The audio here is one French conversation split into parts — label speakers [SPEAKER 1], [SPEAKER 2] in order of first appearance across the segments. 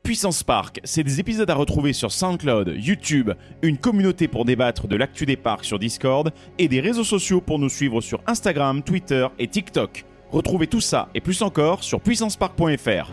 [SPEAKER 1] Puissance Park, c'est des épisodes à retrouver sur SoundCloud, YouTube, une communauté pour débattre de l'actu des parcs sur Discord et des réseaux sociaux pour nous suivre sur Instagram, Twitter et TikTok. Retrouvez tout ça et plus encore sur puissancepark.fr.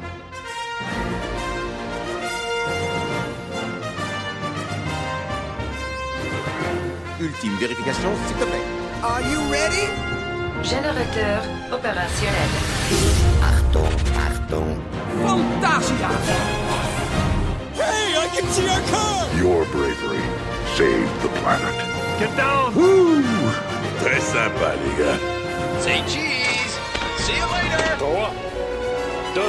[SPEAKER 2] Ultime vérification, s'il te plaît.
[SPEAKER 3] Are you ready?
[SPEAKER 4] Générateur opérationnel.
[SPEAKER 2] Achtung.
[SPEAKER 3] Fantasia! Hey, I can see our car!
[SPEAKER 5] Your bravery saved the planet.
[SPEAKER 6] Get down!
[SPEAKER 5] Woo! Très sympa, les gars.
[SPEAKER 3] Say cheese! See you later!
[SPEAKER 6] 3, 2,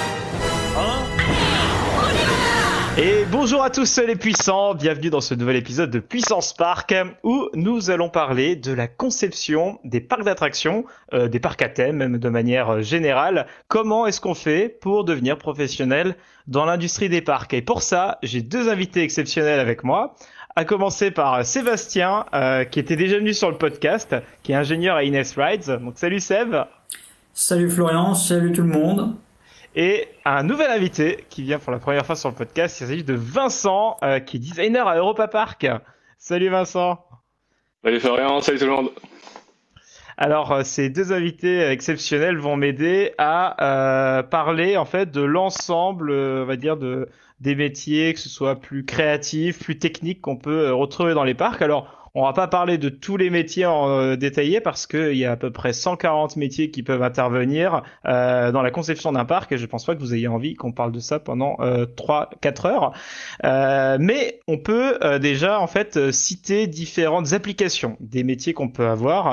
[SPEAKER 6] 1... Et bonjour à tous les puissants, bienvenue dans ce nouvel épisode de Puissance Park où nous allons parler de la conception des parcs d'attractions, des parcs à thème même de manière générale. Comment est-ce qu'on fait pour devenir professionnel dans l'industrie des parcs? Et pour ça, j'ai deux invités exceptionnels avec moi, à commencer par Sébastien qui était déjà venu sur le podcast, qui est ingénieur à Ines Rides. Donc salut Seb.
[SPEAKER 7] Salut Florian, salut tout le monde.
[SPEAKER 6] Et un nouvel invité qui vient pour la première fois sur le podcast, il s'agit de Vincent, qui est designer à Europa Park. Salut Vincent.
[SPEAKER 8] Salut Florian, salut tout le monde.
[SPEAKER 6] Alors, ces deux invités exceptionnels vont m'aider à parler en fait de l'ensemble, on va dire, des métiers, que ce soit plus créatifs, plus techniques qu'on peut retrouver dans les parcs. Alors, on va pas parler de tous les métiers en détaillé parce qu'il y a à peu près 140 métiers qui peuvent intervenir dans la conception d'un parc et je pense pas que vous ayez envie qu'on parle de ça pendant 3-4 heures. Mais on peut déjà en fait citer différentes applications des métiers qu'on peut avoir,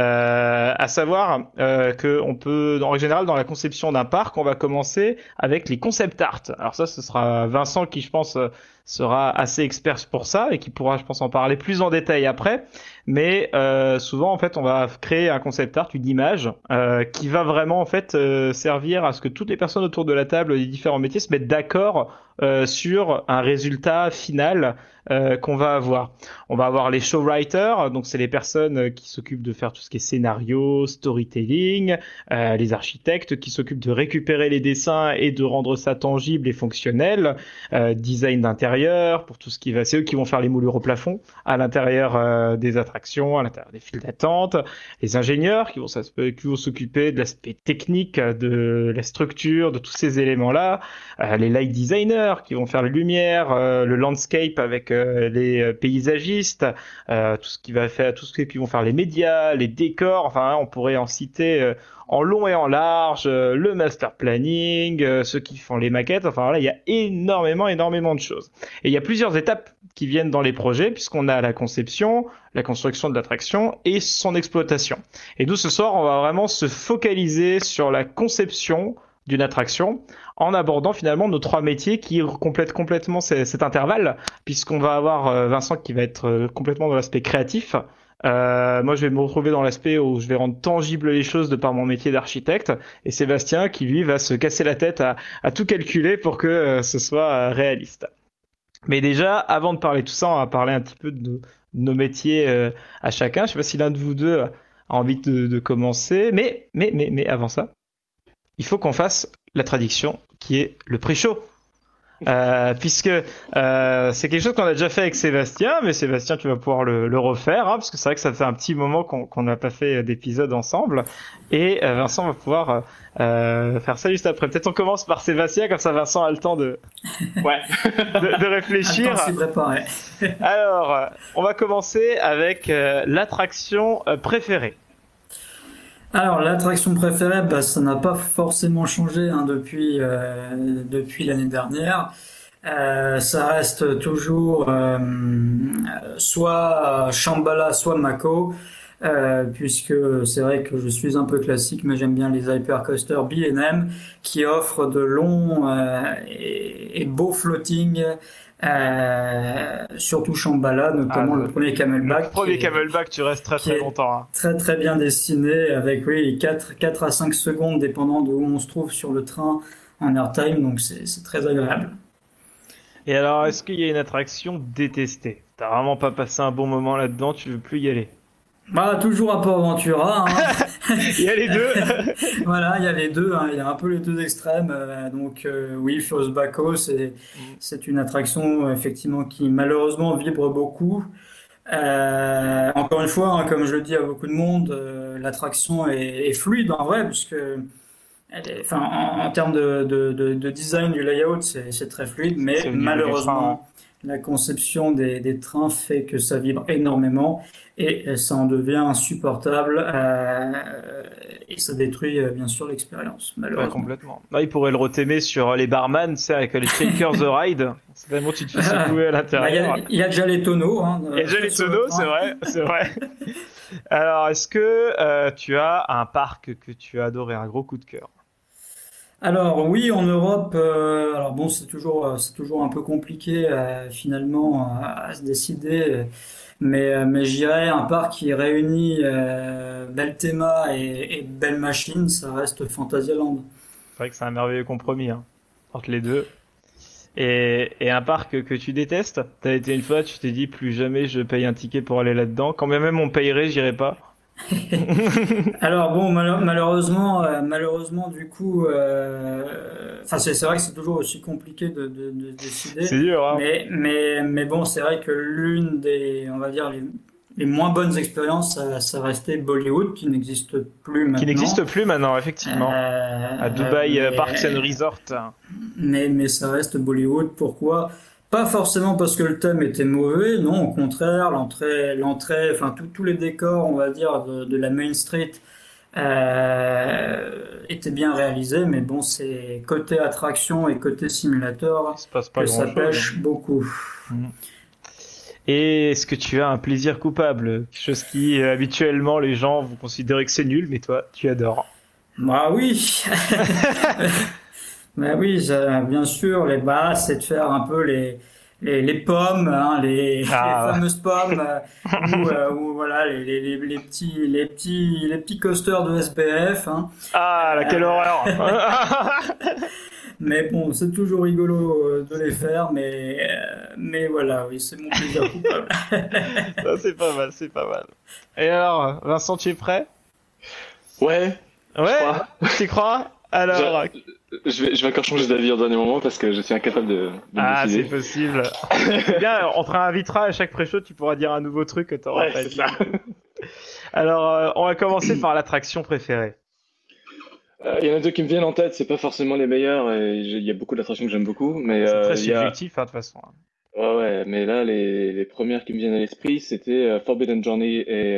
[SPEAKER 6] à savoir que on peut, en général, dans la conception d'un parc, on va commencer avec les concept art. Alors ça, ce sera Vincent qui, je pense, sera assez expert pour ça et qui pourra, je pense, en parler plus en détail après. Mais souvent, en fait, on va créer un concept art, une image, qui va vraiment, en fait, servir à ce que toutes les personnes autour de la table des différents métiers se mettent d'accord sur un résultat final qu'on va avoir. On va avoir les showwriters, donc c'est les personnes qui s'occupent de faire tout ce qui est scénario, storytelling, les architectes qui s'occupent de récupérer les dessins et de rendre ça tangible et fonctionnel, design d'intérieur, pour tout ce qui va, c'est eux qui vont faire les moulures au plafond à l'intérieur des attractions, à l'intérieur des files d'attente, les ingénieurs qui vont s'occuper de l'aspect technique, de la structure, de tous ces éléments-là, les light designers qui vont faire les lumières, le landscape avec les paysagistes, tout ce qui vont faire les médias, les décors, enfin on pourrait en citer en long et en large, le master planning, ceux qui font les maquettes, enfin là il y a énormément de choses. Et il y a plusieurs étapes qui viennent dans les projets puisqu'on a la conception, la construction de l'attraction et son exploitation. Et nous ce soir on va vraiment se focaliser sur la conception d'une attraction en abordant finalement nos trois métiers qui complètent complètement cet intervalle puisqu'on va avoir Vincent qui va être complètement dans l'aspect créatif. Moi, je vais me retrouver dans l'aspect où je vais rendre tangible les choses de par mon métier d'architecte et Sébastien qui, lui, va se casser la tête à tout calculer pour que ce soit réaliste. Mais déjà, avant de parler de tout ça, on va parler un petit peu de nos métiers à chacun. Je sais pas si l'un de vous deux a envie de commencer, mais avant ça, il faut qu'on fasse la tradition qui est le pré-show. Puisque c'est quelque chose qu'on a déjà fait avec Sébastien, mais Sébastien tu vas pouvoir le refaire, parce que c'est vrai que ça fait un petit moment qu'on n'a pas fait d'épisode ensemble, et Vincent va pouvoir faire ça juste après. Peut-être on commence par Sébastien, comme ça Vincent a le temps de réfléchir.
[SPEAKER 7] Attends, c'est préparé.
[SPEAKER 6] Alors, on va commencer avec l'attraction préférée.
[SPEAKER 7] Alors, l'attraction préférée, ça n'a pas forcément changé depuis l'année dernière. Ça reste toujours soit Shambhala, soit Mako, puisque c'est vrai que je suis un peu classique, mais j'aime bien les hypercoasters B&M qui offrent de longs et beaux floating. Surtout Shambhala, notamment le premier Camelback.
[SPEAKER 6] Le premier Camelback, tu restes très longtemps. Hein.
[SPEAKER 7] Très très bien dessiné, avec 4 à 5 secondes, dépendant de où on se trouve sur le train en airtime, donc c'est très agréable.
[SPEAKER 6] Et alors, est-ce qu'il y a une attraction détestée? T'as vraiment pas passé un bon moment là-dedans, tu veux plus y aller?
[SPEAKER 7] Toujours à Port Ventura. Hein.
[SPEAKER 6] Il y a les deux.
[SPEAKER 7] Voilà, il y a les deux, hein, il y a un peu les deux extrêmes. Oui, Furious Baco, c'est une attraction effectivement qui malheureusement vibre beaucoup. Encore une fois, hein, comme je le dis à beaucoup de monde, l'attraction est fluide en vrai, puisque en termes de design du layout, c'est très fluide, mais malheureusement, la conception des trains fait que ça vibre énormément et ça en devient insupportable et ça détruit bien sûr l'expérience, malheureusement.
[SPEAKER 6] Ouais, complètement. Là, il pourrait le retémer sur les barman, tu sais, avec les Shakers the Ride. C'est vraiment, tu te fais secouer à l'intérieur.
[SPEAKER 7] Il y a déjà les tonneaux. Hein,
[SPEAKER 6] il y a déjà les tonneaux, c'est vrai. Alors, est-ce que tu as un parc que tu as adoré, un gros coup de cœur?
[SPEAKER 7] Alors oui, en Europe, c'est toujours un peu compliqué finalement à se décider, mais je dirais un parc qui réunit bel thème et belle machine, ça reste Fantasyland.
[SPEAKER 6] C'est vrai que c'est un merveilleux compromis entre les deux. Et un parc que tu détestes? T'as été une fois, tu t'es dit plus jamais je paye un ticket pour aller là-dedans, quand bien même on payerait, j'irais pas.
[SPEAKER 7] Alors bon, malheureusement du coup, c'est vrai que c'est toujours aussi compliqué de décider.
[SPEAKER 6] C'est dur, hein.
[SPEAKER 7] Mais bon, c'est vrai que l'une des, on va dire les moins bonnes expériences, ça restait Bollywood, qui n'existe plus maintenant.
[SPEAKER 6] Qui n'existe plus maintenant, effectivement. À Dubai Parks and Resort.
[SPEAKER 7] Mais ça reste Bollywood. Pourquoi? Pas forcément parce que le thème était mauvais, non, au contraire, l'entrée, tous les décors, on va dire, de la Main Street étaient bien réalisés, mais bon, c'est côté attraction et côté simulateur que ça pêche beaucoup.
[SPEAKER 6] Et est-ce que tu as un plaisir coupable? Quelque chose qui, habituellement, les gens vont considérer que c'est nul, mais toi, tu adores.
[SPEAKER 7] Bah oui. Ben oui, bien sûr, les bases, c'est de faire un peu les pommes, hein, les fameuses pommes, ou voilà, les petits coasters de SBF. Hein.
[SPEAKER 6] Ah, quelle horreur!
[SPEAKER 7] Mais bon, c'est toujours rigolo de les faire, mais voilà, oui, c'est mon plaisir coupable.
[SPEAKER 6] Ça, c'est pas mal. Et alors, Vincent, tu es prêt?
[SPEAKER 8] Ouais.
[SPEAKER 6] Tu crois? Alors,
[SPEAKER 8] je vais encore changer d'avis au dernier moment parce que je suis incapable de décider.
[SPEAKER 6] C'est possible. C'est bien, on te réinvitera à chaque pré-show, tu pourras dire un nouveau truc que t'auras pas dit.
[SPEAKER 8] C'est ça.
[SPEAKER 6] Alors, on va commencer par l'attraction préférée.
[SPEAKER 8] Il y en a deux qui me viennent en tête, c'est pas forcément les meilleurs, et il y a beaucoup d'attractions que j'aime beaucoup, mais
[SPEAKER 6] c'est très subjectif, de toute façon.
[SPEAKER 8] Ouais, mais là, les premières qui me viennent à l'esprit, c'était Forbidden Journey et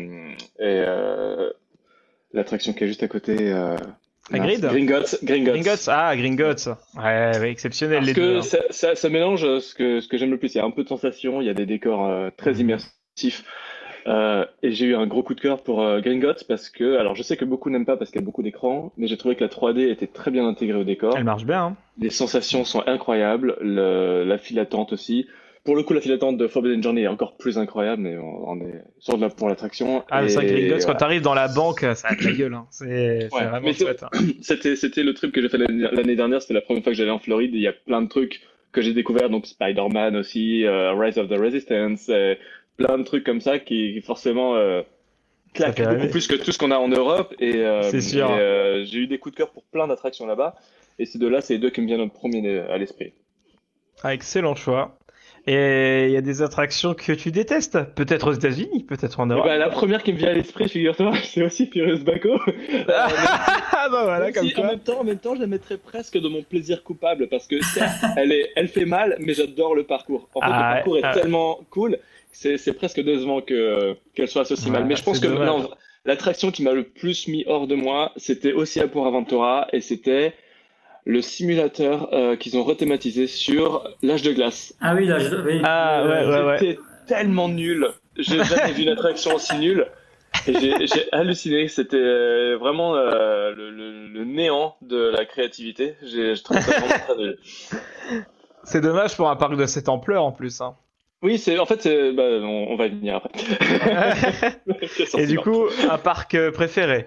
[SPEAKER 8] l'attraction qui est juste à côté.
[SPEAKER 6] Gringotts. Gringotts. Ouais, exceptionnel.
[SPEAKER 8] Parce que ça mélange ce que j'aime le plus. Il y a un peu de sensation, il y a des décors très immersifs. Et j'ai eu un gros coup de cœur pour Gringotts parce que, alors je sais que beaucoup n'aiment pas parce qu'il y a beaucoup d'écrans, mais j'ai trouvé que la 3D était très bien intégrée au décor.
[SPEAKER 6] Elle marche bien.
[SPEAKER 8] Les sensations sont incroyables, la file d'attente aussi. Pour le coup, la file d'attente de Forbidden Journey est encore plus incroyable, mais on est sur de la pour l'attraction.
[SPEAKER 6] Ah, c'est vrai que Gringotts, quand t'arrives dans la banque, ça a de la gueule. Hein. C'est vraiment chouette.
[SPEAKER 8] C'était le trip que j'ai fait l'année dernière. C'était la première fois que j'allais en Floride. Il y a plein de trucs que j'ai découvert, donc Spider-Man aussi, Rise of the Resistance, plein de trucs comme ça qui forcément claquent beaucoup plus que tout ce qu'on a en Europe.
[SPEAKER 6] C'est sûr.
[SPEAKER 8] J'ai eu des coups de cœur pour plein d'attractions là-bas. Et ces deux-là, c'est les deux qui me viennent en premier à l'esprit.
[SPEAKER 6] Ah, excellent choix. Et il y a des attractions que tu détestes, peut-être aux États-Unis, peut-être en Europe.
[SPEAKER 8] La première qui me vient à l'esprit, figure-toi, c'est aussi Furious Baco.
[SPEAKER 6] Voilà, comme ça.
[SPEAKER 8] En même temps, je la mettrais presque de mon plaisir coupable parce que elle fait mal, mais j'adore le parcours. En fait, le parcours est tellement cool, c'est presque décevant qu'elle soit aussi mal. Mais je pense que non, l'attraction qui m'a le plus mis hors de moi, c'était aussi à Port Aventura et c'était le simulateur qu'ils ont rethématisé sur l'âge de glace.
[SPEAKER 7] Ah oui, l'âge de glace.
[SPEAKER 6] Ouais.
[SPEAKER 8] C'était tellement nul. J'ai jamais vu une attraction aussi nulle. Et j'ai halluciné. C'était vraiment le néant de la créativité. Je trouve ça vraiment très nul.
[SPEAKER 6] C'est dommage pour un parc de cette ampleur en plus. Hein.
[SPEAKER 8] Oui, on va y venir après.
[SPEAKER 6] Et du coup, un parc préféré?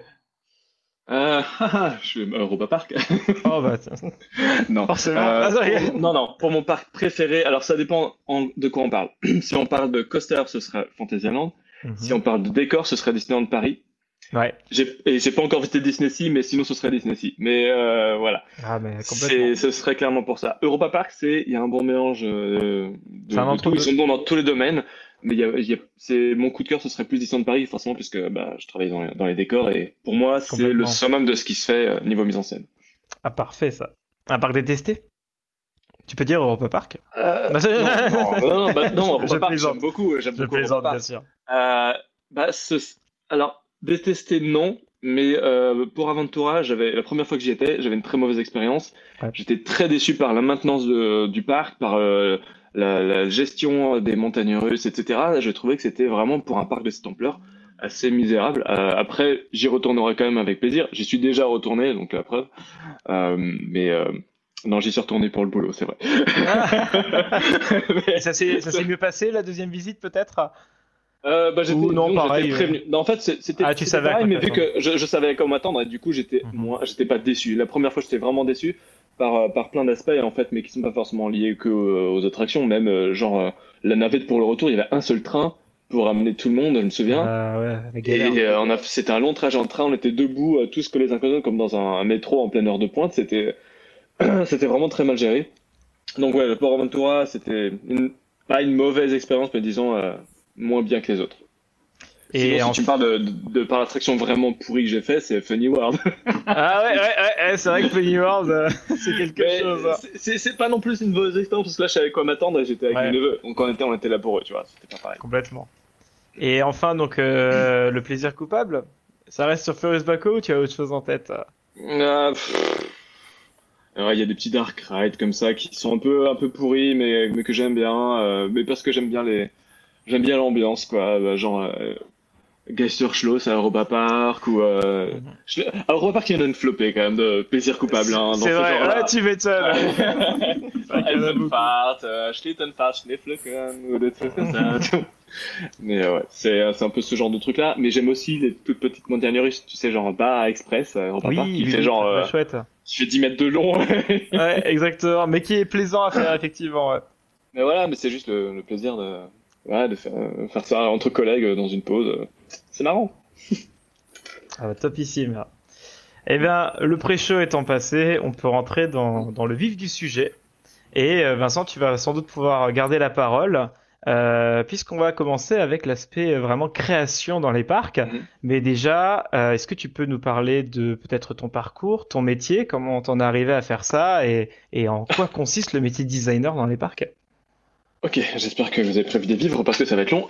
[SPEAKER 8] Je suis Europa Park.
[SPEAKER 6] Oh bah
[SPEAKER 8] non.
[SPEAKER 6] Forcément.
[SPEAKER 8] Non. Pour mon parc préféré, alors ça dépend de quoi on parle. Si on parle de coaster, ce sera Fantasyland. Si on parle de décor, ce serait Disneyland Paris.
[SPEAKER 6] Ouais.
[SPEAKER 8] J'ai pas encore visité Disney Sea, mais sinon ce serait Disney Sea. Mais voilà.
[SPEAKER 6] Ah, mais complètement.
[SPEAKER 8] Ce serait clairement pour ça. Europa Park, il y a un bon mélange de tout. Ils sont bons dans tous les domaines. Mais c'est mon coup de cœur, ce serait plus Disneyland Paris, forcément, puisque je travaille dans les décors et pour moi, c'est le summum de ce qui se fait niveau mise en scène.
[SPEAKER 6] Ah, parfait ça. Un parc détesté? Tu peux dire Europa Park?
[SPEAKER 8] Non, Europa Park, j'aime beaucoup.
[SPEAKER 6] Je plaisante, bien sûr.
[SPEAKER 8] Alors, détesté, non. Mais pour Aventura, la première fois que j'y étais, j'avais une très mauvaise expérience. Ouais. J'étais très déçu par la maintenance du parc, par la gestion des montagnes russes, etc. Je trouvais que c'était vraiment, pour un parc de cette ampleur, assez misérable. Après, j'y retournerai quand même avec plaisir. J'y suis déjà retourné, donc la preuve. Non, j'y suis retourné pour le boulot, c'est vrai.
[SPEAKER 6] Ça s'est mieux passé, la deuxième visite, peut-être?
[SPEAKER 8] J'étais prévenu. Non, en fait, c'était pareil, mais vu que je savais à quoi m'attendre, et du coup, j'étais pas déçu. La première fois, j'étais vraiment déçu par plein d'aspects, en fait, mais qui sont pas forcément liés aux attractions. Même, la navette pour le retour, il y avait un seul train pour ramener tout le monde, je me souviens. C'était un long trajet en train, on était debout, tous collés les uns contre les autres, comme dans un métro en pleine heure de pointe. C'était vraiment très mal géré. Donc, ouais, le Port Aventura, c'était pas une mauvaise expérience, mais disons, moins bien que les autres. Et sinon, si tu parles par l'attraction vraiment pourrie que j'ai fait, c'est Funny World.
[SPEAKER 6] Ah ouais, c'est vrai que Funny World, c'est quelque chose.
[SPEAKER 8] C'est pas non plus une mauvaise expérience, parce que là, je savais à quoi m'attendre et j'étais avec mes neveux. Donc on était là pour eux, tu vois, c'était pas pareil.
[SPEAKER 6] Complètement. Et enfin, donc, le plaisir coupable, ça reste sur Ferris Baco ou tu as autre chose en tête?
[SPEAKER 8] Alors, il y a des petits dark rides comme ça qui sont un peu pourris, mais que j'aime bien, mais parce que j'aime bien l'ambiance, quoi, genre Geisterschloss à Europa Park ou Europa Park, il y en a une flopée quand même de plaisir coupable, hein, dans
[SPEAKER 6] c'est
[SPEAKER 8] ce
[SPEAKER 6] vrai,
[SPEAKER 8] genre-là.
[SPEAKER 6] Ouais, tu m'étonnes.
[SPEAKER 8] Eisenfahrt, Schlittenfahrt, Schneeflöcken ou des trucs comme ça. Mais ouais, c'est un peu ce genre de truc là, mais j'aime aussi les toutes petites montagnes russes, tu sais, genre Baja Express Europa Park, qui fait genre
[SPEAKER 6] chouette.
[SPEAKER 8] Qui fait 10 mètres de long.
[SPEAKER 6] Ouais, exactement, mais qui est plaisant à faire effectivement, ouais.
[SPEAKER 8] Mais voilà, mais c'est juste le plaisir de faire ça entre collègues dans une pause. C'est marrant.
[SPEAKER 6] Topissime. Eh bien, le pré-show étant passé, on peut rentrer dans le vif du sujet. Et Vincent, tu vas sans doute pouvoir garder la parole, puisqu'on va commencer avec l'aspect vraiment création dans les parcs. Mais déjà, est-ce que tu peux nous parler de peut-être ton parcours, ton métier, comment t'en es arrivé à faire ça, et en quoi consiste le métier de designer dans les parcs?
[SPEAKER 8] Ok, j'espère que vous avez prévu des vivres parce que ça va être long.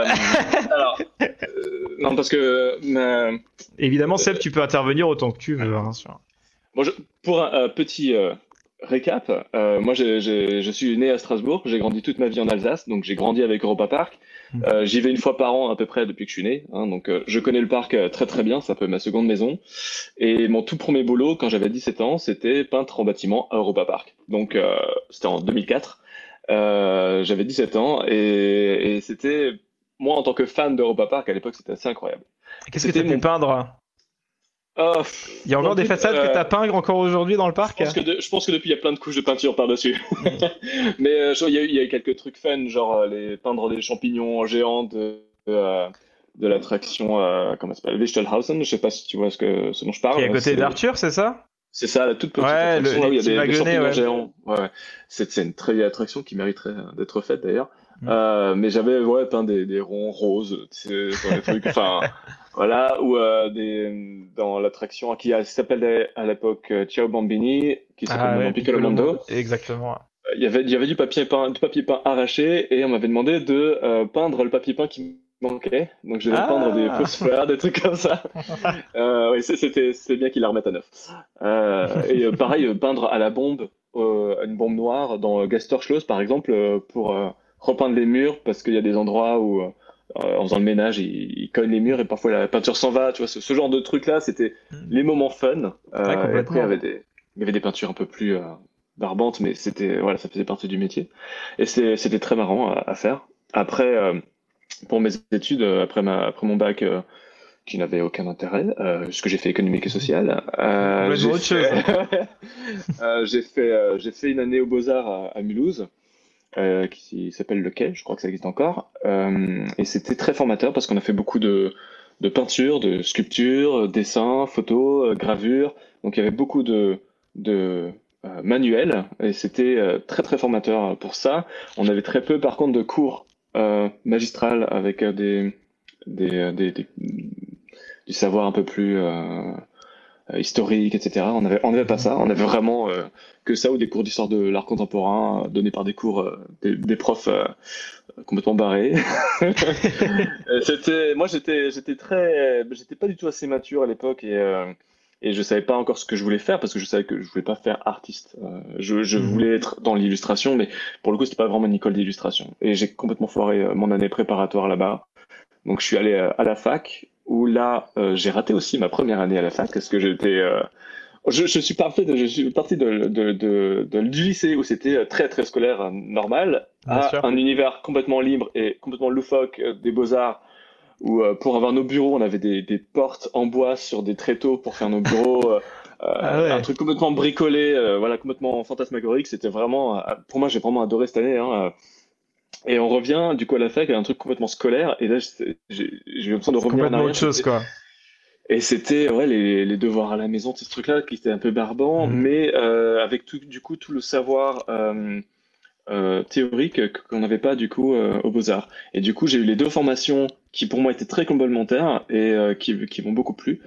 [SPEAKER 8] Alors, non, parce que
[SPEAKER 6] évidemment, Seb, tu peux intervenir autant que tu veux. Hein,
[SPEAKER 8] Bon, pour un petit récap, moi, je suis né à Strasbourg. J'ai grandi toute ma vie en Alsace, donc j'ai grandi avec Europa Park. J'y vais une fois par an à peu près depuis que je suis né. Hein, donc, je connais le parc très très bien. C'est un peu ma seconde maison. Et mon tout premier boulot, quand j'avais 17 ans, c'était peintre en bâtiment à Europa Park. Donc, c'était en 2004. J'avais 17 ans et c'était, moi en tant que fan d'Europa Park à l'époque, c'était assez incroyable.
[SPEAKER 6] Qu'est-ce que tu as pu peindre? Il y a encore des façades que tu as peint encore aujourd'hui dans le parc?
[SPEAKER 8] Je pense que depuis il y a plein de couches de peinture par-dessus. Mais il y a eu quelques trucs fun, genre peindre des champignons géants de l'attraction, comment ça s'appelle, Wichtelhausen. Je sais pas si tu vois ce dont je parle.
[SPEAKER 6] Qui est à côté d'Arthur, c'est ça?
[SPEAKER 8] C'est ça, la toute petite attraction là où il y a des champignons géants. Ouais. C'est une très vieille attraction qui mériterait d'être faite d'ailleurs. Mais j'avais peint des ronds roses, des trucs, enfin voilà, ou dans l'attraction qui s'appelait à l'époque Ciao Bambini, qui s'appelle maintenant Piccolo Mondo.
[SPEAKER 6] Exactement.
[SPEAKER 8] Il y avait du papier peint arraché et on m'avait demandé de peindre le papier peint qui manquait, donc je devais peindre des fausses fleurs, des trucs comme ça. Oui, c'était bien qu'ils la remettent à neuf. Et pareil, peindre à la bombe, une bombe noire dans Geisterschloss par exemple, pour repeindre les murs, parce qu'il y a des endroits où en faisant le ménage, ils cognent les murs et parfois la peinture s'en va, tu vois, ce genre de truc là, c'était les moments fun. Et après il y avait des peintures un peu plus barbantes, mais c'était ça faisait partie du métier et c'était très marrant à faire. Après pour mes études, après mon bac qui n'avait aucun intérêt, puisque j'ai fait économique et social, j'ai fait une année aux Beaux-Arts à Mulhouse, qui s'appelle le Quai, je crois que ça existe encore, et c'était très formateur parce qu'on a fait beaucoup de peinture, de sculpture, dessin, photo, gravure. Donc il y avait beaucoup de manuels et c'était très très formateur pour ça. On avait très peu par contre de cours magistrales avec du savoir un peu plus historique, etc. On avait pas ça. On avait vraiment que ça ou des cours d'histoire de l'art contemporain donnés par des cours des profs complètement barrés. J'étais pas du tout assez mature à l'époque et je savais pas encore ce que je voulais faire parce que je savais que je voulais pas faire artiste. Je voulais être dans l'illustration, mais pour le coup, c'était pas vraiment une école d'illustration. Et j'ai complètement foiré mon année préparatoire là-bas. Donc, je suis allé à la fac où là, j'ai raté aussi ma première année à la fac parce que je suis parti du lycée où c'était très très scolaire normal à un univers complètement libre et complètement loufoque des beaux-arts où pour avoir nos bureaux, on avait des portes en bois sur des tréteaux pour faire nos bureaux. Un truc complètement bricolé, voilà, complètement fantasmagorique. C'était vraiment, pour moi, j'ai vraiment adoré cette année. Et on revient du coup à la fac à un truc complètement scolaire. Et là, j'ai eu l'impression de revenir en arrière.
[SPEAKER 6] Complètement autre chose, quoi.
[SPEAKER 8] Et c'était les devoirs à la maison, ces trucs-là qui étaient un peu barbants, mais avec tout le savoir théorique qu'on n'avait pas du coup aux Beaux-Arts. Et du coup, j'ai eu les deux formations qui pour moi étaient très complémentaires et qui m'ont beaucoup plu.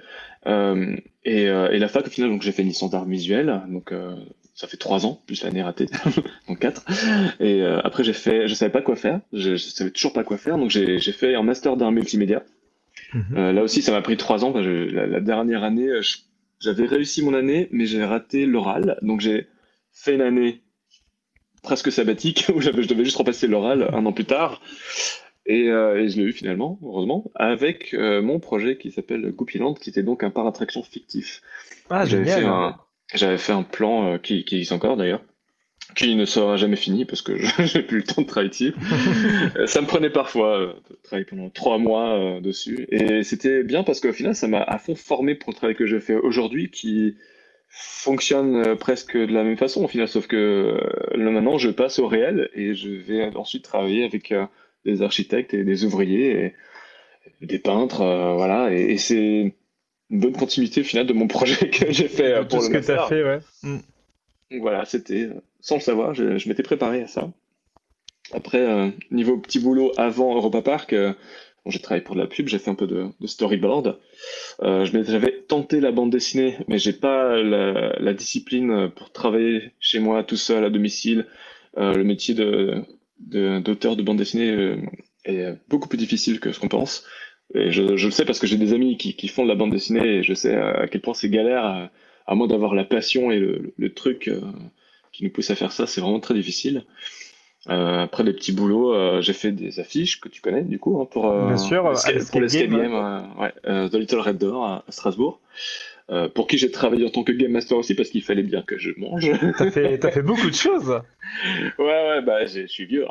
[SPEAKER 8] Et la fac au final, donc j'ai fait une licence d'art visuel, donc ça fait 3 ans plus l'année ratée, donc 4. Et après je savais pas quoi faire, je savais toujours pas quoi faire, donc j'ai fait un master d'art multimédia. Là aussi, ça m'a pris 3 ans. La dernière année, j'avais réussi mon année, mais j'ai raté l'oral. Donc, j'ai fait une année presque sabbatique où je devais juste repasser l'oral 1 an plus tard. Et je l'ai eu finalement, heureusement, avec mon projet qui s'appelle Goupilland, qui était donc un parc d'attraction fictif.
[SPEAKER 6] Ah, génial.
[SPEAKER 8] J'avais fait un plan qui existe encore d'ailleurs, qui ne sera jamais fini parce que j'ai plus le temps de travailler dessus. Ça me prenait parfois de travailler pendant 3 mois dessus. Et c'était bien parce qu'au final, ça m'a à fond formé pour le travail que je fais aujourd'hui qui fonctionne presque de la même façon au final. Sauf que là maintenant, je passe au réel et je vais ensuite travailler avec des architectes et des ouvriers et des peintres. Voilà. Et c'est une bonne continuité au final de mon projet que j'ai fait pour
[SPEAKER 6] tout ce
[SPEAKER 8] le
[SPEAKER 6] que tu as fait, ouais.
[SPEAKER 8] Donc voilà, c'était, sans le savoir, je m'étais préparé à ça. Après, niveau petit boulot avant Europa Park, j'ai travaillé pour de la pub, j'ai fait un peu de storyboard. J'avais tenté la bande dessinée, mais j'ai pas la discipline pour travailler chez moi tout seul à domicile. Le métier d'auteur de bande dessinée est beaucoup plus difficile que ce qu'on pense. Et je le sais parce que j'ai des amis qui font de la bande dessinée et je sais à quel point c'est galère. À moins d'avoir la passion et le truc qui nous pousse à faire ça, c'est vraiment très difficile. Après les petits boulots, j'ai fait des affiches que tu connais du coup pour l'Escape Game, The Little Red Door à Strasbourg, pour qui j'ai travaillé en tant que Game Master aussi parce qu'il fallait bien que je mange.
[SPEAKER 6] T'as fait beaucoup de choses.
[SPEAKER 8] Ouais, bah je suis vieux.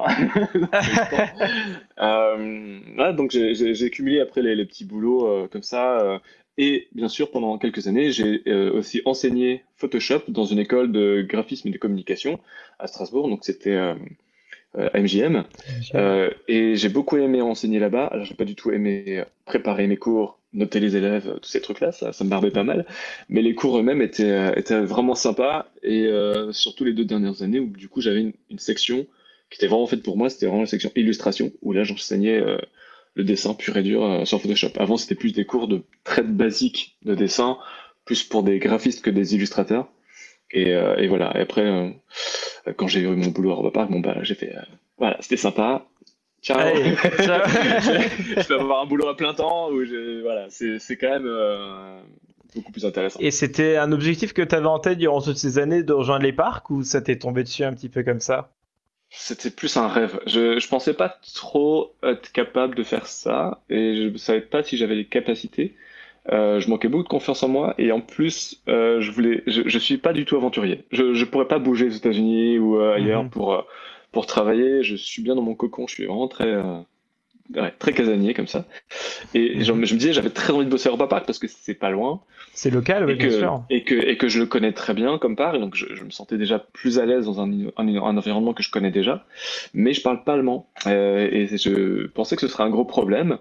[SPEAKER 8] Donc j'ai cumulé après les petits boulots comme ça. Et bien sûr, pendant quelques années, j'ai aussi enseigné Photoshop dans une école de graphisme et de communication à Strasbourg. Donc c'était MJM. Et j'ai beaucoup aimé enseigner là-bas. Alors j'ai pas du tout aimé préparer mes cours, noter les élèves, tous ces trucs-là. Ça me barbait pas mal. Mais les cours eux-mêmes étaient vraiment sympas. Et surtout les 2 dernières années où du coup j'avais une section qui était vraiment faite pour moi. C'était vraiment la section illustration où là j'enseignais le dessin pur et dur sur Photoshop. Avant, c'était plus des cours de traits basiques de dessin, plus pour des graphistes que des illustrateurs. Et voilà. Et après, quand j'ai eu mon boulot à Europa Park, j'ai fait, voilà, c'était sympa. Ciao.
[SPEAKER 6] Hey, ciao.
[SPEAKER 8] Je peux avoir un boulot à plein temps voilà, c'est quand même beaucoup plus intéressant.
[SPEAKER 6] Et c'était un objectif que tu avais en tête durant toutes ces années de rejoindre les parcs ou ça t'est tombé dessus un petit peu comme ça?
[SPEAKER 8] C'était plus un rêve. Je pensais pas trop être capable de faire ça et je savais pas si j'avais les capacités. Je manquais beaucoup de confiance en moi et en plus, je suis pas du tout aventurier. Je pourrais pas bouger aux États-Unis ou ailleurs pour travailler. Je suis bien dans mon cocon. Je suis vraiment très casanier comme ça. Et je me disais, j'avais très envie de bosser à Europa Park parce que c'est pas loin.
[SPEAKER 6] C'est local, oui, bien sûr.
[SPEAKER 8] Et que je le connais très bien comme parc, donc je me sentais déjà plus à l'aise dans un environnement que je connais déjà. Mais je parle pas allemand. Et je pensais que ce serait un gros problème.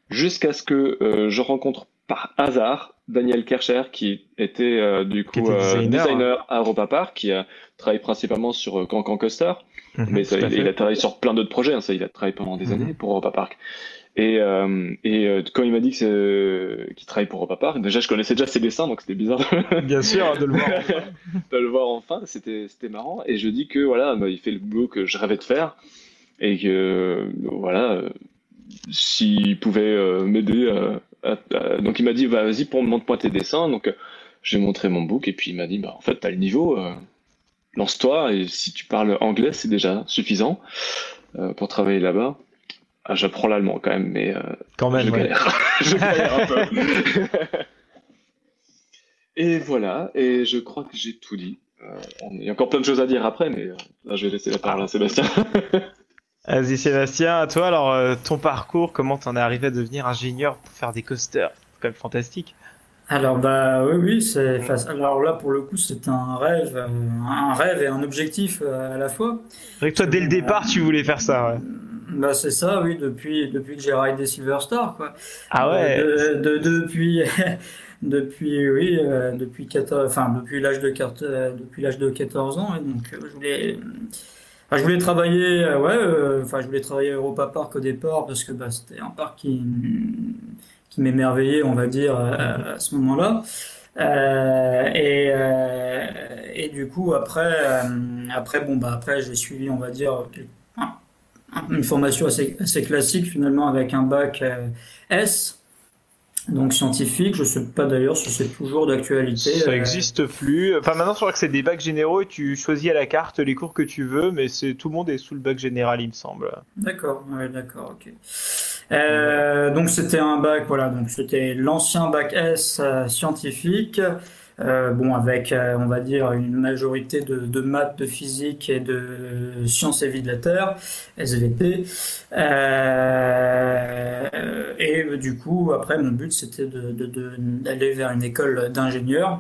[SPEAKER 8] jusqu'à ce que je rencontre par hasard Daniel Kercher, qui était designer à Europa Park, qui a travaillé principalement sur Cancan Coaster, mais il a travaillé sur plein d'autres projets, il a travaillé pendant des années pour Europa Park. Et quand il m'a dit qu'il travaille pour Europa Park, déjà je connaissais déjà ses dessins, donc c'était bizarre
[SPEAKER 6] bien sûr de le voir
[SPEAKER 8] de le voir enfin, c'était marrant. Et je dis que voilà, il fait le boulot que je rêvais de faire, et que voilà, s'il pouvait m'aider donc il m'a dit vas-y, montre-moi tes dessins. Donc j'ai montré mon book, et puis il m'a dit en fait t'as le niveau, lance-toi, et si tu parles anglais c'est déjà suffisant pour travailler là-bas. J'apprends l'allemand quand même, mais
[SPEAKER 6] quand même,
[SPEAKER 8] je galère. Je galère un peu. Et voilà, et je crois que j'ai tout dit. Il y a encore plein de choses à dire après, mais là, je vais laisser la parole à Sébastien.
[SPEAKER 6] Vas-y Sébastien, à toi, alors ton parcours, comment t'en es arrivé à devenir ingénieur pour faire des coasters? C'est quand même fantastique.
[SPEAKER 7] Alors oui, alors là pour le coup c'est un rêve et un objectif à la fois.
[SPEAKER 6] C'est vrai que toi dès le départ tu voulais faire ça, ouais.
[SPEAKER 7] C'est ça, oui, depuis que j'ai raidé Silver Star, quoi.
[SPEAKER 6] Ah ouais.
[SPEAKER 7] Depuis l'âge de 14 ans, et donc je voulais travailler je voulais travailler à Europa Park au départ, parce que c'était un parc qui m'émerveillait, on va dire, à ce moment-là. Et du coup après j'ai suivi, on va dire, une formation assez classique finalement, avec un bac S, donc scientifique. Je sais pas d'ailleurs si c'est toujours d'actualité.
[SPEAKER 6] Ça existe plus. Enfin maintenant je crois que c'est des bacs généraux, et tu choisis à la carte les cours que tu veux, mais tout le monde est sous le bac général, il me semble.
[SPEAKER 7] D'accord, ouais, d'accord, ok. Donc c'était un bac, voilà, donc c'était l'ancien bac S scientifique. Avec, on va dire, une majorité de maths, de physique et de sciences et vie de la Terre, SVT. Et du coup, après, mon but, c'était d'aller vers une école d'ingénieur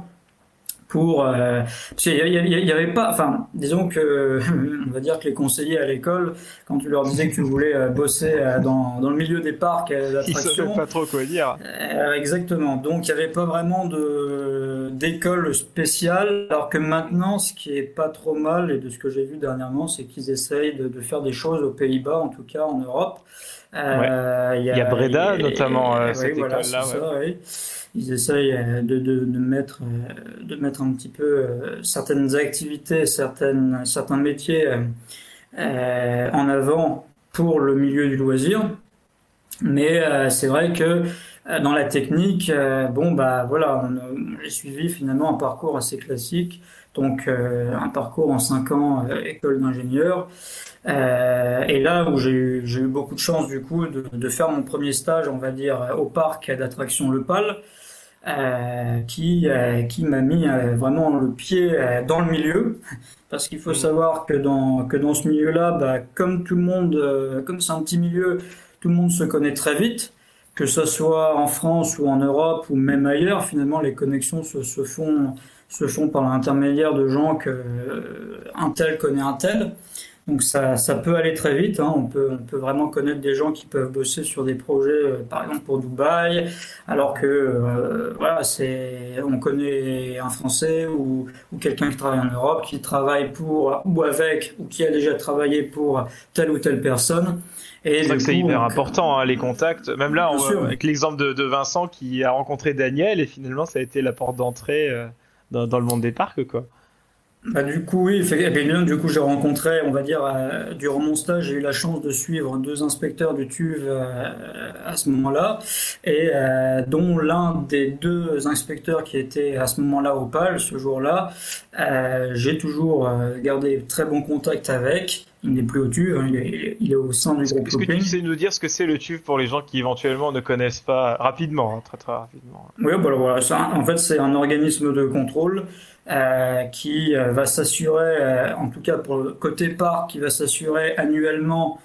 [SPEAKER 7] parce qu'il y avait pas, enfin, disons que, on va dire que les conseillers à l'école, quand tu leur disais que tu voulais bosser dans le milieu des parcs d'attractions,
[SPEAKER 6] ils savaient pas trop quoi dire.
[SPEAKER 7] Exactement. Donc, il y avait pas vraiment d'école spéciale, alors que maintenant, ce qui est pas trop mal, et de ce que j'ai vu dernièrement, c'est qu'ils essayent de faire des choses aux Pays-Bas, en tout cas en Europe.
[SPEAKER 6] Il y a Breda notamment, cette école-là.
[SPEAKER 7] Oui. Ils essayent de mettre un petit peu certaines activités, certains métiers en avant pour le milieu du loisir. Mais c'est vrai que dans la technique, j'ai suivi finalement un parcours assez classique, donc un parcours en 5 ans école d'ingénieur. Et là où j'ai eu beaucoup de chance du coup de faire mon premier stage, on va dire, au parc d'attractions Le Pal, qui m'a mis vraiment le pied dans le milieu, parce qu'il faut savoir que dans ce milieu-là, comme tout le monde, comme c'est un petit milieu, tout le monde se connaît très vite, que ce soit en France ou en Europe ou même ailleurs. Finalement, les connexions se font par l'intermédiaire de gens que un tel connaît un tel. Donc ça peut aller très vite, hein. On peut vraiment connaître des gens qui peuvent bosser sur des projets, par exemple pour Dubaï, alors que on connaît un Français ou quelqu'un qui travaille en Europe, qui travaille pour ou avec ou qui a déjà travaillé pour telle ou telle personne. Et
[SPEAKER 6] c'est vrai que c'est hyper important, hein, les contacts. Même là, avec l'exemple de Vincent qui a rencontré Daniel, et finalement ça a été la porte d'entrée dans le monde des parcs, quoi.
[SPEAKER 7] Du coup, oui, du coup, j'ai rencontré, on va dire, durant mon stage, j'ai eu la chance de suivre 2 inspecteurs du TÜV à ce moment-là, et dont l'un des 2 inspecteurs qui était à ce moment-là au PAL, ce jour-là, j'ai toujours gardé très bon contact avec. Il n'est plus au TÜV, hein, il est au sein du groupe.
[SPEAKER 6] Est-ce que tu sais nous dire ce que c'est le TÜV pour les gens qui éventuellement ne connaissent pas rapidement, hein, très très rapidement?
[SPEAKER 7] Oui, voilà. En fait, c'est un organisme de contrôle qui va s'assurer, en tout cas pour le côté parc, qui va s'assurer annuellement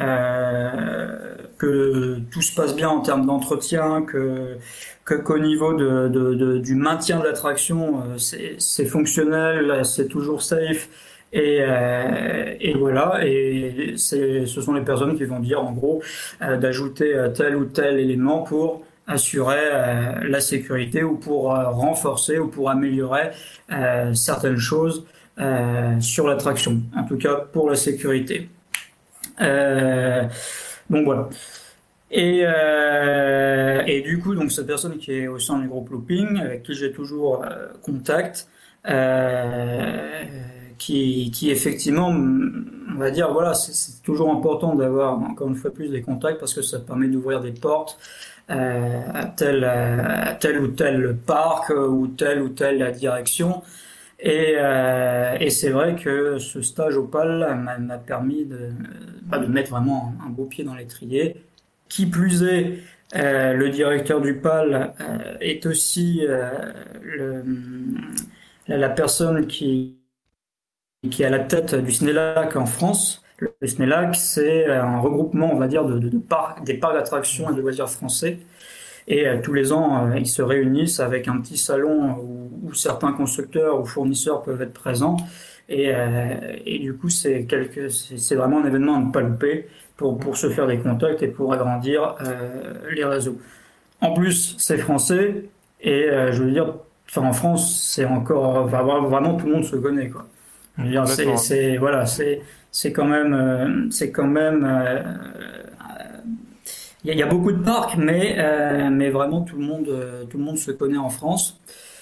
[SPEAKER 7] que tout se passe bien en termes d'entretien, qu'au niveau du maintien de l'attraction, c'est fonctionnel, c'est toujours safe. Et voilà, et ce sont les personnes qui vont dire en gros d'ajouter tel ou tel élément pour assurer la sécurité ou pour renforcer ou pour améliorer certaines choses sur l'attraction, en tout cas pour la sécurité. Donc voilà. Et du coup, donc cette personne qui est au sein du groupe Looping, avec qui j'ai toujours contact, qui effectivement, on va dire, voilà, c'est toujours important d'avoir encore une fois plus des contacts parce que ça permet d'ouvrir des portes à tel ou tel parc ou telle direction. Et c'est vrai que ce stage au PAL m'a permis de mettre vraiment un beau pied dans l'étrier. Qui plus est, le directeur du PAL est aussi la personne qui est à la tête du SNELAC en France. Le SNELAC, c'est un regroupement, on va dire, des parcs d'attractions et de loisirs français. Et tous les ans, ils se réunissent avec un petit salon où certains constructeurs ou fournisseurs peuvent être présents. Et du coup, c'est vraiment un événement à ne pas louper pour se faire des contacts et pour agrandir les réseaux. En plus, c'est français et je veux dire, en France, c'est encore, vraiment tout le monde se connaît, quoi. Je veux dire, c'est quand même, il y a beaucoup de parcs, mais vraiment tout le monde se connaît en France.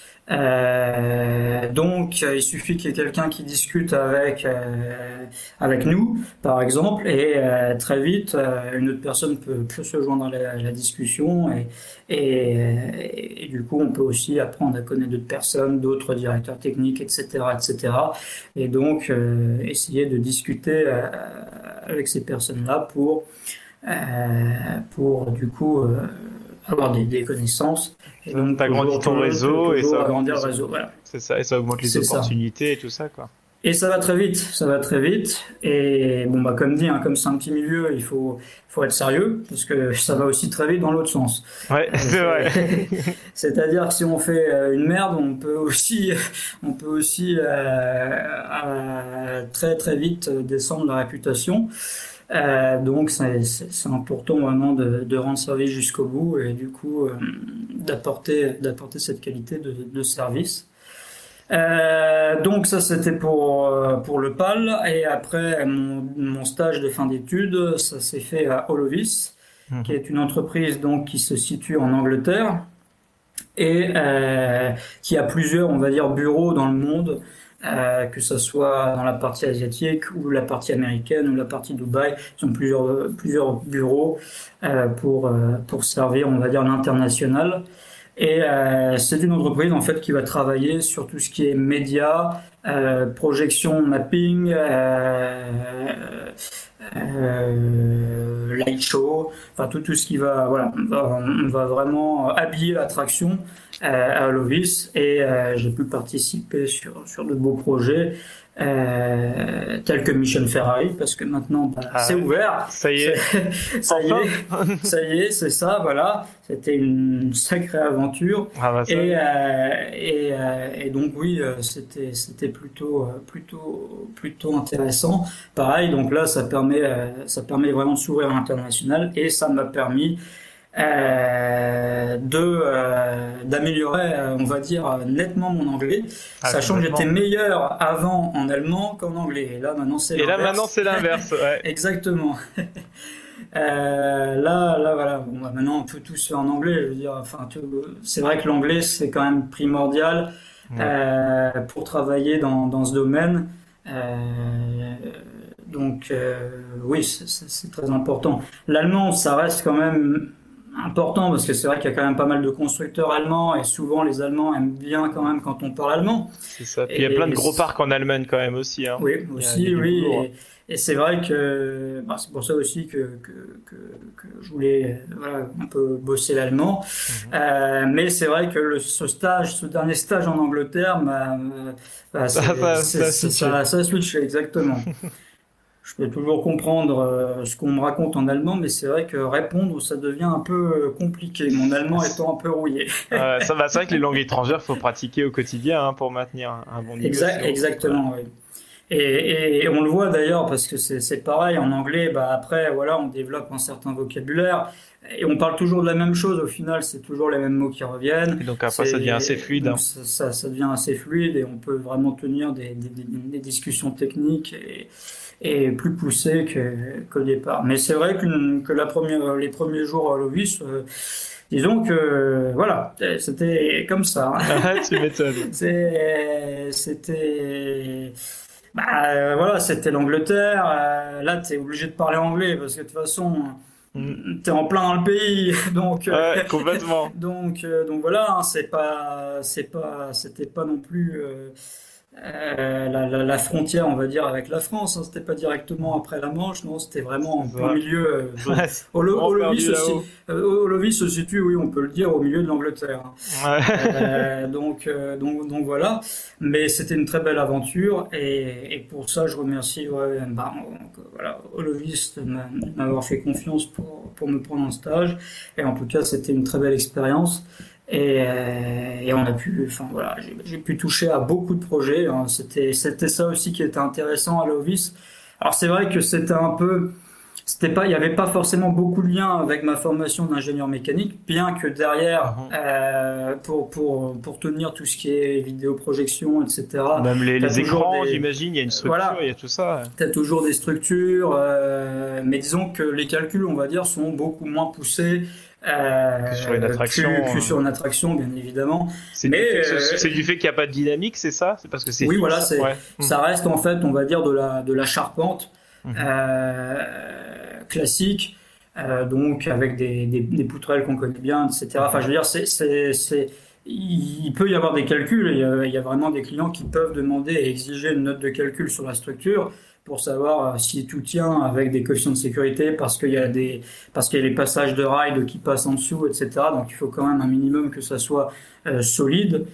[SPEAKER 7] Donc il suffit qu'il y ait quelqu'un qui discute avec nous, par exemple, et très vite une autre personne peut se joindre à la discussion et du coup on peut aussi apprendre à connaître d'autres personnes, d'autres directeurs techniques, etc. Et donc essayer de discuter avec ces personnes-là pour du coup avoir des connaissances.
[SPEAKER 6] Et donc t'agrandis ton réseau et ça
[SPEAKER 7] agrandir le réseau, voilà.
[SPEAKER 6] C'est ça, et ça augmente les opportunités et tout ça, quoi.
[SPEAKER 7] Et ça va très vite. Et bon, comme dit, comme c'est un petit milieu, il faut être sérieux parce que ça va aussi très vite dans l'autre sens.
[SPEAKER 6] Ouais, c'est vrai.
[SPEAKER 7] C'est-à-dire que si on fait une merde, on peut aussi très très vite descendre la réputation. Donc c'est important vraiment de rendre service jusqu'au bout et du coup d'apporter cette qualité de service. Donc ça c'était pour le PAL et après mon stage de fin d'études, ça s'est fait à Holovis, qui est une entreprise donc qui se situe en Angleterre et qui a plusieurs, on va dire, bureaux dans le monde. Que ce soit dans la partie asiatique ou la partie américaine ou la partie Dubaï, ils ont plusieurs bureaux pour servir, on va dire, l'international. Et c'est une entreprise en fait qui va travailler sur tout ce qui est médias, projection, mapping, light show, enfin tout ce qui va, voilà, on va vraiment habiller l'attraction à Holovis et j'ai pu participer sur de beaux projets tels que Mission Ferrari parce que maintenant c'est ouvert.
[SPEAKER 6] Ça y est.
[SPEAKER 7] ça y est, c'est ça, voilà. C'était une sacrée aventure et donc oui, c'était plutôt intéressant. Pareil, donc là ça permet vraiment de s'ouvrir à l'international et ça m'a permis d'améliorer, on va dire, nettement mon anglais, sachant que j'étais meilleur avant en allemand qu'en anglais. Et là maintenant c'est
[SPEAKER 6] l'inverse. Ouais.
[SPEAKER 7] Exactement. Là voilà. Bon, maintenant on peut tout se faire en anglais. Je veux dire, c'est vrai que l'anglais c'est quand même primordial pour travailler dans ce domaine. Donc oui, c'est très important. L'allemand, ça reste quand même important parce que c'est vrai qu'il y a quand même pas mal de constructeurs allemands et souvent les Allemands aiment bien quand même quand on parle allemand.
[SPEAKER 6] C'est ça. Puis il y a plein de gros parcs en Allemagne quand même aussi. Hein.
[SPEAKER 7] Oui, aussi, oui. Et c'est vrai que c'est pour ça aussi que je voulais un peu bosser l'allemand. Mais c'est vrai que ce dernier stage en Angleterre, ça a switché exactement. Je peux toujours comprendre ce qu'on me raconte en allemand, mais c'est vrai que répondre, ça devient un peu compliqué, mon allemand étant un peu rouillé.
[SPEAKER 6] C'est vrai que les langues étrangères, il faut pratiquer au quotidien pour maintenir un bon niveau.
[SPEAKER 7] Exactement, oui. Et on le voit d'ailleurs parce que c'est pareil en anglais. Après, voilà, on développe un certain vocabulaire et on parle toujours de la même chose. Au final, c'est toujours les mêmes mots qui reviennent.
[SPEAKER 6] Et donc après, ça devient assez fluide.
[SPEAKER 7] Donc ça devient assez fluide et on peut vraiment tenir des discussions techniques et plus poussées qu'au départ. Mais c'est vrai que les premiers jours à Lovis, disons que voilà, c'était comme ça.
[SPEAKER 6] Tu m'étonnes.
[SPEAKER 7] C'était l'Angleterre. Là, t'es obligé de parler anglais parce que de toute façon, t'es en plein dans le pays. Donc,
[SPEAKER 6] complètement.
[SPEAKER 7] donc voilà, c'était pas non plus la frontière, on va dire, avec la France. C'était pas directement après la Manche, non, c'était vraiment en plein milieu. Lovis se situe, oui, on peut le dire, au milieu de l'Angleterre. Donc voilà. Mais c'était une très belle aventure et pour ça, je remercie Lovis de m'avoir fait confiance pour me prendre en stage. Et en tout cas, c'était une très belle expérience. Et on a pu, j'ai pu toucher à beaucoup de projets. Hein. C'était ça aussi qui était intéressant à Lovis. Alors c'est vrai que il y avait pas forcément beaucoup de liens avec ma formation d'ingénieur mécanique, bien que derrière, pour tenir tout ce qui est vidéoprojection, etc.
[SPEAKER 6] Même les écrans, j'imagine, il y a une structure, il y a tout ça.
[SPEAKER 7] T'as toujours des structures, mais disons que les calculs, on va dire, sont beaucoup moins poussés.
[SPEAKER 6] Que sur une attraction.
[SPEAKER 7] Plus sur une attraction, bien évidemment.
[SPEAKER 6] C'est du fait qu'il n'y a pas de dynamique, c'est ça? C'est parce que c'est.
[SPEAKER 7] Oui, voilà, ça reste en fait, on va dire, de la charpente classique, donc avec des poutrelles qu'on connaît bien, etc. Enfin, je veux dire, il peut y avoir des calculs. Il y a vraiment des clients qui peuvent demander et exiger une note de calcul sur la structure pour savoir si tout tient avec des coefficients de sécurité parce qu'il y a les passages de ride qui passent en dessous, etc. Donc il faut quand même un minimum que ça soit solide.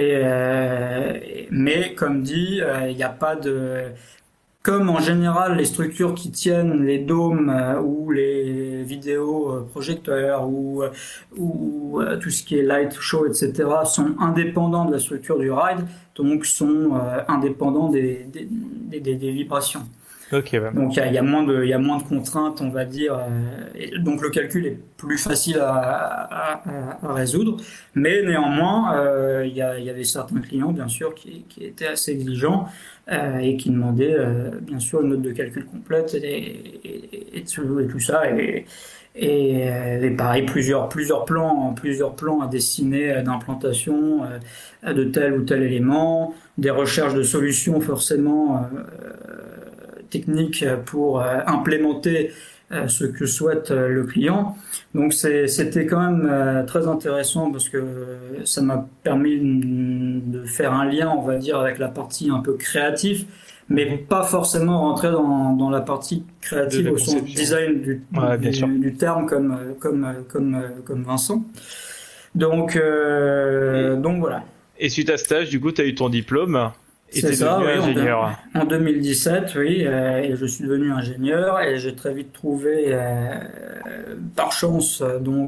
[SPEAKER 7] Mais comme dit, il n'y a pas de... Comme en général, les structures qui tiennent les dômes ou les vidéoprojecteurs ou tout ce qui est light show, etc., sont indépendants de la structure du ride, donc sont indépendants des vibrations.
[SPEAKER 6] Okay, ouais.
[SPEAKER 7] Donc il y a moins de contraintes, on va dire. Donc le calcul est plus facile à résoudre, mais néanmoins il y avait certains clients bien sûr qui étaient assez exigeants et qui demandaient bien sûr une note de calcul complète et tout ça et pareil plusieurs plans à dessiner d'implantation de tel ou tel élément, des recherches de solutions forcément techniques pour implémenter ce que souhaite le client. Donc c'était quand même très intéressant parce que ça m'a permis de faire un lien, on va dire, avec la partie un peu créative, mais pas forcément rentrer dans la partie créative au sens design du terme comme Vincent. Donc voilà.
[SPEAKER 6] Et suite à ce stage, du coup, tu as eu ton diplôme. Et
[SPEAKER 7] c'est ça, oui,
[SPEAKER 6] ingénieur.
[SPEAKER 7] En 2017, oui, et je suis devenu ingénieur et j'ai très vite trouvé, par chance,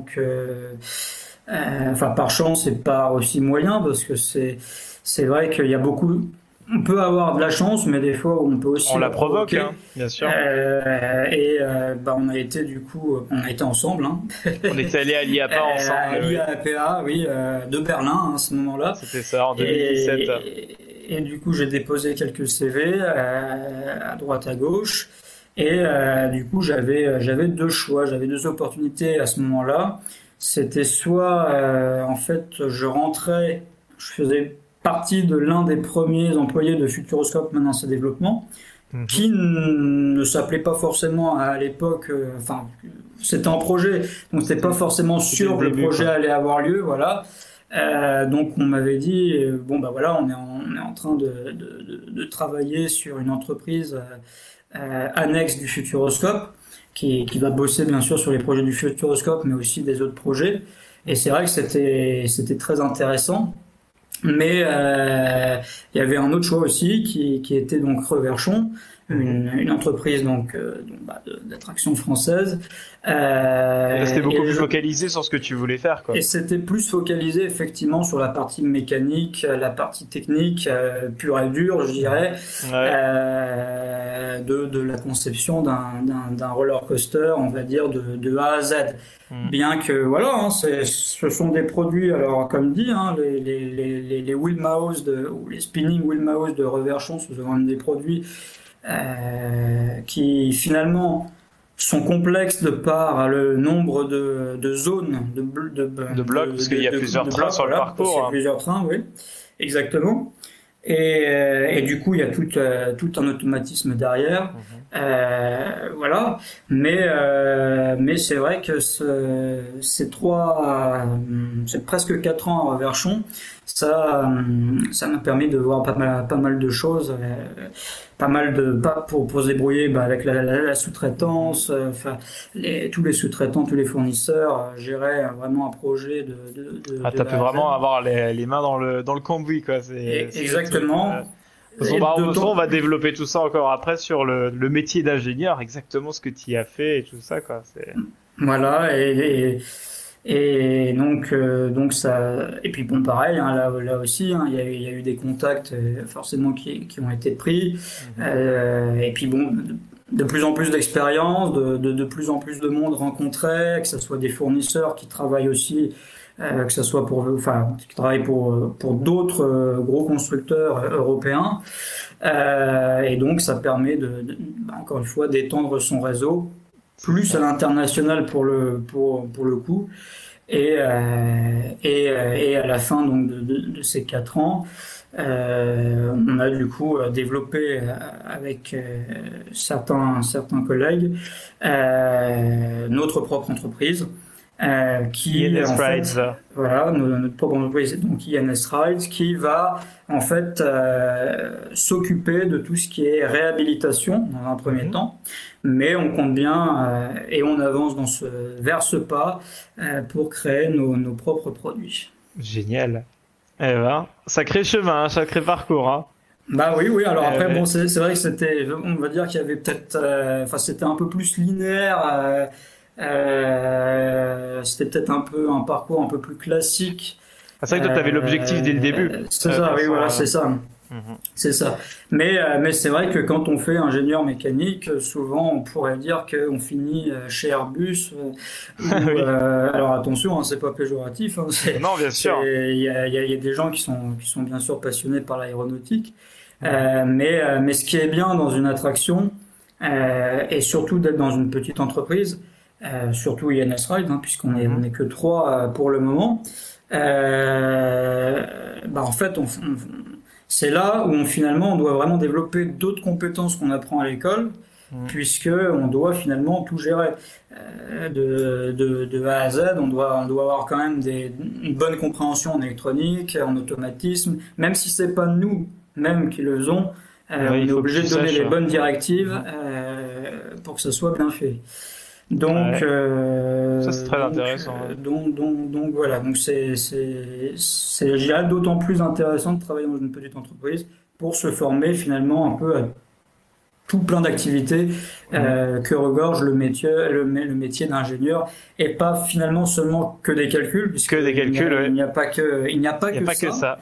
[SPEAKER 7] par chance et par aussi moyen, parce que c'est vrai qu'il y a beaucoup. On peut avoir de la chance, mais des fois on peut aussi.
[SPEAKER 6] On la provoque, hein, bien sûr.
[SPEAKER 7] On a été ensemble. Hein.
[SPEAKER 6] On était allé à l'IAPA ensemble.
[SPEAKER 7] À l'IAPA, oui, de Berlin à ce moment-là.
[SPEAKER 6] C'était ça, en 2017.
[SPEAKER 7] Et du coup, j'ai déposé quelques CV à droite, à gauche. Et du coup, j'avais deux choix, j'avais deux opportunités à ce moment-là. C'était soit, je faisais partie de l'un des premiers employés de Futuroscope Maintenance et Développement, qui ne s'appelait pas forcément à l'époque, c'était en projet, donc c'était pas forcément sûr que le projet allait avoir lieu, voilà. Donc on m'avait dit on est en train de travailler sur une entreprise annexe du Futuroscope qui va bosser bien sûr sur les projets du Futuroscope mais aussi des autres projets, et c'est vrai que c'était très intéressant, mais il y avait un autre choix aussi qui était donc Reverchon, une entreprise d'attraction française.
[SPEAKER 6] C'était beaucoup plus focalisé sur ce que tu voulais faire, quoi.
[SPEAKER 7] Et c'était plus focalisé effectivement sur la partie mécanique, la partie technique, pure et dure, je dirais, de la conception d'un roller coaster, on va dire de A à Z. Bien que voilà, ce sont des produits, alors comme dit, les wheelmouse ou les spinning wheelmouse de Reverchon, ce sont des produits qui finalement sont complexes de par le nombre de zones, de
[SPEAKER 6] blocs, parce qu'il y a plusieurs trains sur le parcours.
[SPEAKER 7] Il y a plusieurs trains, oui, exactement. Et du coup, il y a tout un automatisme derrière. Voilà. Mais c'est vrai que c'est presque 4 ans à Reverchon. Ça m'a permis de voir pas mal de choses, pour se débrouiller avec la sous-traitance, tous les sous-traitants, tous les fournisseurs, gérer vraiment un projet
[SPEAKER 6] t'as pu vraiment avoir les mains dans le cambouis, quoi.
[SPEAKER 7] Exactement.
[SPEAKER 6] On va développer tout ça encore après sur le métier d'ingénieur, exactement ce que tu y as fait et tout ça, quoi.
[SPEAKER 7] Voilà, et donc ça, et puis bon, pareil, là aussi, il y a eu des contacts forcément qui ont été pris, et puis bon, de plus en plus d'expérience, de plus en plus de monde rencontré, que ce soit des fournisseurs qui travaillent aussi, que ce soit qui travaillent pour d'autres gros constructeurs européens, et donc ça permet encore une fois d'étendre son réseau plus à l'international pour le coup, et à la fin donc de ces 4 ans, on a du coup développé avec certains collègues notre propre entreprise, qui
[SPEAKER 6] INS
[SPEAKER 7] en
[SPEAKER 6] Rides.
[SPEAKER 7] fait, voilà, notre propre entreprise, donc INS Rides, qui va en fait s'occuper de tout ce qui est réhabilitation dans un premier temps, mais on compte bien et on avance vers ce pas pour créer nos propres produits.
[SPEAKER 6] Génial. Eh ben, sacré chemin, sacré parcours, hein.
[SPEAKER 7] Bah oui. Alors après, bon, c'est vrai que on va dire qu'il y avait peut-être, c'était un peu plus linéaire. C'était peut-être un parcours un peu plus classique.
[SPEAKER 6] C'est vrai que toi, tu avais l'objectif dès le début.
[SPEAKER 7] C'est ça, oui, voilà, c'est ça. C'est ça. Mais c'est vrai que quand on fait ingénieur mécanique, souvent on pourrait dire qu'on finit chez Airbus. Alors attention, c'est pas péjoratif.
[SPEAKER 6] Non, bien sûr.
[SPEAKER 7] Il y a des gens qui sont bien sûr passionnés par l'aéronautique. Mais ce qui est bien dans une attraction, et surtout d'être dans une petite entreprise, surtout INS Ride, puisqu'on est que 3 pour le moment. En fait, c'est là où finalement on doit vraiment développer d'autres compétences qu'on apprend à l'école, puisque on doit finalement tout gérer de A à Z. On doit avoir quand même une bonne compréhension en électronique, en automatisme, même si c'est pas nous mêmes qui le faisons. On est obligé de donner les bonnes directives pour que ça soit bien fait. Donc,
[SPEAKER 6] ça c'est très intéressant.
[SPEAKER 7] Donc voilà, donc c'est d'autant plus intéressant de travailler dans une petite entreprise pour se former finalement un peu à tout plein d'activités que regorge le métier d'ingénieur, et pas finalement seulement que des calculs, puisque il n'y a pas que ça.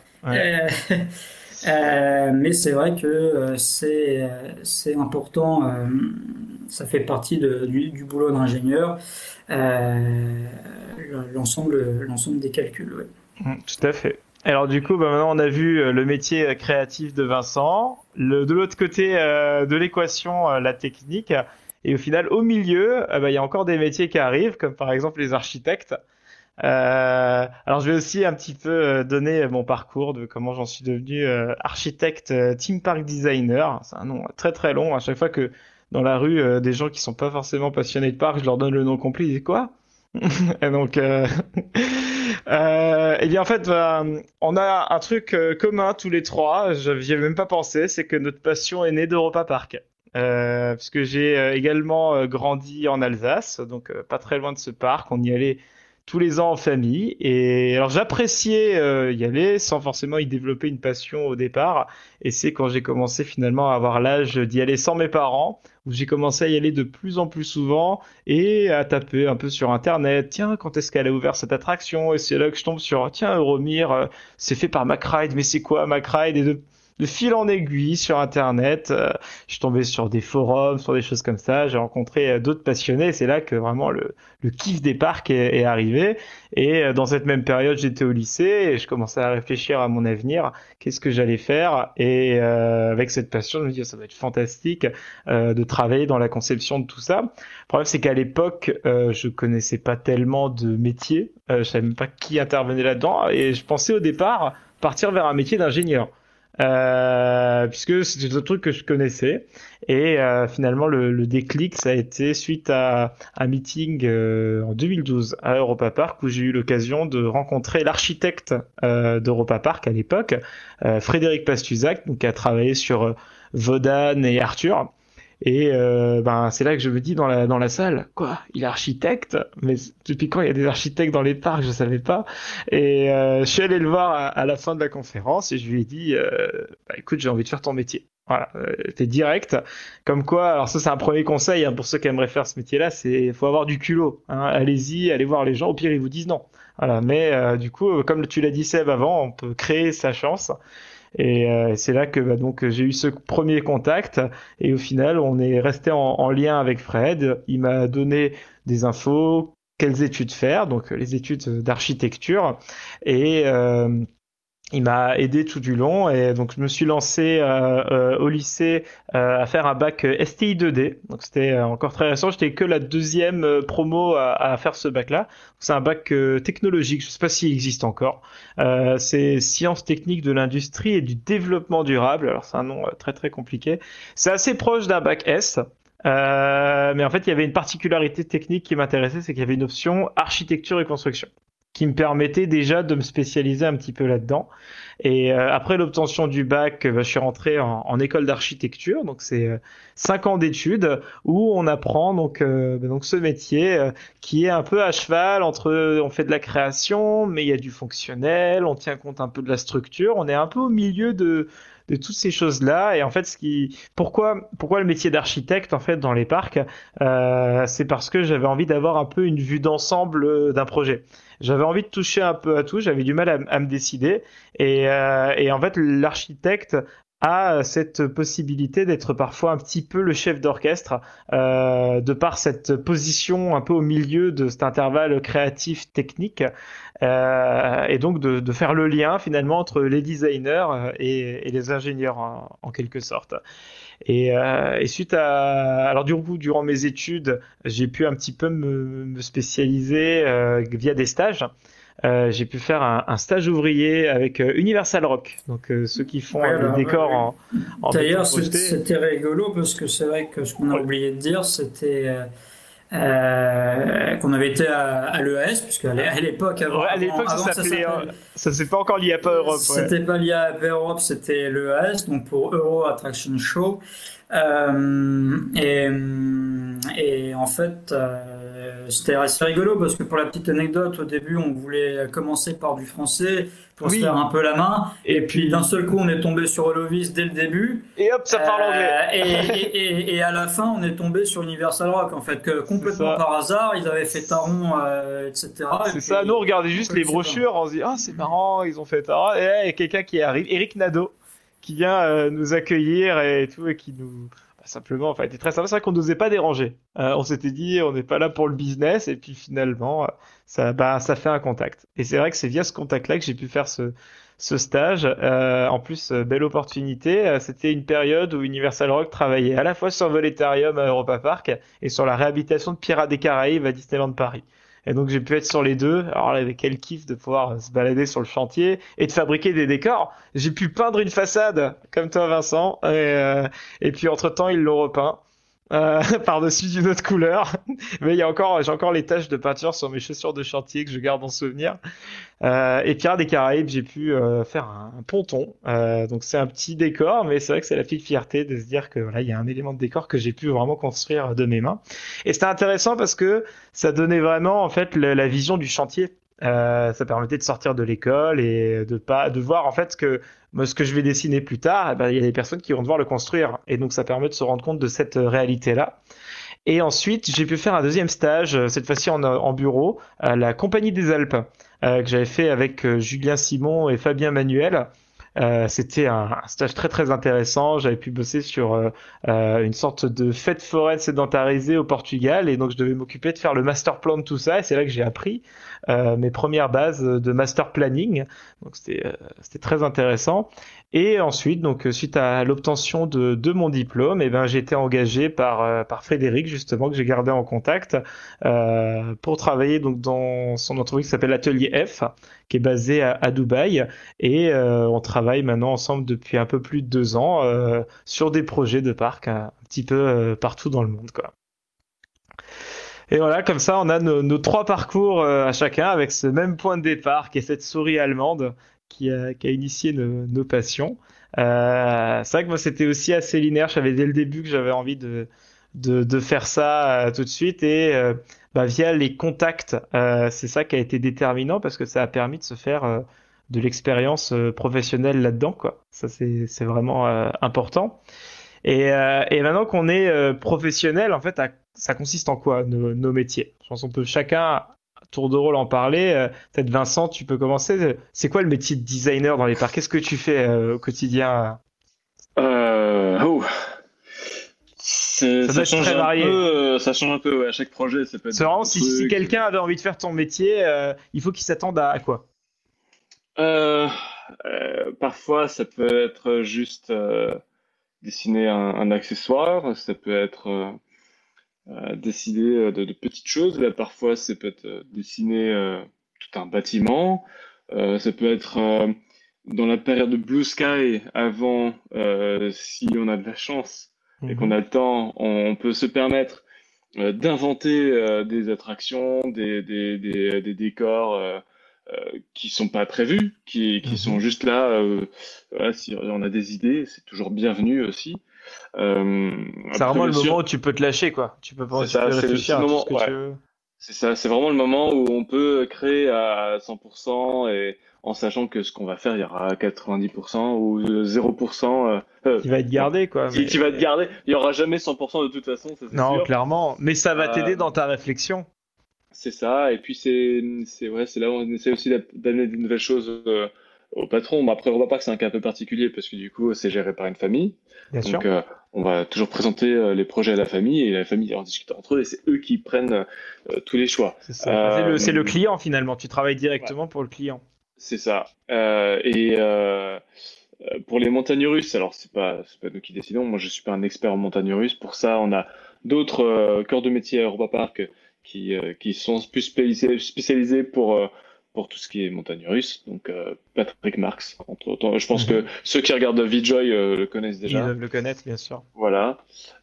[SPEAKER 7] Mais c'est vrai que c'est important, ça fait partie du boulot d'ingénieur, l'ensemble des calculs.
[SPEAKER 6] Tout à fait. Alors du coup, maintenant on a vu le métier créatif de Vincent, de l'autre côté de l'équation, la technique, et au final au milieu, il y a encore des métiers qui arrivent, comme par exemple les architectes. Alors je vais aussi un petit peu donner mon parcours de comment j'en suis devenu architecte theme park designer. C'est un nom très très long. À chaque fois que dans la rue des gens qui sont pas forcément passionnés de parc, je leur donne le nom complet, ils disent quoi? Et donc et bien en fait on a un truc commun tous les trois, j'y avais même pas pensé, c'est que notre passion est née d'Europa Park. Puisque j'ai également grandi en Alsace, donc pas très loin de ce parc. On y allait tous les ans en famille. Et alors j'appréciais y aller sans forcément y développer une passion au départ. Et c'est quand j'ai commencé finalement à avoir l'âge d'y aller sans mes parents, où j'ai commencé à y aller de plus en plus souvent et à taper un peu sur Internet. Tiens, quand est-ce qu'elle a ouvert cette attraction? Et c'est là que je tombe sur, tiens, Euromir, c'est fait par MacRide, mais c'est quoi MacRide? Et de fil en aiguille sur Internet, je suis tombé sur des forums, sur des choses comme ça. J'ai rencontré d'autres passionnés. C'est là que vraiment le kiff des parcs est arrivé. Et dans cette même période, j'étais au lycée et je commençais à réfléchir à mon avenir. Qu'est-ce que j'allais faire? Et avec cette passion, je me dis, ça va être fantastique de travailler dans la conception de tout ça. Le problème, c'est qu'à l'époque, je connaissais pas tellement de métiers. Je savais même pas qui intervenait là-dedans. Et je pensais au départ partir vers un métier d'ingénieur. Puisque c'était un truc que je connaissais et finalement le déclic ça a été suite à un meeting en 2012 à Europa Park où j'ai eu l'occasion de rencontrer l'architecte d'Europa Park à l'époque, Frédéric Pastuzac, donc qui a travaillé sur Wodan et Arthur. Et c'est là que je me dis dans la salle, quoi, il est architecte, mais depuis quand il y a des architectes dans les parcs, je savais pas. Et je suis allé le voir à la fin de la conférence et je lui ai dit, écoute, j'ai envie de faire ton métier. Voilà, t'es direct. Comme quoi, alors ça c'est un premier conseil pour ceux qui aimeraient faire ce métier-là, c'est faut avoir du culot. Allez-y, allez voir les gens. Au pire ils vous disent non. Voilà, mais du coup, comme tu l'as dit Seb avant, on peut créer sa chance. Et c'est là que donc j'ai eu ce premier contact et au final on est resté en lien avec Fred. Il m'a donné des infos, quelles études faire, donc les études d'architecture et il m'a aidé tout du long et donc je me suis lancé au lycée à faire un bac STI 2D. Donc c'était encore très récent, j'étais que la deuxième promo à faire ce bac-là. C'est un bac technologique, je sais pas s'il existe encore. C'est sciences techniques de l'industrie et du développement durable. Alors c'est un nom très très compliqué. C'est assez proche d'un bac S. Mais en fait, il y avait une particularité technique qui m'intéressait, c'est qu'il y avait une option architecture et construction qui me permettait déjà de me spécialiser un petit peu là-dedans. Et après l'obtention du bac, je suis rentré en école d'architecture, donc c'est 5 ans d'études où on apprend donc ce métier qui est un peu à cheval entre on fait de la création, mais il y a du fonctionnel, on tient compte un peu de la structure, on est un peu au milieu de toutes ces choses-là. Et en fait, pourquoi le métier d'architecte en fait dans les parcs, c'est parce que j'avais envie d'avoir un peu une vue d'ensemble d'un projet. J'avais envie de toucher un peu à tout, j'avais du mal à me décider. Et en fait, l'architecte a cette possibilité d'être parfois un petit peu le chef d'orchestre, de par cette position un peu au milieu de cet intervalle créatif technique, et donc de faire le lien finalement entre les designers et les ingénieurs en quelque sorte. Et suite alors du coup durant mes études j'ai pu un petit peu me spécialiser via des stages. J'ai pu faire un stage ouvrier avec Universal Rock, donc ceux qui font des décors en
[SPEAKER 7] D'ailleurs, c'était rigolo parce que c'est vrai que ce qu'on a oublié de dire, c'était qu'on avait été à l'EAS, puisque à l'époque,
[SPEAKER 6] à l'époque ça s'est pas encore l'IAPA Europe.
[SPEAKER 7] C'était pas l'IAPA Europe, c'était l'EAS, donc pour Euro Attraction Show. Et en fait, c'était assez rigolo parce que pour la petite anecdote, au début, on voulait commencer par du français pour se faire un peu la main. Et puis d'un seul coup, on est tombé sur Holovis dès le début.
[SPEAKER 6] Et hop, ça parle anglais.
[SPEAKER 7] Et à la fin, on est tombé sur Universal Rock. En fait, complètement par hasard, ils avaient fait Taron, etc.
[SPEAKER 6] C'est ça. Nous, on regardait juste les brochures, on se dit c'est marrant, ils ont fait Taron. Et il y a quelqu'un qui arrive, Eric Nadeau, qui vient nous accueillir et tout, et qui nous simplement, enfin, était très sympa. C'est vrai qu'on n'osait pas déranger. On s'était dit, on n'est pas là pour le business, et puis finalement, ça fait un contact. Et c'est vrai que c'est via ce contact-là que j'ai pu faire ce stage. En plus, belle opportunité. C'était une période où Universal Rock travaillait à la fois sur Voletarium à Europa Park et sur la réhabilitation de Pirates des Caraïbes à Disneyland Paris. Et donc j'ai pu être sur les deux. Alors là, quel kiff de pouvoir se balader sur le chantier et de fabriquer des décors. J'ai pu peindre une façade comme toi, Vincent. Et puis entre-temps, ils l'ont repeint. par-dessus d'une autre couleur. Mais j'ai encore les taches de peinture sur mes chaussures de chantier que je garde en souvenir. Et Pirates des Caraïbes, j'ai pu faire un ponton. Donc c'est un petit décor, mais c'est vrai que c'est la petite fierté de se dire que voilà, il y a un élément de décor que j'ai pu vraiment construire de mes mains. Et c'était intéressant parce que ça donnait vraiment en fait la vision du chantier. Ça permettait de sortir de l'école et de voir en fait que moi, ce que je vais dessiner plus tard, il y a des personnes qui vont devoir le construire. Et donc ça permet de se rendre compte de cette réalité-là. Et ensuite, j'ai pu faire un deuxième stage, cette fois-ci en bureau, à la Compagnie des Alpes, que j'avais fait avec Julien Simon et Fabien Manuel. C'était un stage très très intéressant. J'avais pu bosser sur une sorte de fête foraine sédentarisée au Portugal, et donc je devais m'occuper de faire le master plan de tout ça. Et c'est là que j'ai appris mes premières bases de master planning. Donc c'était très intéressant. Et ensuite, donc suite à l'obtention de mon diplôme, j'ai été engagé par Frédéric, justement, que j'ai gardé en contact pour travailler donc dans son entreprise qui s'appelle Atelier F, qui est basée à Dubaï, et on travaille maintenant ensemble depuis un peu plus de 2 ans sur des projets de parc un petit peu partout dans le monde, quoi. Et voilà, comme ça, on a nos 3 parcours à chacun, avec ce même point de départ qui est cette souris allemande qui a initié nos passions. C'est vrai que moi, c'était aussi assez linéaire. Je savais dès le début que j'avais envie de faire ça tout de suite, et via les contacts, c'est ça qui a été déterminant, parce que ça a permis de se faire de l'expérience professionnelle là-dedans, quoi. Ça, c'est vraiment important. Et maintenant qu'on est professionnel, en fait, ça consiste en quoi nos métiers? Je pense qu'on peut chacun, tour de rôle, en parler. Peut-être Vincent, tu peux commencer. C'est quoi le métier de designer dans les parcs? Qu'est-ce que tu fais au quotidien?
[SPEAKER 8] Ça change très varié. Ça change un peu, ouais, à chaque projet. Ça peut être
[SPEAKER 6] c'est vraiment si quelqu'un avait envie de faire ton métier, il faut qu'il s'attende à quoi?
[SPEAKER 8] Parfois, ça peut être juste dessiner un accessoire. Ça peut être décider de petites choses. Là, parfois, ça peut être dessiner tout un bâtiment. Ça peut être dans la période de Blue Sky, avant, si on a de la chance et qu'on a le temps, on peut se permettre d'inventer des attractions, des décors qui sont pas prévus, qui sont juste là. Voilà, si on a des idées, c'est toujours bienvenu aussi.
[SPEAKER 6] C'est vraiment le moment où tu peux te lâcher, quoi. Tu peux réfléchir à tout ce que tu veux.
[SPEAKER 8] C'est ça, c'est vraiment le moment où on peut créer à 100%, et en sachant que ce qu'on va faire, il y aura 90% ou 0%
[SPEAKER 6] qui va être gardé, quoi.
[SPEAKER 8] Qui va être gardé. Il y aura jamais 100% de toute façon, ça, c'est
[SPEAKER 6] non,
[SPEAKER 8] sûr.
[SPEAKER 6] clairement. Mais ça va t'aider dans ta réflexion.
[SPEAKER 8] C'est ça. Et puis c'est là où on essaie aussi d'amener de nouvelles choses au patron. Mais après, on voit pas que c'est un cas un peu particulier, parce que du coup, c'est géré par une famille.
[SPEAKER 6] Bien
[SPEAKER 8] Donc,
[SPEAKER 6] sûr.
[SPEAKER 8] on va toujours présenter les projets à la famille, et la famille en discute entre eux, et c'est eux qui prennent tous les choix.
[SPEAKER 6] C'est ça. C'est le client, finalement. Tu travailles directement pour le client.
[SPEAKER 8] C'est ça. Pour les montagnes russes, alors c'est pas nous qui décidons. Moi, je suis pas un expert en montagnes russes. Pour ça, on a d'autres corps de métier à Europa Park qui sont plus spécialisés pour tout ce qui est montagne russe. Donc Patrick Marx, entre autres. Je pense que ceux qui regardent VJoy le connaissent déjà.
[SPEAKER 6] Ils doivent le connaître, bien sûr.
[SPEAKER 8] Voilà.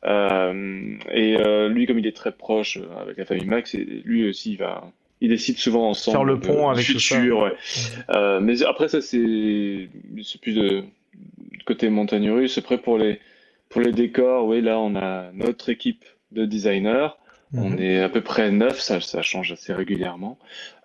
[SPEAKER 8] Lui, comme il est très proche avec la famille Max, lui aussi, il décide souvent ensemble.
[SPEAKER 6] Faire le pont avec
[SPEAKER 8] le futur, ouais. Mais après, ça, c'est plus de côté montagne russe. Après, pour les décors, oui, là, on a notre équipe de designers. On est à peu près 9, ça change assez régulièrement.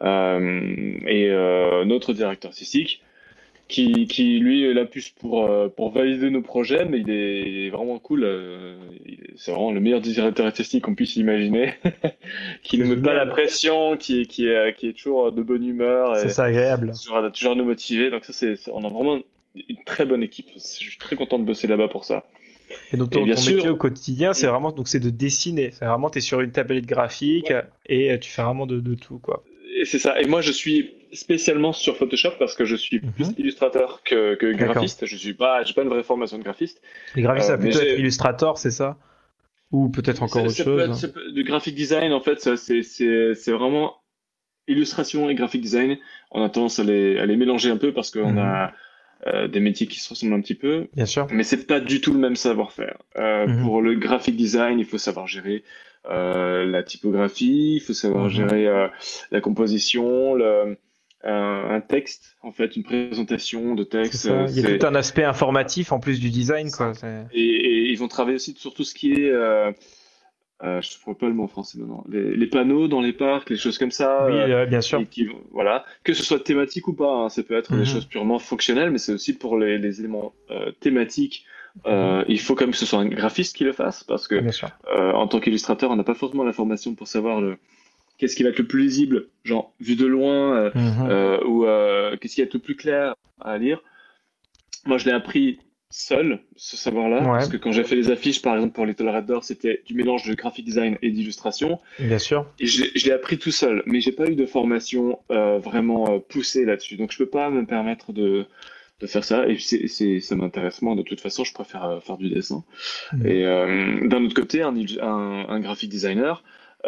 [SPEAKER 8] Notre directeur artistique, qui lui est là plus pour valider nos projets, mais il est vraiment cool. C'est vraiment le meilleur directeur artistique qu'on puisse imaginer, qui ne met pas la pression, qui est toujours de bonne humeur.
[SPEAKER 6] C'est agréable.
[SPEAKER 8] Toujours nous motiver. Donc ça, on a vraiment une très bonne équipe. Je suis très content de bosser là-bas pour ça.
[SPEAKER 6] Et donc ton métier au quotidien, c'est vraiment c'est de dessiner. C'est vraiment, t'es sur une tablette graphique, et tu fais vraiment de tout, quoi.
[SPEAKER 8] Et c'est ça. Et moi, je suis spécialement sur Photoshop, parce que je suis plus illustrateur que graphiste. J'ai pas une vraie formation de graphiste.
[SPEAKER 6] Les graphistes, ça peut plutôt être illustrateur, c'est ça? Ou peut-être encore autre chose?
[SPEAKER 8] Du graphic design, en fait, c'est vraiment illustration et graphic design. On a tendance à les mélanger un peu, parce qu'on a des métiers qui se ressemblent un petit peu.
[SPEAKER 6] Bien sûr.
[SPEAKER 8] Mais c'est pas du tout le même savoir-faire. Pour le graphic design, il faut savoir gérer la typographie, il faut savoir gérer la composition, un texte, en fait, une présentation de texte.
[SPEAKER 6] Il y a tout un aspect informatif en plus du design, quoi.
[SPEAKER 8] Et ils vont travailler aussi sur tout ce qui est, je ne trouve pas le mot en français maintenant, les panneaux dans les parcs, les choses comme ça.
[SPEAKER 6] Oui, bien sûr.
[SPEAKER 8] Voilà, que ce soit thématique ou pas, hein, ça peut être des choses purement fonctionnelles, mais c'est aussi pour les éléments thématiques. Il faut quand même que ce soit un graphiste qui le fasse, parce que en tant qu'illustrateur, on n'a pas forcément l'information pour savoir qu'est-ce qui va être le plus lisible, genre vu de loin, ou qu'est-ce qui va être le plus clair à lire. Moi, je l'ai appris seul, ce savoir-là, parce que quand j'ai fait les affiches, par exemple pour Little Red Door, c'était du mélange de graphic design et d'illustration.
[SPEAKER 6] Bien sûr.
[SPEAKER 8] Et je l'ai appris tout seul, mais j'ai pas eu de formation vraiment poussée là-dessus, donc je peux pas me permettre de faire ça, et ça m'intéresse moins. De toute façon, je préfère faire du dessin. Et d'un autre côté, un graphic designer,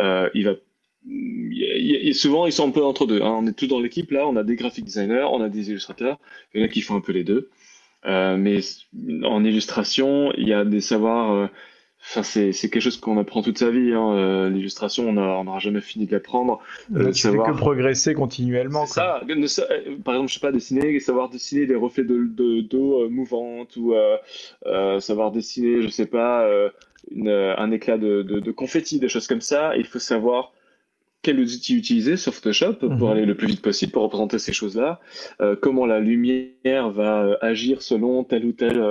[SPEAKER 8] souvent ils sont un peu entre deux, hein. On est tous dans l'équipe là, on a des graphic designers, on a des illustrateurs, il y en a qui font un peu les deux, mais en illustration il y a des savoirs, c'est quelque chose qu'on apprend toute sa vie, hein. L'illustration on n'aura jamais fini de l'apprendre.
[SPEAKER 6] Tu fais que progresser continuellement, quoi.
[SPEAKER 8] Ça, par exemple, je sais pas, savoir dessiner des reflets d'eau mouvantes, ou savoir dessiner, je sais pas, un éclat de confetti, des choses comme ça. Il faut savoir quels outils utiliser sur Photoshop pour aller le plus vite possible pour représenter ces choses-là, comment la lumière va agir selon tel ou tel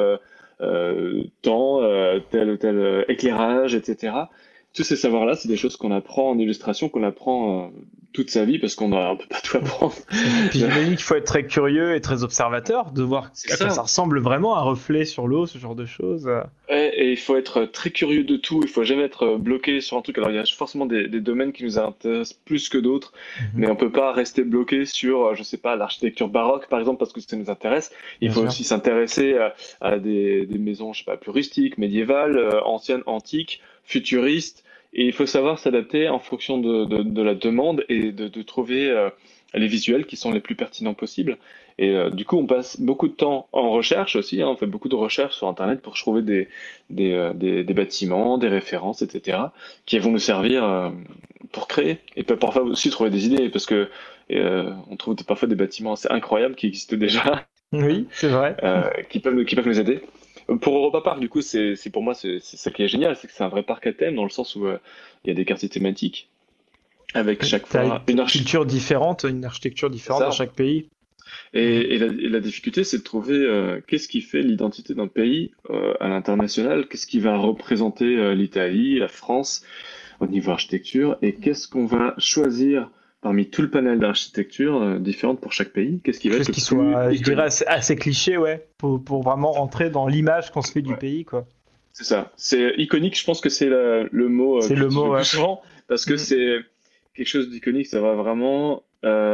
[SPEAKER 8] temps, tel ou tel éclairage, etc. Tous ces savoirs-là, c'est des choses qu'on apprend en illustration, qu'on apprend toute sa vie, parce qu'on ne peut pas tout apprendre.
[SPEAKER 6] Puis j'imagine qu'il faut être très curieux et très observateur, de voir à quoi ça ressemble vraiment, un reflet sur l'eau, ce genre de choses.
[SPEAKER 8] Ouais, et il faut être très curieux de tout, il faut jamais être bloqué sur un truc. Alors il y a forcément des domaines qui nous intéressent plus que d'autres, mais on peut pas rester bloqué sur, je sais pas, l'architecture baroque par exemple, parce que ça nous intéresse. Il faut aussi s'intéresser à des maisons, je sais pas, plus rustiques, médiévales, anciennes, antiques, futuristes. Et il faut savoir s'adapter en fonction de la demande, et de trouver les visuels qui sont les plus pertinents possibles. Et du coup, on passe beaucoup de temps en recherche aussi, hein. On fait beaucoup de recherches sur Internet pour trouver des bâtiments, des références, etc., qui vont nous servir pour créer. Et peut parfois aussi trouver des idées, parce que on trouve parfois des bâtiments assez incroyables qui existent déjà.
[SPEAKER 6] Oui, c'est vrai.
[SPEAKER 8] Qui peuvent nous aider. Pour Europa Park, du coup, c'est pour moi, c'est ça qui est génial, c'est que c'est un vrai parc à thème, dans le sens où il y a des quartiers thématiques, avec chaque fois
[SPEAKER 6] une architecture différente, dans chaque pays.
[SPEAKER 8] Et la difficulté, c'est de trouver qu'est-ce qui fait l'identité d'un pays à l'international, qu'est-ce qui va représenter l'Italie, la France au niveau architecture, et qu'est-ce qu'on va choisir parmi tout le panel d'architecture différentes pour chaque pays. Qu'est-ce qui va être
[SPEAKER 6] qui soit, je dirais, assez cliché, pour vraiment rentrer dans l'image qu'on se fait du pays, quoi.
[SPEAKER 8] C'est ça. C'est iconique. Je pense que c'est le mot.
[SPEAKER 6] C'est le mot,
[SPEAKER 8] plus souvent, parce que c'est quelque chose d'iconique. Ça va vraiment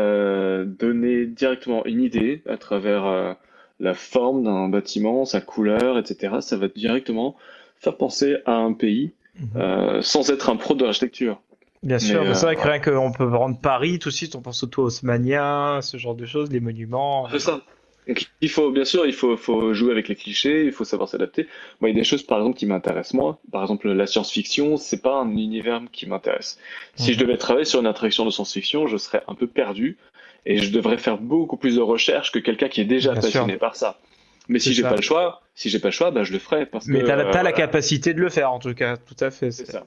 [SPEAKER 8] donner directement une idée à travers la forme d'un bâtiment, sa couleur, etc. Ça va directement faire penser à un pays sans être un pro de l'architecture.
[SPEAKER 6] Bien sûr, mais c'est vrai que rien qu'on peut rendre Paris, tout de suite on pense au Tour Haussmannien, ce genre de choses, les monuments.
[SPEAKER 8] C'est ça. Donc, il faut jouer avec les clichés, il faut savoir s'adapter. Moi, il y a des choses, par exemple, qui m'intéressent moi. Par exemple, la science-fiction, c'est pas un univers qui m'intéresse. Si je devais travailler sur une attraction de science-fiction, je serais un peu perdu, et je devrais faire beaucoup plus de recherches que quelqu'un qui est déjà passionné par ça. Mais si j'ai pas le choix, bah, je le ferai.
[SPEAKER 6] Mais t'as la capacité de le faire, en tout cas, tout à fait.
[SPEAKER 8] C'est ça.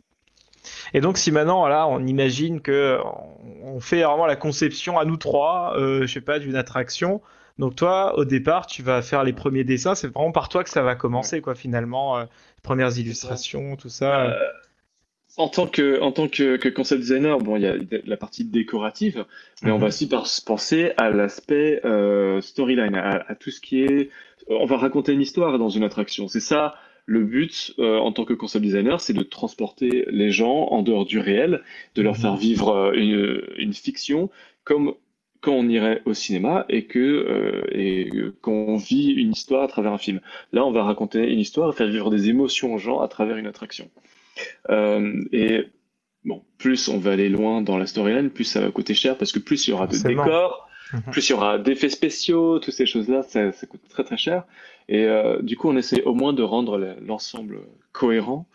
[SPEAKER 6] Et donc, si maintenant, là, on imagine que on fait vraiment la conception à nous trois, je sais pas, d'une attraction. Donc toi, au départ, tu vas faire les premiers dessins. C'est vraiment par toi que ça va commencer, quoi, finalement. Les premières illustrations, tout ça.
[SPEAKER 8] En tant que concept designer, bon, il y a la partie décorative, mais on va aussi penser à l'aspect storyline, à tout ce qui est. On va raconter une histoire dans une attraction. C'est ça. Le but, en tant que concept designer, c'est de transporter les gens en dehors du réel, de leur faire vivre une fiction, comme quand on irait au cinéma et qu'on vit une histoire à travers un film. Là, on va raconter une histoire et faire vivre des émotions aux gens à travers une attraction. Et bon, plus on va aller loin dans la storyline, plus ça va coûter cher, parce que plus il y aura de décors, Plus il y aura d'effets spéciaux, toutes ces choses-là, ça coûte très très cher. Et du coup, on essaie au moins de rendre l'ensemble cohérent.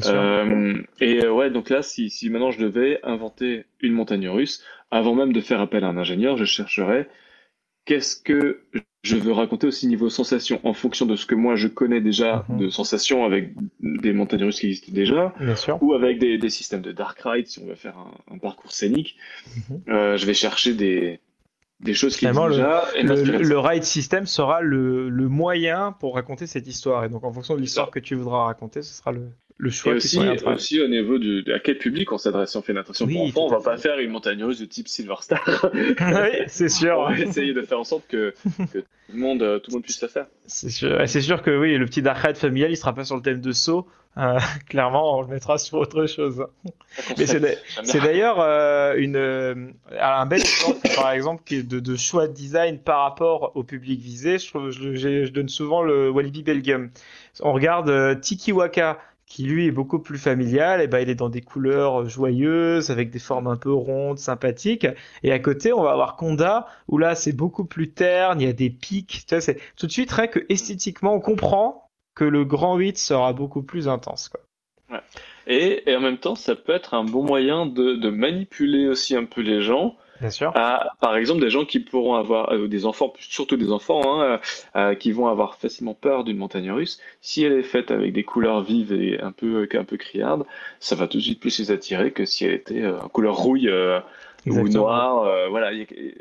[SPEAKER 8] Donc là, si maintenant je devais inventer une montagne russe, avant même de faire appel à un ingénieur, je chercherais qu'est-ce que je veux raconter aussi niveau sensation, en fonction de ce que moi je connais déjà de sensations avec des montagnes russes qui existent déjà, ou avec des systèmes de dark ride, si on veut faire un parcours scénique. Je vais chercher des choses qui existent déjà.
[SPEAKER 6] Le ride system sera le moyen pour raconter cette histoire. Et donc, en fonction de l'histoire que tu voudras raconter, ce sera le choix.
[SPEAKER 8] Et aussi au niveau à quel public on s'adresse. Si on fait une attraction pour enfants, on va pas faire une montagne russe de type Silver Star.
[SPEAKER 6] Oui, c'est sûr.
[SPEAKER 8] On va essayer de faire en sorte que tout le monde puisse le faire.
[SPEAKER 6] C'est sûr que oui, le petit dark ride familial, il sera pas sur le thème de saut. Clairement, on le mettra sur autre chose. Mais c'est d'ailleurs un bel exemple, par exemple, de choix de design par rapport au public visé. Je donne souvent le Walibi Belgium. On regarde Tiki Waka, qui lui est beaucoup plus familial. Et ben, il est dans des couleurs joyeuses, avec des formes un peu rondes, sympathiques. Et à côté, on va avoir Conda, où là, c'est beaucoup plus terne. Il y a des pics. Tu vois, c'est tout de suite, que esthétiquement, on comprend que le grand 8 sera beaucoup plus intense, quoi.
[SPEAKER 8] Ouais. Et en même temps, ça peut être un bon moyen de manipuler aussi un peu les gens.
[SPEAKER 6] Bien sûr.
[SPEAKER 8] Par exemple, des gens qui pourront avoir des enfants, surtout des enfants, qui vont avoir facilement peur d'une montagne russe. Si elle est faite avec des couleurs vives et un peu criardes, ça va tout de suite plus les attirer que si elle était en couleur rouille ou noire. Voilà.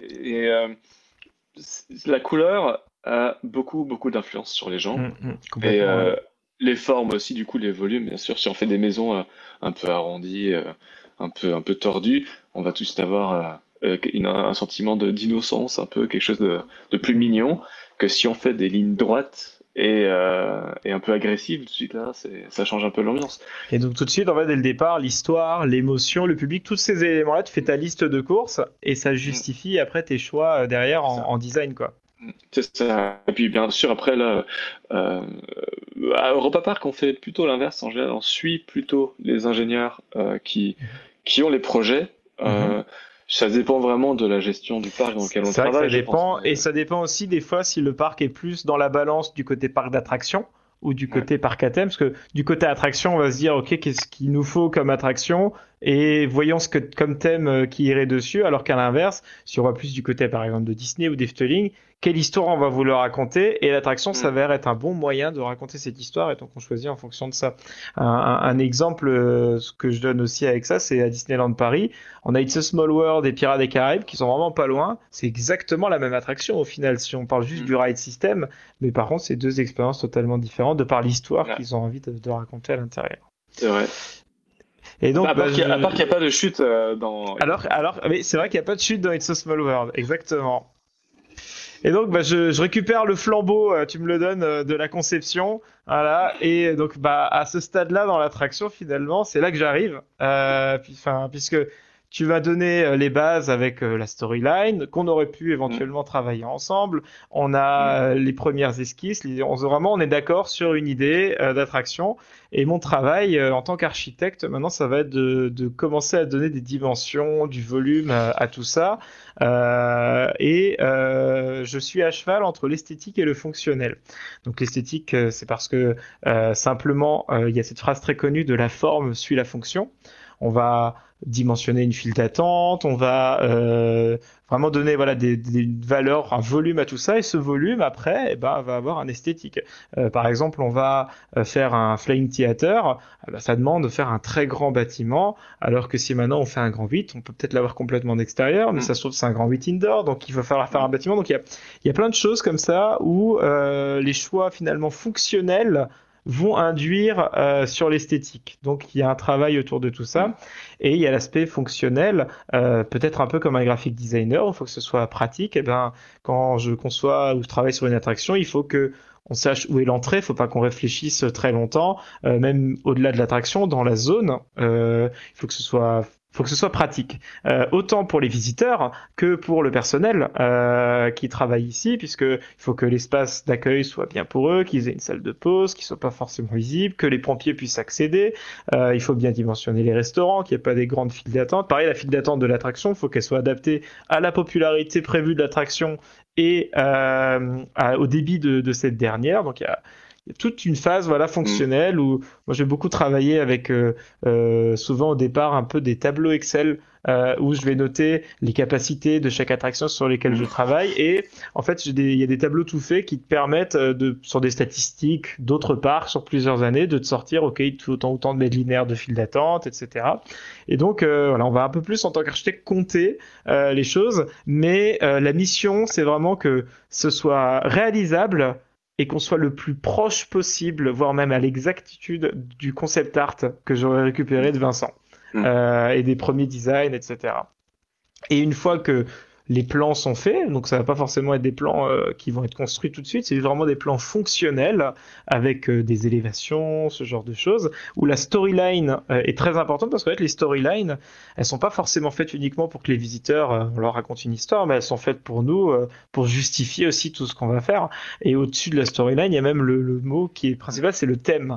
[SPEAKER 8] La couleur a beaucoup d'influence sur les gens. Et les formes aussi, du coup, les volumes, bien sûr. Si on fait des maisons un peu arrondies, un peu tordues, on va tout de suite avoir un sentiment d'innocence, un peu quelque chose de plus mignon que si on fait des lignes droites et un peu agressives. Tout de suite, là, ça change un peu l'ambiance.
[SPEAKER 6] Et donc tout de suite, en fait, dès le départ, l'histoire, l'émotion, le public, tous ces éléments-là, tu fais ta liste de courses et ça justifie après tes choix derrière en design, quoi.
[SPEAKER 8] C'est ça. Et puis bien sûr après là, à Europa Park on fait plutôt l'inverse. En général on suit plutôt les ingénieurs qui ont les projets. Ça dépend vraiment de la gestion du parc dans lequel on travaille.
[SPEAKER 6] Ça dépend, et ça dépend aussi des fois si le parc est plus dans la balance du côté parc d'attraction ou du côté parc à thème, parce que du côté attraction on va se dire ok, qu'est-ce qu'il nous faut comme attraction et voyons ce que comme thème qui irait dessus, alors qu'à l'inverse si on va plus du côté par exemple de Disney ou d'Efteling, quelle histoire on va vouloir raconter, et l'attraction s'avère être un bon moyen de raconter cette histoire, et donc on choisit en fonction de ça. Un exemple ce que je donne aussi avec ça, c'est à Disneyland Paris, on a It's a Small World et Pirates des Caraïbes qui sont vraiment pas loin, c'est exactement la même attraction au final si on parle juste du ride system, mais par contre c'est deux expériences totalement différentes de par l'histoire qu'ils ont envie de raconter à l'intérieur.
[SPEAKER 8] C'est vrai.
[SPEAKER 6] Et donc,
[SPEAKER 8] à part qu'il n'y a pas de chute dans...
[SPEAKER 6] Alors, mais c'est vrai qu'il n'y a pas de chute dans It's a Small World, exactement. Et donc, je récupère le flambeau, tu me le donnes, de la conception, voilà. Et donc, à ce stade-là dans l'attraction, finalement, c'est là que j'arrive, puisque tu vas donner les bases avec la storyline qu'on aurait pu éventuellement travailler ensemble. On a les premières esquisses. On est d'accord sur une idée d'attraction. Et mon travail en tant qu'architecte, maintenant, ça va être de commencer à donner des dimensions, du volume à tout ça. Je suis à cheval entre l'esthétique et le fonctionnel. Donc l'esthétique, c'est parce que simplement, il y a cette phrase très connue de la forme suit la fonction. On va dimensionner une file d'attente, on va vraiment donner des valeurs, un volume à tout ça, et ce volume après va avoir un esthétique. Par exemple, on va faire un flying theater, ça demande de faire un très grand bâtiment, alors que si maintenant on fait un grand 8, on peut peut-être l'avoir complètement d'extérieur, mais ça se trouve c'est un grand 8 indoor, donc il va falloir faire un bâtiment. Donc il y a plein de choses comme ça où les choix finalement fonctionnels vont induire sur l'esthétique. Donc il y a un travail autour de tout ça, et il y a l'aspect fonctionnel, peut-être un peu comme un graphic designer, il faut que ce soit pratique. Et quand je conçois ou je travaille sur une attraction, il faut que on sache où est l'entrée, il faut pas qu'on réfléchisse très longtemps, même au-delà de l'attraction, dans la zone, il faut que ce soit faut que ce soit pratique, autant pour les visiteurs que pour le personnel qui travaille ici, puisque il faut que l'espace d'accueil soit bien pour eux, qu'ils aient une salle de pause, qu'ils soient pas forcément visibles, que les pompiers puissent accéder. Il faut bien dimensionner les restaurants, qu'il n'y ait pas des grandes files d'attente. Pareil, la file d'attente de l'attraction, il faut qu'elle soit adaptée à la popularité prévue de l'attraction et au débit de cette dernière. Donc il y a toute une phase fonctionnelle où moi j'ai beaucoup travaillé avec souvent au départ un peu des tableaux Excel où je vais noter les capacités de chaque attraction sur lesquelles je travaille, et en fait il y a des tableaux tout faits qui te permettent sur des statistiques d'autres parcs sur plusieurs années de te sortir il te faut autant de mètres linéaires de file d'attente, etc. Et donc on va un peu plus en tant qu'architecte compter les choses, mais la mission c'est vraiment que ce soit réalisable et qu'on soit le plus proche possible, voire même à l'exactitude du concept art que j'aurais récupéré de Vincent et des premiers designs, etc. Et une fois que les plans sont faits, donc ça va pas forcément être des plans qui vont être construits tout de suite, c'est vraiment des plans fonctionnels avec des élévations, ce genre de choses, où la storyline est très importante, parce qu'en fait les storylines, elles sont pas forcément faites uniquement pour que les visiteurs, on leur raconte une histoire, mais elles sont faites pour nous, pour justifier aussi tout ce qu'on va faire. Et au-dessus de la storyline, il y a même le mot qui est principal, c'est le thème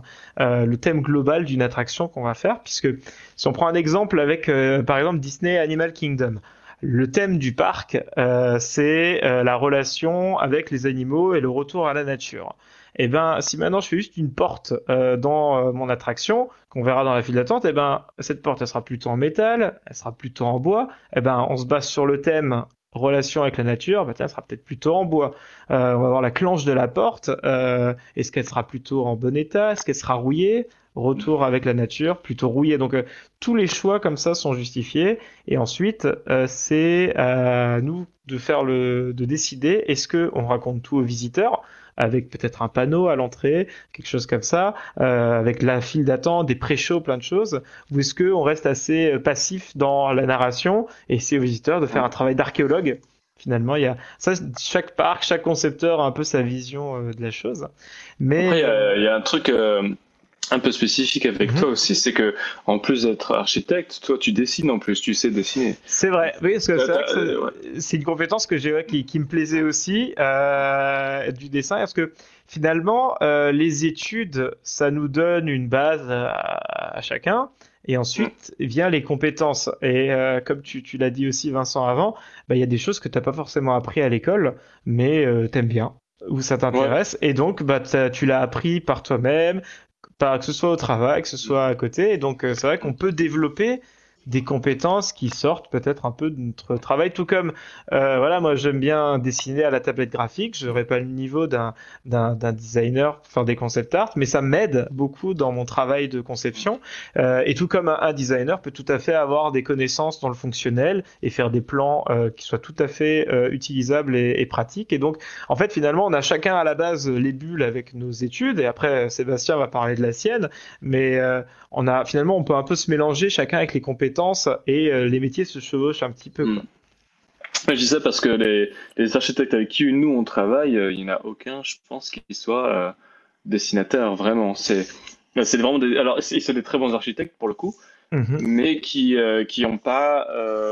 [SPEAKER 6] global d'une attraction qu'on va faire, puisque si on prend un exemple avec par exemple Disney Animal Kingdom, le thème du parc, c'est la relation avec les animaux et le retour à la nature. Et ben, si maintenant je fais juste une porte dans mon attraction, qu'on verra dans la file d'attente, et ben cette porte, elle sera plutôt en métal, elle sera plutôt en bois. Et ben, on se base sur le thème relation avec la nature, elle sera peut-être plutôt en bois. On va voir la clenche de la porte. Est-ce qu'elle sera plutôt en bon état? Est-ce qu'elle sera rouillée? Retour avec la nature, plutôt rouillé. Donc tous les choix comme ça sont justifiés, et ensuite c'est à nous de décider, est-ce que on raconte tout aux visiteurs avec peut-être un panneau à l'entrée, quelque chose comme ça, avec la file d'attente, des pré-shows, plein de choses, ou est-ce que on reste assez passif dans la narration et c'est aux visiteurs de faire un travail d'archéologue? Finalement, il y a ça, chaque parc, chaque concepteur a un peu sa vision de la chose. Mais
[SPEAKER 8] après, il y a un truc un peu spécifique avec toi aussi, c'est que en plus d'être architecte, toi tu dessines en plus, tu sais dessiner.
[SPEAKER 6] C'est vrai, oui, parce que c'est vrai que c'est une compétence que j'ai qui me plaisait aussi, du dessin, parce que finalement les études, ça nous donne une base à chacun, et ensuite vient les compétences. Et comme tu l'as dit aussi Vincent avant, il y a des choses que t'as pas forcément appris à l'école, mais t'aimes bien, ou ça t'intéresse, et donc tu l'as appris par toi-même, que ce soit au travail, que ce soit à côté. Et donc, c'est vrai qu'on peut développer des compétences qui sortent peut-être un peu de notre travail, tout comme moi j'aime bien dessiner à la tablette graphique, je n'aurais pas le niveau d'un designer, enfin des concept art, mais ça m'aide beaucoup dans mon travail de conception, et tout comme un designer peut tout à fait avoir des connaissances dans le fonctionnel et faire des plans qui soient tout à fait utilisables et pratiques. Et donc en fait finalement on a chacun à la base les bulles avec nos études, et après Sébastien va parler de la sienne, mais on peut un peu se mélanger chacun avec les compétences, et les métiers se chevauchent un petit peu, quoi.
[SPEAKER 8] Je dis ça parce que les architectes avec qui nous on travaille, il n'y en a aucun, je pense, qui soit dessinateur, vraiment. C'est vraiment alors ils sont des très bons architectes pour le coup, mais qui n'ont pas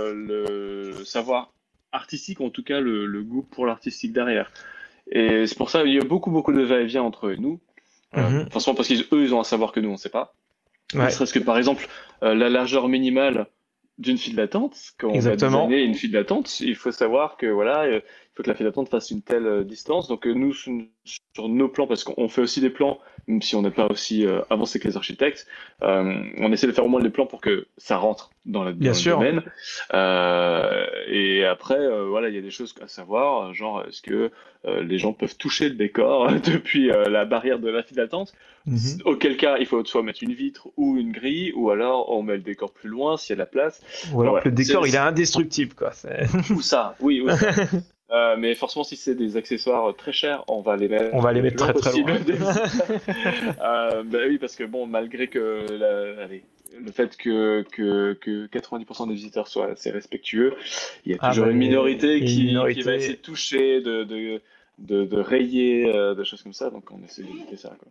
[SPEAKER 8] le savoir artistique, en tout cas le goût pour l'artistique derrière. Et c'est pour ça qu'il y a beaucoup de va-et-vient entre eux et nous. Forcément parce qu'eux ils ont un savoir que nous on ne sait pas. Ne serait-ce que par exemple la largeur minimale d'une file d'attente, quand on va designer une file d'attente, il faut savoir que il faut que la file d'attente fasse une telle distance. Donc nous sur nos plans, parce qu'on fait aussi des plans, même si on n'est pas aussi avancé que les architectes, on essaie de faire au moins des plans pour que ça rentre dans le domaine. Et après il y a des choses à savoir, genre est-ce que les gens peuvent toucher le décor depuis la barrière de la file d'attente, auquel cas il faut soit mettre une vitre ou une grille, ou alors on met le décor plus loin s'il y a de la place,
[SPEAKER 6] ou alors le décor il est indestructible, quoi.
[SPEAKER 8] Ou ça, oui. Mais forcément, si c'est des accessoires très chers, on va les mettre
[SPEAKER 6] très très loin.
[SPEAKER 8] Oui, parce que malgré que le fait que 90% des visiteurs soient assez respectueux, il y a toujours une minorité qui va essayer de toucher, de rayer, des choses comme ça, donc on essaie d'éviter ça, quoi.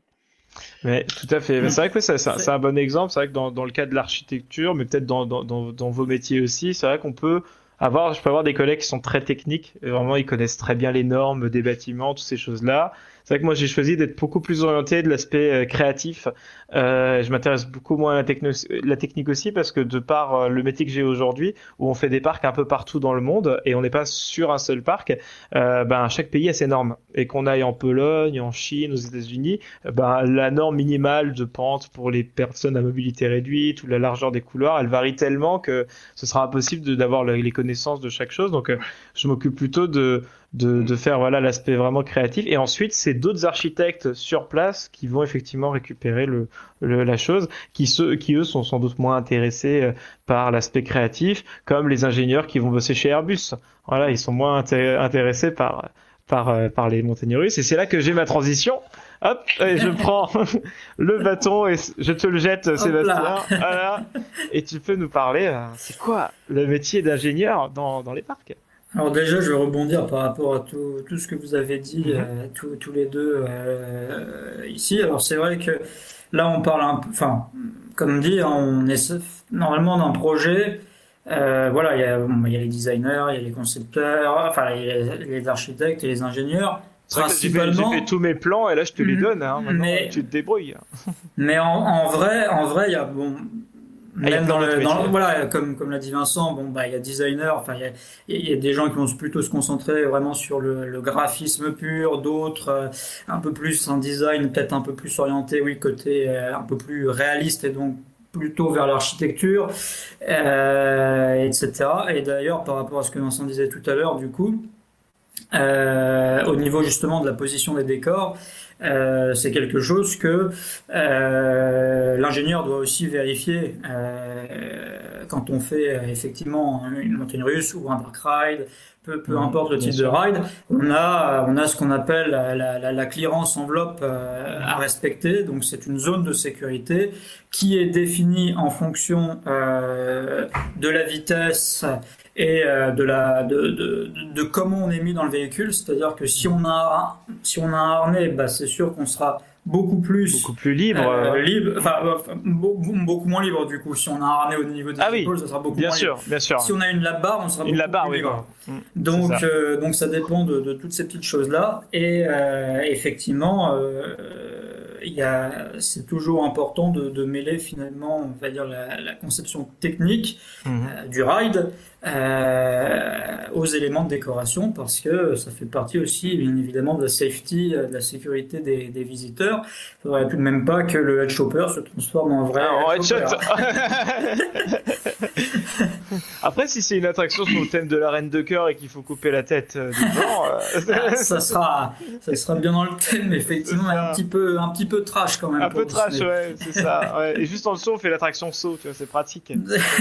[SPEAKER 6] Mais tout à fait. C'est vrai que c'est un bon exemple. C'est vrai que dans le cas de l'architecture, mais peut-être dans vos métiers aussi, c'est vrai je peux avoir des collègues qui sont très techniques. Et vraiment, ils connaissent très bien les normes des bâtiments, toutes ces choses-là. C'est vrai que moi, j'ai choisi d'être beaucoup plus orienté de l'aspect créatif. Je m'intéresse beaucoup moins à la technique aussi parce que de par le métier que j'ai aujourd'hui, où on fait des parcs un peu partout dans le monde et on n'est pas sur un seul parc, chaque pays a ses normes. Et qu'on aille en Pologne, en Chine, aux États-Unis, la norme minimale de pente pour les personnes à mobilité réduite ou la largeur des couloirs, elle varie tellement que ce sera impossible d'avoir les connaissances de chaque chose. Donc, je m'occupe plutôt de faire l'aspect vraiment créatif, et ensuite c'est d'autres architectes sur place qui vont effectivement récupérer la chose, qui eux sont sans doute moins intéressés par l'aspect créatif, comme les ingénieurs qui vont bosser chez Airbus. Voilà, ils sont moins intéressés par les montagnes russes, et c'est là que j'ai ma transition. Hop, et je prends le bâton et je te le jette, Sébastien. Voilà. Et tu peux nous parler, c'est quoi le métier d'ingénieur dans les parcs?
[SPEAKER 7] Alors déjà, je vais rebondir par rapport à tout ce que vous avez dit tous les deux ici. Alors c'est vrai que là, on parle un peu, comme dit, on est normalement d'un projet. Il y a les designers, il y a les concepteurs, il y a les architectes et les ingénieurs.
[SPEAKER 6] Principalement. J'ai fait tous mes plans et là je te les donne. Maintenant, tu te débrouilles.
[SPEAKER 7] Mais en vrai, il y a même comme l'a dit Vincent, il y a designer, il y a des gens qui vont plutôt se concentrer vraiment sur le graphisme pur, d'autres un peu plus un design peut-être un peu plus orienté, côté un peu plus réaliste et donc plutôt vers l'architecture, etc. Et d'ailleurs, par rapport à ce que Vincent disait tout à l'heure, du coup, au niveau justement de la position des décors, c'est quelque chose que l'ingénieur doit aussi vérifier quand on fait effectivement une montagne russe ou un park ride, peu importe le type de ride, on a ce qu'on appelle la clearance enveloppe à respecter. Donc c'est une zone de sécurité qui est définie en fonction de la vitesse et de comment on est mis dans le véhicule. C'est-à-dire que si on a un harnais, c'est sûr qu'on sera beaucoup plus
[SPEAKER 6] libre,
[SPEAKER 7] beaucoup moins libre du coup. Si on a un harnais au niveau des épaules, ça sera beaucoup moins libre.
[SPEAKER 6] Bien sûr.
[SPEAKER 7] Si on a une lap bar, on sera beaucoup plus libre. Donc ça dépend de toutes ces petites choses là. Et effectivement, c'est toujours important de mêler finalement, on va dire la conception technique du ride aux éléments de décoration, parce que ça fait partie aussi bien évidemment de la safety, de la sécurité des visiteurs. Il faudrait tout de même pas que le head chopper se transforme en vrai
[SPEAKER 6] headshot. Après, si c'est une attraction sur le thème de la reine de cœur et qu'il faut couper la tête devant,
[SPEAKER 7] ça sera bien dans le thème, effectivement, un petit peu trash quand même.
[SPEAKER 6] Un peu trash, c'est ça. Ouais. Et juste en dessous, on fait l'attraction saut, tu vois, c'est pratique.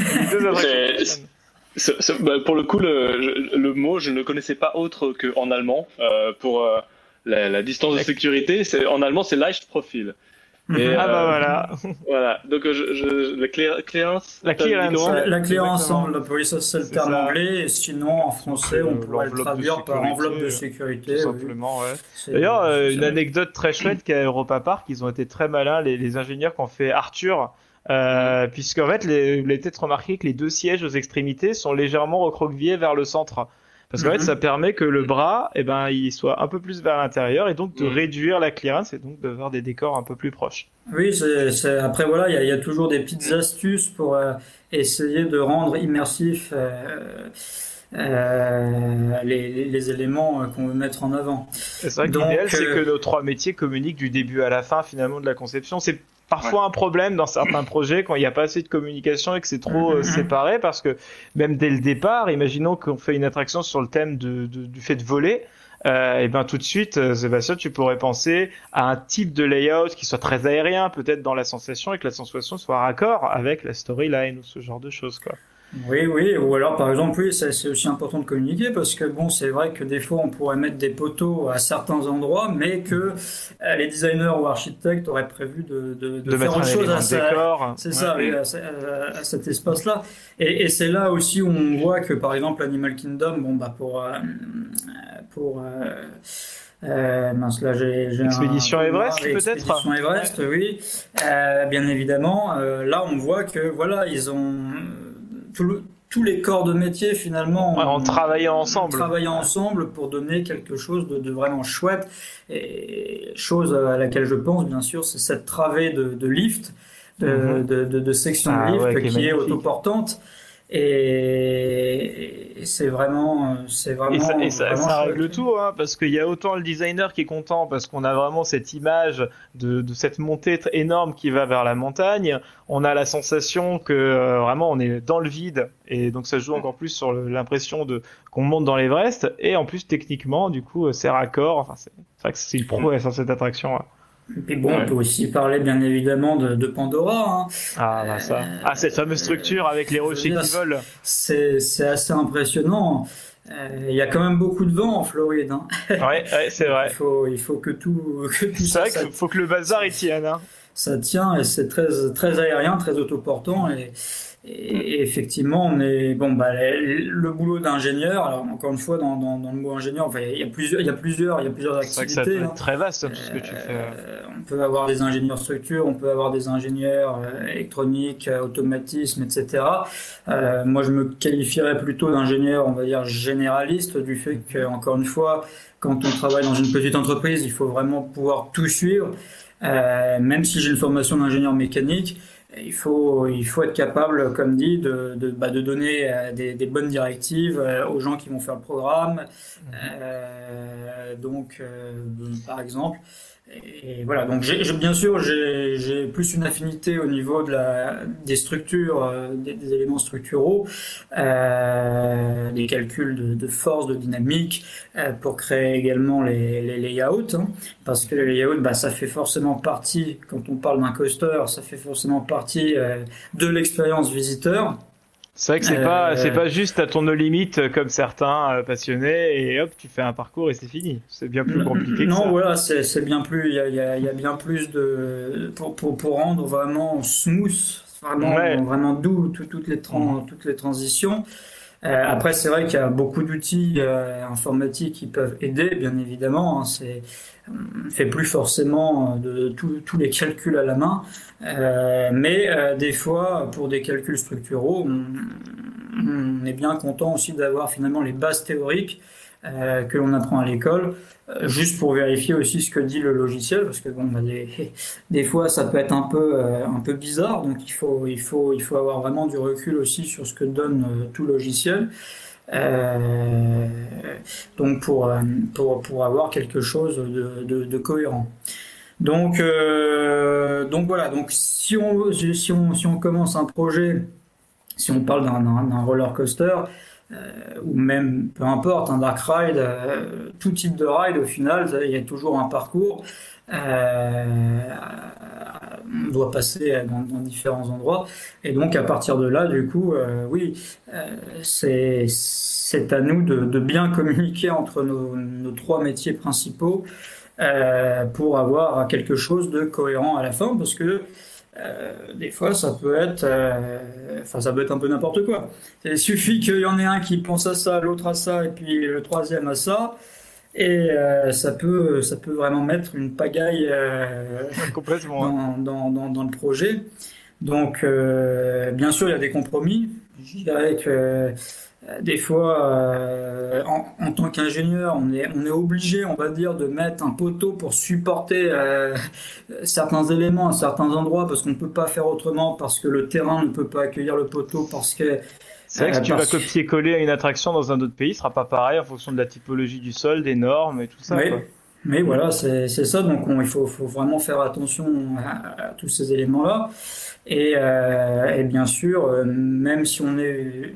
[SPEAKER 8] Pour le coup, le mot, je ne le connaissais pas autre qu'en allemand. Pour la distance de sécurité, en allemand, c'est Leichtprofil. Et,
[SPEAKER 6] voilà.
[SPEAKER 8] Voilà. Donc, la clearance.
[SPEAKER 7] La clearance enveloppe, oui, ça c'est le terme anglais. Et sinon, en français, on pourrait le traduire par enveloppe de sécurité.
[SPEAKER 6] Tout simplement, ouais. D'ailleurs, une anecdote très chouette qu'à Europa Park, ils ont été très malins, les ingénieurs qui ont fait Arthur. Puisqu'en fait, vous l'avez peut-être remarqué que les deux sièges aux extrémités sont légèrement recroquevillés vers le centre. Parce qu'en fait, ça permet que le bras, il soit un peu plus vers l'intérieur et donc de réduire la clearance et donc d'avoir des décors un peu plus proches.
[SPEAKER 7] Oui, après voilà, il y a toujours des petites astuces pour essayer de rendre immersif les éléments qu'on veut mettre en avant.
[SPEAKER 6] C'est vrai que l'idéal, c'est que nos trois métiers communiquent du début à la fin finalement de la conception. C'est parfois un problème dans certains projets quand il n'y a pas assez de communication et que c'est trop séparé, parce que même dès le départ, imaginons qu'on fait une attraction sur le thème du fait de voler, et tout de suite, Sébastien, tu pourrais penser à un type de layout qui soit très aérien, peut-être dans la sensation, et que la sensation soit raccord avec la storyline ou ce genre de choses, quoi.
[SPEAKER 7] Oui, ou alors par exemple, c'est aussi important de communiquer, parce que c'est vrai que des fois on pourrait mettre des poteaux à certains endroits, mais que les designers ou architectes auraient prévu de faire autre chose à cet espace-là. Et c'est là aussi où on voit que par exemple Animal Kingdom, Là, j'ai
[SPEAKER 6] Expédition Everest, peut-être.
[SPEAKER 7] Expédition Everest, oui. Bien évidemment, là, on voit que voilà, ils ont tous les corps de métier finalement
[SPEAKER 6] ont travaillé
[SPEAKER 7] ensemble pour donner quelque chose de vraiment chouette. Et chose à laquelle je pense, bien sûr, c'est cette travée de lift, de section de lift qui est autoportante. Et c'est vraiment
[SPEAKER 6] et ça règle tout, hein, parce qu'il y a autant le designer qui est content parce qu'on a vraiment cette image de cette montée énorme qui va vers la montagne. On a la sensation que vraiment on est dans le vide, et donc ça joue encore plus sur l'impression qu'on monte dans l'Everest. Et en plus techniquement, du coup, c'est raccord. Enfin, c'est vrai que c'est une prouesse sur cette attraction. Hein.
[SPEAKER 7] Et puis bon, on peut aussi parler bien évidemment de Pandora. Hein.
[SPEAKER 6] Cette fameuse structure avec les rochers qui volent.
[SPEAKER 7] C'est assez impressionnant. Il y a quand même beaucoup de vent en Floride. Hein.
[SPEAKER 6] Ouais, c'est vrai.
[SPEAKER 7] Il faut que tout
[SPEAKER 6] c'est vrai qu'il faut que le bazar y tienne. Hein.
[SPEAKER 7] Ça tient, et c'est très, très aérien, très autoportant. Et effectivement, on est le boulot d'ingénieur. Alors encore une fois, dans le mot ingénieur, il y a plusieurs activités.
[SPEAKER 6] C'est vrai que ça peut être très vaste tout ce que tu fais.
[SPEAKER 7] On peut avoir des ingénieurs structure, on peut avoir des ingénieurs électronique, automatisme, etc. Moi, je me qualifierais plutôt d'ingénieur, on va dire généraliste, du fait que, encore une fois, quand on travaille dans une petite entreprise, il faut vraiment pouvoir tout suivre. Même si j'ai une formation d'ingénieur mécanique, il faut être capable, comme dit, de donner des bonnes directives aux gens qui vont faire le programme. Par exemple. Et voilà, donc bien sûr, j'ai plus une affinité au niveau des structures, des éléments structuraux, des calculs de force, de dynamique, pour créer également les layouts, hein, parce que les layouts, ça fait forcément partie, quand on parle d'un coaster, ça fait forcément partie de l'expérience visiteur.
[SPEAKER 6] C'est vrai que c'est pas juste à ton no limite comme certains passionnés et hop, tu fais un parcours et c'est fini. C'est bien plus compliqué que ça.
[SPEAKER 7] Non, voilà, c'est bien plus. Il y a bien plus pour rendre vraiment smooth, vraiment doux toutes les transitions. Après, c'est vrai qu'il y a beaucoup d'outils informatiques qui peuvent aider, bien évidemment. Hein, on ne fait plus forcément tous les calculs à la main, mais des fois, pour des calculs structuraux, on est bien content aussi d'avoir finalement les bases théoriques que l'on apprend à l'école, juste pour vérifier aussi ce que dit le logiciel, parce que des fois ça peut être un peu bizarre, donc il faut avoir vraiment du recul aussi sur ce que donne tout logiciel. Donc pour avoir quelque chose de cohérent. Donc voilà. Donc si on commence un projet, si on parle d'un roller coaster, ou même peu importe un dark ride, tout type de ride, au final il y a toujours un parcours. On doit passer dans différents endroits, et donc à partir de là, du coup, c'est à nous de bien communiquer entre nos trois métiers principaux pour avoir quelque chose de cohérent à la fin, parce que des fois ça peut être un peu n'importe quoi. Il suffit qu'il y en ait un qui pense à ça, l'autre à ça, et puis le troisième à ça. Et ça peut vraiment mettre une pagaille
[SPEAKER 6] complètement
[SPEAKER 7] dans le projet. Donc, bien sûr, il y a des compromis. Je dirais que des fois, en tant qu'ingénieur, on est obligé, on va dire, de mettre un poteau pour supporter certains éléments à certains endroits, parce qu'on ne peut pas faire autrement, parce que le terrain ne peut pas accueillir le poteau, parce que...
[SPEAKER 6] C'est vrai que si tu vas copier-coller à une attraction dans un autre pays, ce sera pas pareil en fonction de la typologie du sol, des normes et tout ça.
[SPEAKER 7] Oui,
[SPEAKER 6] quoi.
[SPEAKER 7] Mais voilà, c'est ça. Donc il faut vraiment faire attention à tous ces éléments-là. Et bien sûr, même si on est...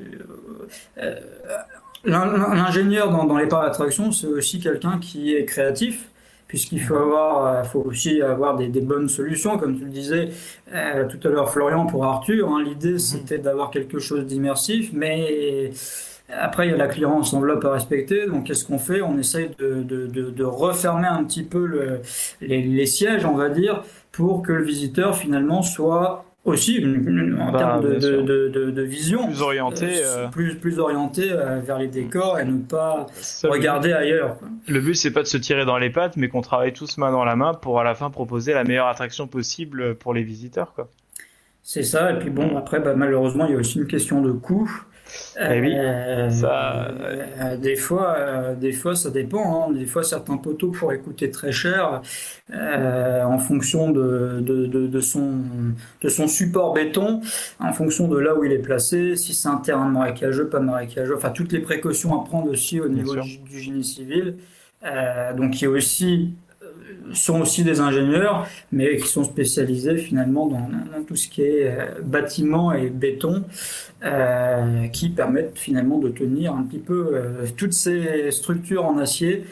[SPEAKER 7] l'ingénieur dans les parcs d'attraction, c'est aussi quelqu'un qui est créatif, puisqu'il faut aussi avoir des bonnes solutions, comme tu le disais tout à l'heure, Florian, pour Arthur. Hein, l'idée, c'était d'avoir quelque chose d'immersif, mais après, il y a la clearance enveloppe à respecter. Donc, qu'est-ce qu'on fait ? On essaye de refermer un petit peu les sièges, on va dire, pour que le visiteur, finalement, soit Aussi, en termes de vision,
[SPEAKER 6] plus orienté,
[SPEAKER 7] plus orienté vers les décors et ne pas regarder ailleurs, quoi.
[SPEAKER 6] Le but, c'est pas de se tirer dans les pattes, mais qu'on travaille tous main dans la main pour à la fin proposer la meilleure attraction possible pour les visiteurs, quoi.
[SPEAKER 7] C'est ça, et puis bon, après, malheureusement, il y a aussi une question de coût. Des fois, ça dépend, hein. Des fois, certains poteaux pourraient coûter très cher en fonction de son support béton, en fonction de là où il est placé, si c'est un terrain marécageux, pas marécageux, enfin toutes les précautions à prendre aussi au niveau du génie civil. Donc il y a aussi sont aussi des ingénieurs, mais qui sont spécialisés finalement dans tout ce qui est bâtiment et béton, qui permettent finalement de tenir un petit peu toutes ces structures en acier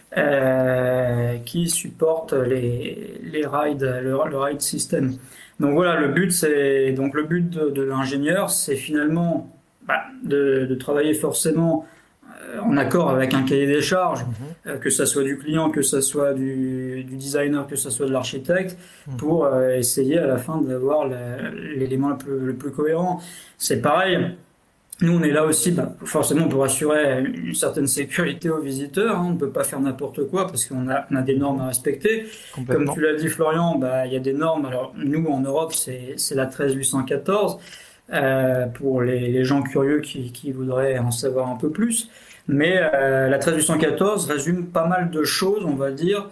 [SPEAKER 7] qui supportent le ride system. Donc voilà, le but de l'ingénieur, c'est finalement de travailler forcément en accord avec un cahier des charges, que ça soit du client, que ça soit du designer, que ça soit de l'architecte, pour essayer à la fin d'avoir l'élément le plus cohérent. C'est pareil, nous on est là aussi forcément pour assurer une certaine sécurité aux visiteurs, hein. On ne peut pas faire n'importe quoi parce qu'on a des normes à respecter. Comme tu l'as dit Florian, il y a des normes. Alors nous en Europe c'est la 13814, pour les gens curieux qui voudraient en savoir un peu plus. Mais la 13814 résume pas mal de choses, on va dire,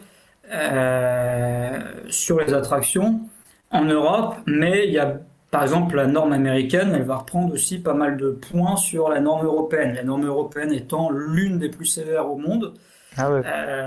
[SPEAKER 7] sur les attractions en Europe, mais il y a par exemple la norme américaine, elle va reprendre aussi pas mal de points sur la norme européenne. La norme européenne étant l'une des plus sévères au monde.
[SPEAKER 6] Ah ouais.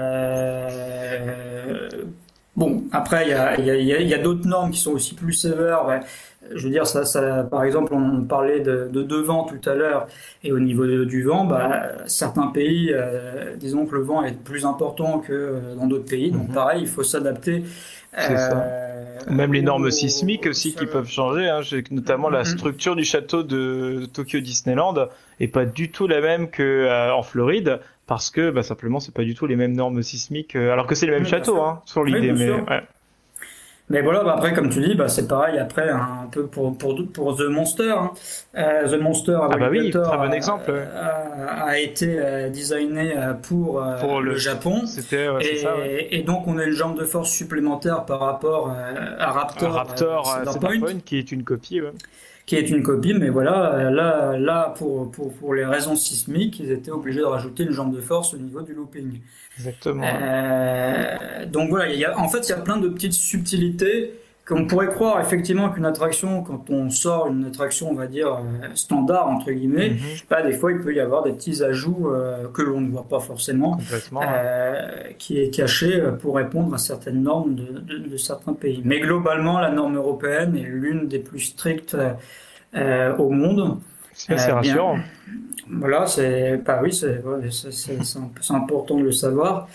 [SPEAKER 7] Bon, après il y a d'autres normes qui sont aussi plus sévères. Ouais. Je veux dire, ça, par exemple, on parlait de vent tout à l'heure, et au niveau du vent, certains pays, disons que le vent est plus important que dans d'autres pays, donc pareil, il faut s'adapter.
[SPEAKER 6] C'est ça. Même les normes sismiques aussi qui peuvent changer, hein. Notamment la structure du château de Tokyo Disneyland est pas du tout la même que en Floride, parce que simplement c'est pas du tout les mêmes normes sismiques, alors que c'est les mêmes châteaux, hein, sur l'idée, mais ouais.
[SPEAKER 7] Mais voilà, après, comme tu dis, c'est pareil après un peu pour The Monster. Hein. The Monster
[SPEAKER 6] très bon exemple.
[SPEAKER 7] A été designé pour le Japon.
[SPEAKER 6] C'était,
[SPEAKER 7] c'est
[SPEAKER 6] ça, ouais.
[SPEAKER 7] Et donc on a une jambe de force supplémentaire par rapport à Raptor
[SPEAKER 6] Cedar Point, qui est une copie. Ouais.
[SPEAKER 7] Qui est une copie, mais voilà, là pour les raisons sismiques, ils étaient obligés de rajouter une jambe de force au niveau du looping.
[SPEAKER 6] Exactement.
[SPEAKER 7] Donc voilà, il y a plein de petites subtilités qu'on pourrait croire effectivement qu'une attraction, quand on sort une attraction, on va dire standard entre guillemets, des fois il peut y avoir des petits ajouts que l'on ne voit pas forcément, qui est caché pour répondre à certaines normes de certains pays. Mais globalement, la norme européenne est l'une des plus strictes au monde.
[SPEAKER 6] C'est rassurant.
[SPEAKER 7] Voilà, c'est important de le savoir.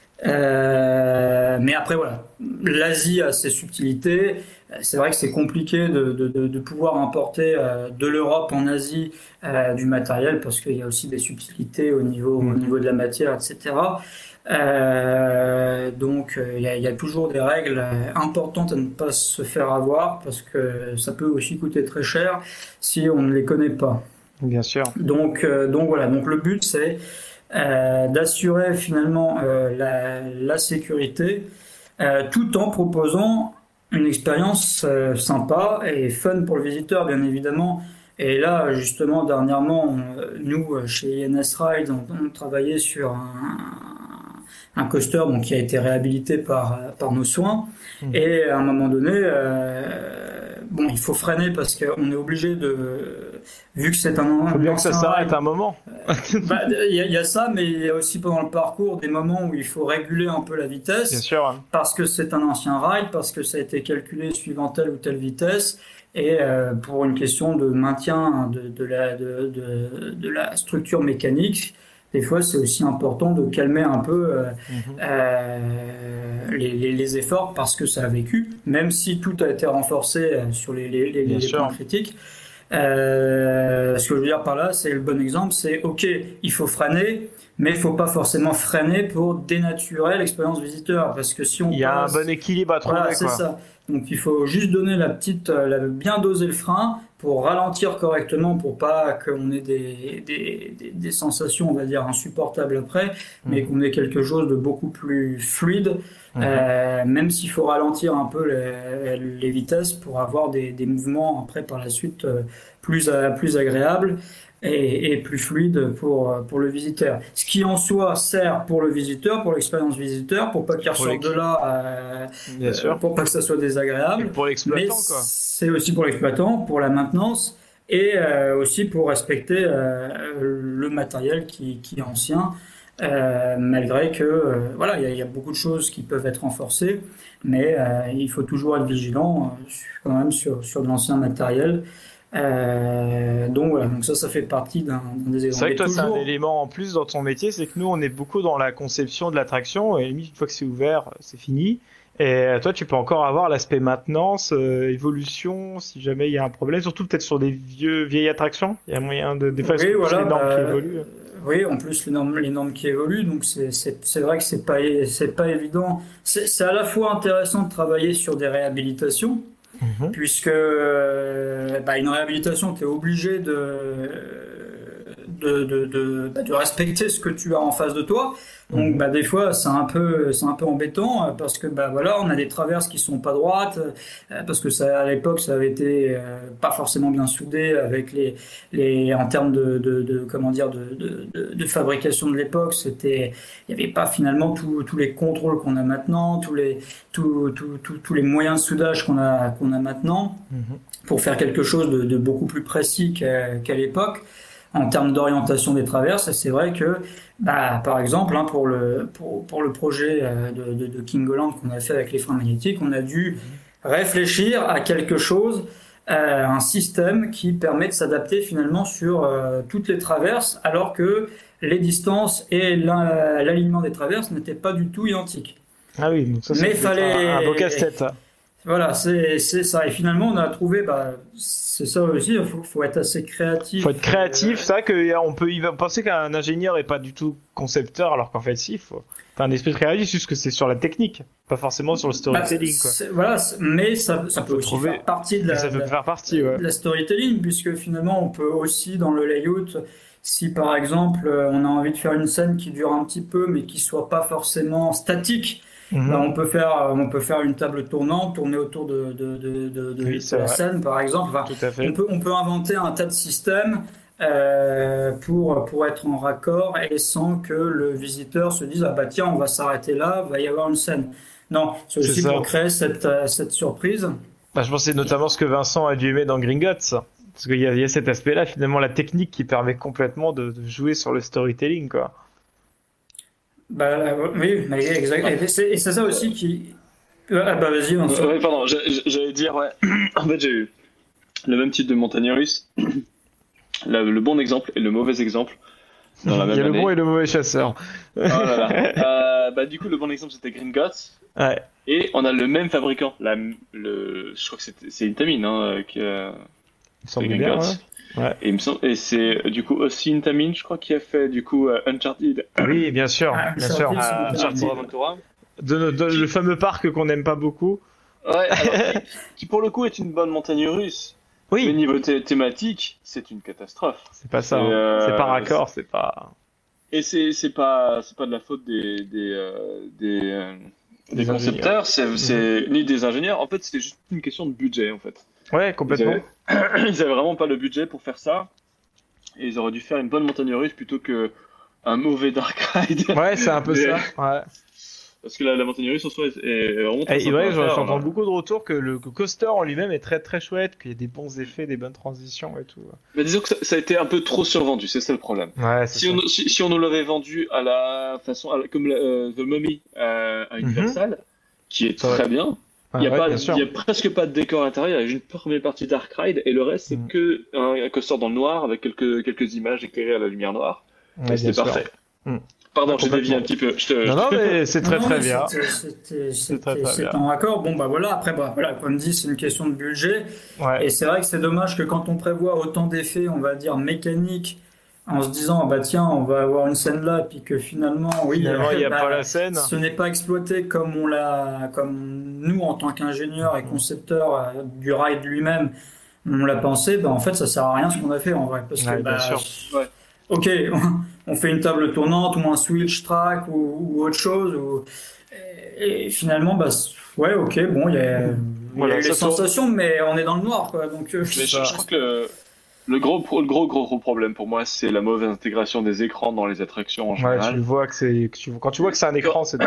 [SPEAKER 7] Mais après voilà, l'Asie a ses subtilités. C'est vrai que c'est compliqué de pouvoir importer de l'Europe en Asie du matériel, parce qu'il y a aussi des subtilités au niveau de la matière, etc. Donc il y a toujours des règles importantes à ne pas se faire avoir, parce que ça peut aussi coûter très cher si on ne les connaît pas.
[SPEAKER 6] Bien sûr.
[SPEAKER 7] Donc voilà, donc le but c'est d'assurer finalement la sécurité, tout en proposant une expérience sympa et fun pour le visiteur, bien évidemment. Et là, justement, dernièrement, nous, chez INS Ride, on travaillait sur un coaster qui a été réhabilité par nos soins. Et à un moment donné, il faut freiner parce qu'on est obligé vu que c'est un...
[SPEAKER 6] Il faut bien que ça s'arrête un moment.
[SPEAKER 7] Il y a ça, mais il y a aussi pendant le parcours des moments où il faut réguler un peu la vitesse.
[SPEAKER 6] Bien sûr. Hein.
[SPEAKER 7] Parce que c'est un ancien ride, parce que ça a été calculé suivant telle ou telle vitesse. Et pour une question de maintien de la structure mécanique, des fois c'est aussi important de calmer un peu les efforts, parce que ça a vécu, même si tout a été renforcé sur les points critiques. Ce que je veux dire par là, c'est le bon exemple, c'est ok, il faut freiner, mais il faut pas forcément freiner pour dénaturer l'expérience visiteur, parce que si on
[SPEAKER 6] il y a un bon équilibre à trouver.
[SPEAKER 7] Voilà, c'est ça. Donc il faut juste donner bien doser le frein pour ralentir correctement, pour pas qu'on ait des sensations, on va dire, insupportables après, mais qu'on ait quelque chose de beaucoup plus fluide, même s'il faut ralentir un peu les vitesses pour avoir des mouvements après par la suite plus agréables et plus fluides pour le visiteur. Ce qui en soi sert pour le visiteur, pour l'expérience visiteur, pour pas qu'il ressorte de là, pour pas que ça soit désagréable.
[SPEAKER 6] Et pour l'exploitant, quoi.
[SPEAKER 7] C'est aussi pour l'exploitant, pour la maintenance et aussi pour respecter le matériel qui est ancien, malgré que voilà, il y a beaucoup de choses qui peuvent être renforcées, mais il faut toujours être vigilant quand même sur de l'ancien matériel. Donc voilà, donc ça fait partie d'un des exemples.
[SPEAKER 6] C'est vrai que toi, c'est un élément en plus dans ton métier, c'est que nous, on est beaucoup dans la conception de l'attraction, et limite, une fois que c'est ouvert, c'est fini. Et toi, tu peux encore avoir l'aspect maintenance, évolution, si jamais il y a un problème, surtout peut-être sur des vieilles attractions. Il y a moyen des fois,
[SPEAKER 7] oui, voilà,
[SPEAKER 6] les normes qui évoluent.
[SPEAKER 7] Oui, en plus les normes qui évoluent, donc c'est vrai que c'est pas évident. C'est à la fois intéressant de travailler sur des réhabilitations. Puisque une réhabilitation, tu es obligé de respecter ce que tu as en face de toi. Donc des fois c'est un peu embêtant parce que voilà, on a des traverses qui sont pas droites parce que ça, à l'époque, ça avait été pas forcément bien soudé avec les en termes de fabrication de l'époque. Il y avait pas finalement tous les contrôles qu'on a maintenant, tous les moyens de soudage qu'on a maintenant pour faire quelque chose de beaucoup plus précis qu'à l'époque. En termes d'orientation des traverses, c'est vrai que, par exemple, pour le projet de Kingoland qu'on a fait avec les freins magnétiques, on a dû réfléchir à quelque chose, un système qui permet de s'adapter finalement sur toutes les traverses, alors que les distances et l'alignement des traverses n'étaient pas du tout identiques.
[SPEAKER 6] Ah oui, donc ça, c'est un beau casse-tête, ça.
[SPEAKER 7] Voilà, c'est ça. Et finalement, on a trouvé, c'est ça aussi, il faut être assez créatif.
[SPEAKER 6] Il faut être créatif, c'est vrai qu'on peut penser qu'un ingénieur n'est pas du tout concepteur, alors qu'en fait, si, il faut un esprit créatif, juste que c'est sur la technique, pas forcément sur le storytelling.
[SPEAKER 7] Voilà, mais ça peut aussi faire partie de la storytelling, puisque finalement, on peut aussi, dans le layout, si par exemple, on a envie de faire une scène qui dure un petit peu, mais qui soit pas forcément statique, on peut faire une table tournante, tourner autour de la scène, par exemple. Enfin,
[SPEAKER 6] tout à fait.
[SPEAKER 7] On peut inventer un tas de systèmes pour être en raccord et sans que le visiteur se dise tiens, on va s'arrêter là, va y avoir une scène. Non, c'est aussi pour créer cette surprise.
[SPEAKER 6] Je pensais notamment ce que Vincent a dû aimer dans Gringotts, parce qu'il y a cet aspect-là, finalement, la technique qui permet complètement de jouer sur le storytelling, quoi.
[SPEAKER 7] Oui, exact. Et c'est ça aussi qui. Vas-y, Vincent.
[SPEAKER 8] Pardon, j'allais dire, en fait, j'ai eu le même type de montagne russe, le bon exemple et le mauvais exemple dans la même année.
[SPEAKER 6] Il y a le bon et le mauvais chasseur.
[SPEAKER 8] Oh là là. Du coup, le bon exemple, c'était Gringotts.
[SPEAKER 6] Ouais.
[SPEAKER 8] Et on a le même fabricant. Je crois que c'est Intamin, qui a fait Gringotts.
[SPEAKER 6] Ouais.
[SPEAKER 8] Et c'est du coup aussi Intamin, je crois, qui a fait du coup Uncharted.
[SPEAKER 6] Oui, bien sûr,
[SPEAKER 8] Uncharted Aventura.
[SPEAKER 6] Le fameux parc qu'on n'aime pas beaucoup.
[SPEAKER 8] Ouais, alors, qui pour le coup est une bonne montagne russe.
[SPEAKER 6] Oui.
[SPEAKER 8] Mais niveau thématique, c'est une catastrophe.
[SPEAKER 6] C'est pas ça. C'est pas raccord, c'est pas.
[SPEAKER 8] Et c'est pas de la faute des concepteurs, c'est ni des ingénieurs. En fait, c'était juste une question de budget, en fait.
[SPEAKER 6] Ouais, complètement.
[SPEAKER 8] Ils avaient vraiment pas le budget pour faire ça. Et ils auraient dû faire une bonne montagne russe plutôt que un mauvais Dark Ride.
[SPEAKER 6] Ouais, c'est un peu ça. Ouais.
[SPEAKER 8] Parce que la montagne russe en soi est vraiment très
[SPEAKER 6] sympa. J'entends beaucoup de retours que le coaster en lui-même est très très chouette, qu'il y a des bons effets, des bonnes transitions et tout.
[SPEAKER 8] Mais disons que ça a été un peu trop survendu, c'est ça le problème.
[SPEAKER 6] Ouais,
[SPEAKER 8] si on nous l'avait vendu à la façon comme The Mummy à Universal, qui est très bien. Il y a presque pas de décor intérieur, il y a une première partie Dark Ride et le reste c'est que un coaster dans le noir avec quelques images éclairées à la lumière noire. Et c'était parfait. Pardon, j'ai dévié un petit peu.
[SPEAKER 6] Non, mais c'est très bien.
[SPEAKER 7] C'est en accord. Bon, bah voilà. Après, comme dit, c'est une question de budget. Ouais. Et c'est vrai que c'est dommage que quand on prévoit autant d'effets, on va dire mécaniques, en se disant, bah tiens, on va avoir une scène là, puis que finalement, il n'y
[SPEAKER 6] a pas la scène.
[SPEAKER 7] Ce n'est pas exploité comme nous, en tant qu'ingénieurs et concepteurs du ride lui-même, on l'a pensé. Bah en fait, ça sert à rien ce qu'on a fait en vrai, parce que
[SPEAKER 6] bien sûr.
[SPEAKER 7] Ouais. Ok, on fait une table tournante ou un switch track ou autre chose. Et finalement, ok, bon, il y a les sensations, mais on est dans le noir, quoi. Donc,
[SPEAKER 8] je crois que le gros problème pour moi, c'est la mauvaise intégration des écrans dans les attractions en général.
[SPEAKER 6] Tu vois quand tu vois que c'est un écran, c'est.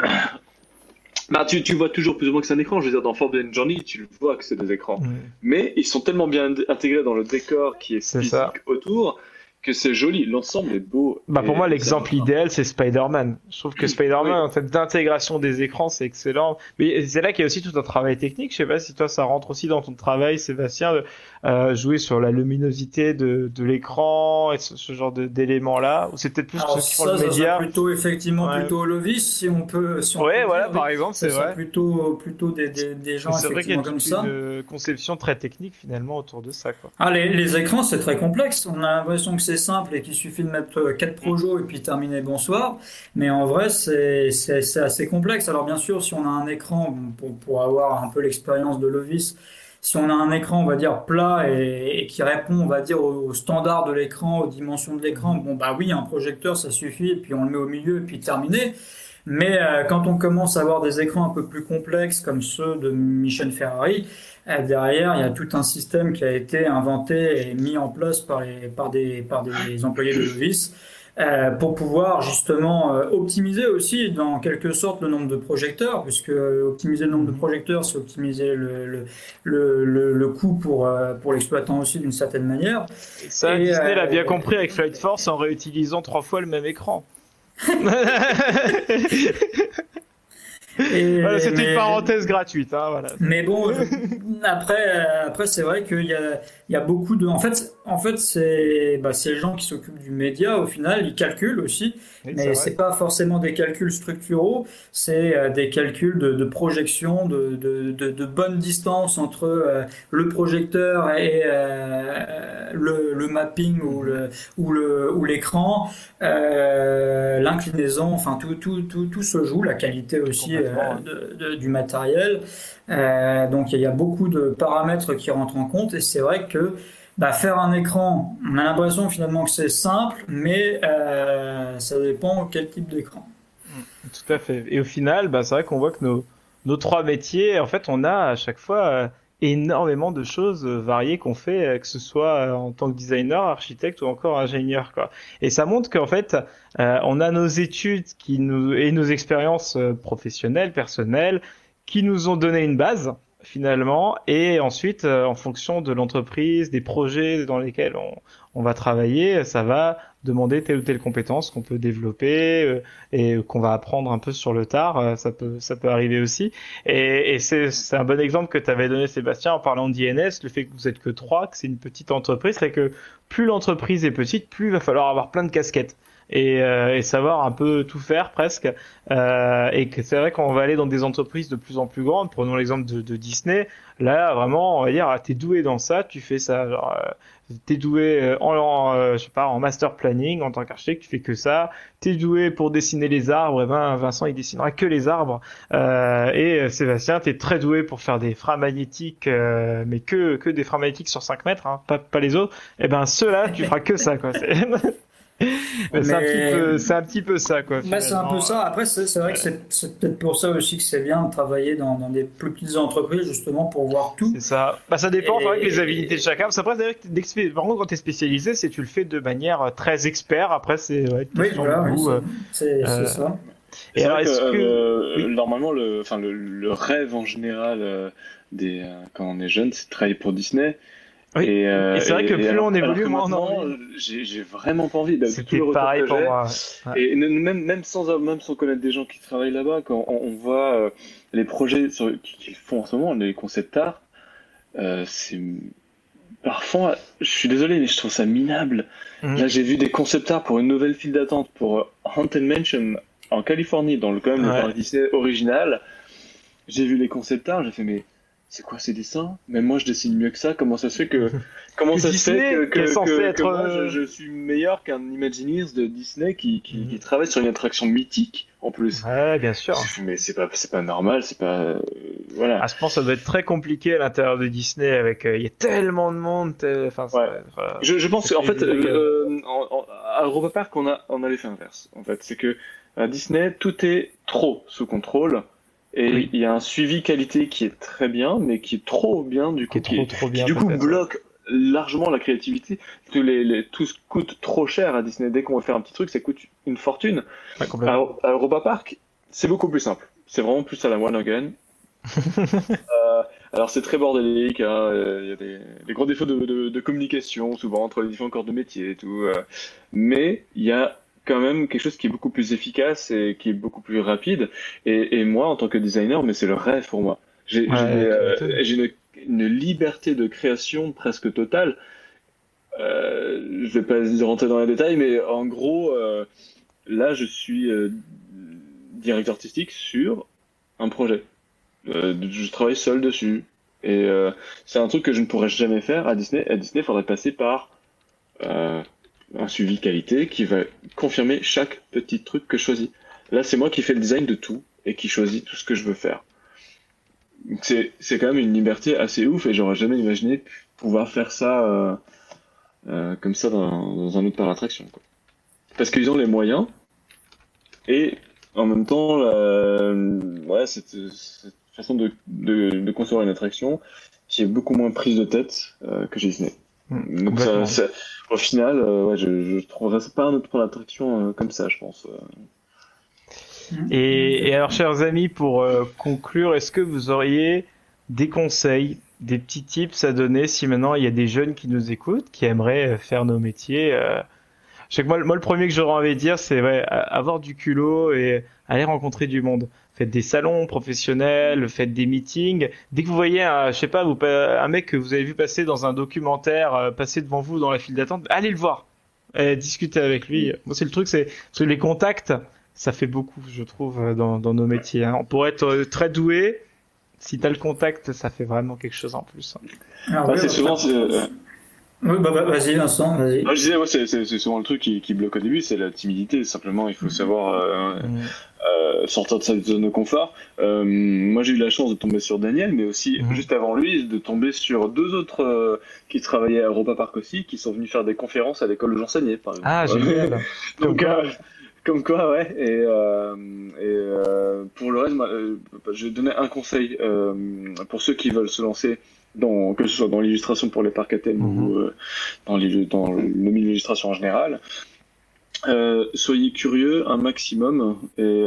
[SPEAKER 8] Tu vois toujours plus ou moins que c'est un écran. Je veux dire, dans Forbidden Journey, tu le vois que c'est des écrans. Mais ils sont tellement bien intégrés dans le décor qui est physique autour, que c'est joli, l'ensemble est beau.
[SPEAKER 6] Pour moi, l'exemple idéal, c'est Spider-Man. Je trouve que Spider-Man, en fait, d'intégration des écrans, c'est excellent. Mais c'est là qu'il y a aussi tout un travail technique. Je sais pas si toi, ça rentre aussi dans ton travail, Sébastien, de jouer sur la luminosité de l'écran et ce genre d'éléments-là. Ou c'est peut-être plus sur le média.
[SPEAKER 7] Ça plutôt, effectivement, plutôt Lovis, si on peut.
[SPEAKER 6] Par exemple, c'est vrai.
[SPEAKER 7] Plutôt des gens
[SPEAKER 6] c'est
[SPEAKER 7] effectivement comme ça.
[SPEAKER 6] C'est vrai qu'il y a une conception très technique, finalement, autour de ça, quoi.
[SPEAKER 7] Les écrans, c'est très complexe. On a l'impression que c'est simple et qu'il suffit de mettre 4 projos et puis terminer bonsoir, mais en vrai c'est assez complexe. Alors bien sûr, si on a un écran, pour avoir un peu l'expérience de Lovis, si on a un écran, on va dire plat et qui répond, on va dire, aux standards de l'écran, aux dimensions de l'écran, un projecteur ça suffit et puis on le met au milieu et puis terminé. Mais quand on commence à avoir des écrans un peu plus complexes comme ceux de Michel Ferrari, derrière il y a tout un système qui a été inventé et mis en place par des employés de Lovis pour pouvoir justement optimiser aussi dans quelque sorte le nombre de projecteurs, puisque optimiser le nombre de projecteurs, c'est optimiser le coût pour l'exploitant aussi d'une certaine manière.
[SPEAKER 6] Ça, Disney l'a bien compris avec Flight Force en réutilisant 3 fois le même écran. C'était une parenthèse gratuite, hein, voilà.
[SPEAKER 7] Mais bon, après c'est vrai qu'il y a beaucoup de. En fait, c'est les gens qui s'occupent du média. Au final, ils calculent aussi, mais c'est pas forcément des calculs structuraux. C'est des calculs de projection, de bonne distance entre le projecteur et le mapping ou l'écran, l'inclinaison. Enfin, tout se joue. La qualité aussi du matériel. Donc il y a beaucoup de paramètres qui rentrent en compte et c'est vrai que faire un écran, on a l'impression finalement que c'est simple, mais ça dépend quel type d'écran.
[SPEAKER 6] Tout à fait. Et au final, c'est vrai qu'on voit que nos 3 métiers, en fait, on a à chaque fois énormément de choses variées qu'on fait, que ce soit en tant que designer, architecte ou encore ingénieur, quoi. Et ça montre qu'en fait, on a nos études et nos expériences professionnelles, personnelles, qui nous ont donné une base finalement, et ensuite, en fonction de l'entreprise, des projets dans lesquels on va travailler, ça va demander telle ou telle compétence qu'on peut développer et qu'on va apprendre un peu sur le tard. Ça peut arriver aussi. Et c'est un bon exemple que tu avais donné, Sébastien, en parlant d'INS, le fait que vous êtes que 3, que c'est une petite entreprise, c'est que plus l'entreprise est petite, plus il va falloir avoir plein de casquettes. Et savoir un peu tout faire presque, et que c'est vrai qu'on va aller dans des entreprises de plus en plus grandes. Prenons l'exemple de Disney. Là vraiment on va dire t'es doué dans ça, tu fais ça, genre t'es doué en master planning en tant qu'architecte, tu fais que ça, t'es doué pour dessiner les arbres, et Vincent il dessinera que les arbres, et Sébastien t'es très doué pour faire des freins magnétiques, mais que des freins magnétiques sur 5 mètres, hein, pas les autres, et ceux-là tu feras que ça, quoi. C'est un petit peu ça, quoi.
[SPEAKER 7] C'est un peu ça. Après, c'est vrai que c'est peut-être pour ça aussi que c'est bien de travailler dans des plus petites entreprises, justement, pour voir tout.
[SPEAKER 6] C'est ça. Ça dépend, c'est vrai que les habilités de chacun. Après, c'est par contre, quand tu es spécialisé, c'est tu le fais de manière très expert. Après, c'est
[SPEAKER 7] c'est ça.
[SPEAKER 8] Et alors, est-ce que normalement, le rêve en général quand on est jeune, c'est de travailler pour Disney.
[SPEAKER 6] Oui. Et c'est vrai que plus on évolue, moins on a envie.
[SPEAKER 8] J'ai vraiment pas envie.
[SPEAKER 6] C'était pareil pour moi.
[SPEAKER 8] Ouais. Et même sans connaître des gens qui travaillent là-bas, quand on voit les projets qu'ils font en ce moment, les concept art, parfois, je suis désolé, mais je trouve ça minable. Là, j'ai vu des concept art pour une nouvelle file d'attente pour Haunted Mansion en Californie, dans le parc Disney original. J'ai vu les concept art, j'ai fait, mais c'est quoi ces dessins? Même moi, je dessine mieux que ça. Comment ça se fait que moi, je suis meilleur qu'un Imagineers de Disney qui travaille sur une attraction mythique en plus?
[SPEAKER 6] Ouais, bien sûr.
[SPEAKER 8] Mais c'est pas normal, c'est pas voilà.
[SPEAKER 6] Je pense que ça doit être très compliqué à l'intérieur de Disney avec il y a tellement de monde.
[SPEAKER 8] Je pense qu'en fait à Europa Park on a l'effet inverse. En fait, c'est que à Disney tout est trop sous contrôle. Et il y a un suivi qualité qui est très bien, mais qui est trop bien du coup, qui bloque largement la créativité. Tout coûte trop cher à Disney. Dès qu'on veut faire un petit truc, ça coûte une fortune. À Europa Park, c'est beaucoup plus simple. C'est vraiment plus à la one again. Alors c'est très bordélique, hein. Il y a des gros défauts de communication souvent entre les différents corps de métier et tout. Mais il y a quand même quelque chose qui est beaucoup plus efficace et qui est beaucoup plus rapide. Et moi, en tant que designer, mais c'est le rêve pour moi. J'ai une liberté de création presque totale. Je vais pas rentrer dans les détails, mais en gros, là, je suis directeur artistique sur un projet. Je travaille seul dessus. Et c'est un truc que je ne pourrais jamais faire à Disney. À Disney, il faudrait passer par un suivi qualité qui va confirmer chaque petit truc que je choisis. Là, c'est moi qui fais le design de tout et qui choisis tout ce que je veux faire. C'est quand même une liberté assez ouf et j'aurais jamais imaginé pouvoir faire ça comme ça dans un autre parc d'attraction, quoi. Parce qu'ils ont les moyens et en même temps, cette façon de construire une attraction qui est beaucoup moins prise de tête que Disney. Donc au final, je trouverais pas un autre point d'attraction comme ça, je pense.
[SPEAKER 6] Et alors, chers amis, pour conclure, est-ce que vous auriez des conseils, des petits tips à donner si maintenant il y a des jeunes qui nous écoutent, qui aimeraient faire nos métiers? Je sais que moi, le premier que j'aurais envie de dire, c'est avoir du culot et aller rencontrer du monde. Faites des salons professionnels, faites des meetings. Dès que vous voyez un mec que vous avez vu passer dans un documentaire, passer devant vous dans la file d'attente, allez le voir, discutez avec lui. Moi, c'est le truc, parce que les contacts, ça fait beaucoup, je trouve, dans nos métiers. Hein. On pourrait être très doué, si t'as le contact, ça fait vraiment quelque chose en plus.
[SPEAKER 7] Alors,
[SPEAKER 8] c'est souvent.
[SPEAKER 7] Oui, vas-y Vincent, vas-y.
[SPEAKER 8] Je disais, c'est souvent le truc qui bloque au début, c'est la timidité. Simplement, il faut savoir sortir de sa zone de confort. Moi, j'ai eu la chance de tomber sur Daniel, mais aussi, juste avant lui, de tomber sur deux autres qui travaillaient à Europa Park aussi, qui sont venus faire des conférences à l'école où j'enseignais, par exemple.
[SPEAKER 6] Ah, génial.
[SPEAKER 8] Donc, comme quoi, ouais. Et pour le reste, je vais donner un conseil pour ceux qui veulent se lancer, que ce soit dans l'illustration pour les parcs à thème ou dans le milieu de l'illustration en général. Soyez curieux un maximum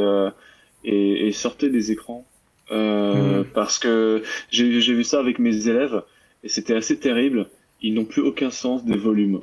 [SPEAKER 8] et sortez des écrans parce que j'ai vu ça avec mes élèves et c'était assez terrible. Ils n'ont plus aucun sens des volumes.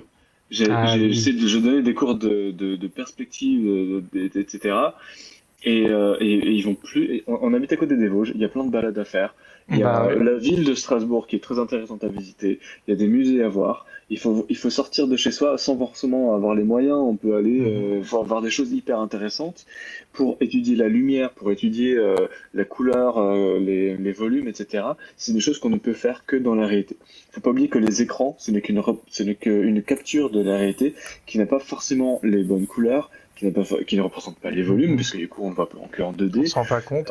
[SPEAKER 8] Je donnais des cours de perspective, etc. Et ils vont plus. On habite à côté des Vosges. Il y a plein de balades à faire. Il y a la ville de Strasbourg qui est très intéressante à visiter. Il y a des musées à voir. Il faut sortir de chez soi sans forcément avoir les moyens. On peut aller voir des choses hyper intéressantes pour étudier la lumière, pour étudier la couleur, les volumes, etc. C'est des choses qu'on ne peut faire que dans la réalité. Il ne faut pas oublier que les écrans, ce n'est qu'une capture de la réalité qui n'a pas forcément les bonnes couleurs, qui ne représente pas les volumes, parce que du coup on ne voit pas en 2D.
[SPEAKER 6] On s'en rend pas compte.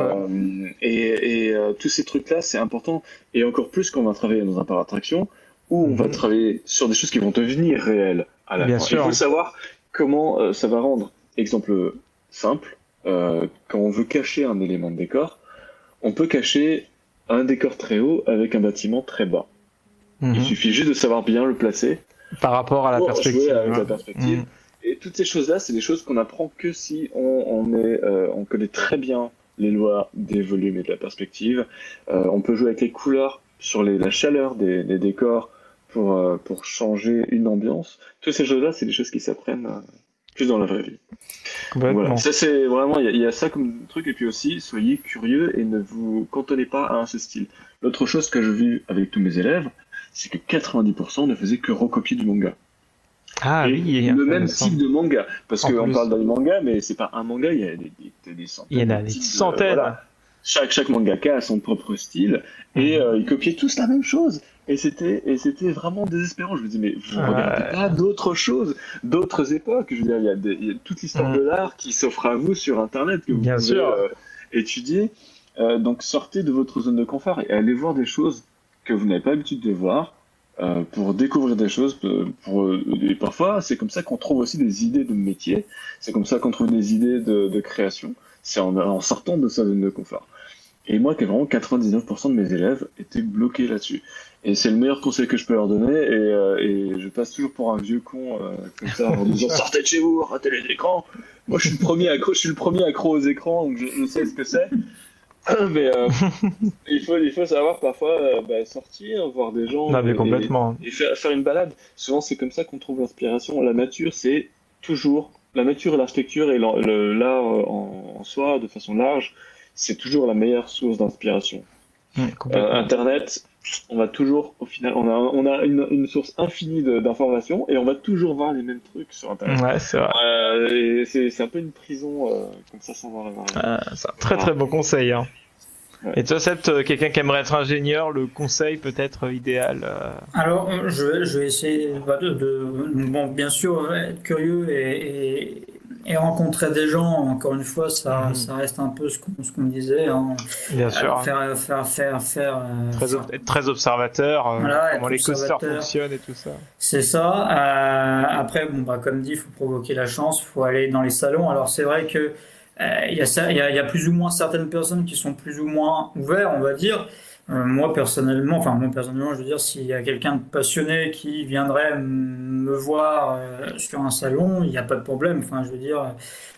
[SPEAKER 8] Et tous ces trucs-là, c'est important. Et encore plus quand on va travailler dans un parc d'attraction, où on va travailler sur des choses qui vont devenir réelles à la fin. Il faut savoir comment ça va rendre. Exemple simple, quand on veut cacher un élément de décor, on peut cacher un décor très haut avec un bâtiment très bas. Il suffit juste de savoir bien le placer.
[SPEAKER 6] Par rapport à la perspective.
[SPEAKER 8] Jouer avec la perspective. Et toutes ces choses-là, c'est des choses qu'on apprend que si on connaît très bien les lois des volumes et de la perspective. On peut jouer avec les couleurs, sur la chaleur des décors pour changer une ambiance. Toutes ces choses-là, c'est des choses qui s'apprennent plus dans la vraie vie. Voilà. Ça, c'est vraiment, il y a ça comme truc. Et puis aussi, soyez curieux et ne vous cantonnez pas à un seul style. L'autre chose que je vis avec tous mes élèves, c'est que 90% ne faisaient que recopier du manga.
[SPEAKER 6] Ah
[SPEAKER 8] et
[SPEAKER 6] oui,
[SPEAKER 8] le même type de manga, parce qu'on parle d'un manga, mais c'est pas un manga, il y a des centaines.
[SPEAKER 6] Il y en a des centaines.
[SPEAKER 8] Voilà. Chaque mangaka a son propre style, et ils copiaient tous la même chose. Et c'était vraiment désespérant. Je me dis, mais vous regardez pas d'autres choses, d'autres époques. Je veux dire, il y a toute l'histoire de l'art qui s'offre à vous sur Internet que vous pouvez étudier. Donc sortez de votre zone de confort et allez voir des choses que vous n'avez pas l'habitude de voir. Pour découvrir des choses, et parfois c'est comme ça qu'on trouve aussi des idées de métier, c'est comme ça qu'on trouve des idées de création, c'est en sortant de sa zone de confort. Et moi, vraiment 99% de mes élèves étaient bloqués là-dessus. Et c'est le meilleur conseil que je peux leur donner, et je passe toujours pour un vieux con comme ça en disant sortez de chez vous, ratez les écrans. Moi je suis le premier accro aux écrans, donc je sais ce que c'est. Mais il faut savoir parfois sortir, voir des gens et faire une balade. Souvent c'est comme ça qu'on trouve l'inspiration. La nature, c'est toujours la nature et l'architecture et l'art en soi de façon large, c'est toujours la meilleure source d'inspiration. Internet, on va toujours, au final, on a une source infinie d'informations et on va toujours voir les mêmes trucs sur Internet.
[SPEAKER 6] Ouais, c'est vrai.
[SPEAKER 8] Et c'est un peu une prison comme ça sans voir la
[SPEAKER 6] c'est un très bon conseil. Hein. Ouais. Et toi, Seb, quelqu'un qui aimerait être ingénieur, le conseil peut-être idéal
[SPEAKER 7] Alors, je vais essayer bon, bien sûr, être curieux et rencontrer des gens. Encore une fois, ça reste un peu ce qu'on disait. Hein.
[SPEAKER 6] Bien sûr.
[SPEAKER 7] Être
[SPEAKER 6] très observateur, comment les coasters fonctionnent et tout ça.
[SPEAKER 7] C'est ça. Après, comme dit, il faut provoquer la chance, il faut aller dans les salons. Alors, c'est vrai que il y a plus ou moins certaines personnes qui sont plus ou moins ouverts, on va dire. Moi personnellement, je veux dire, s'il y a quelqu'un de passionné qui viendrait me voir sur un salon, il n'y a pas de problème. Enfin, je veux dire,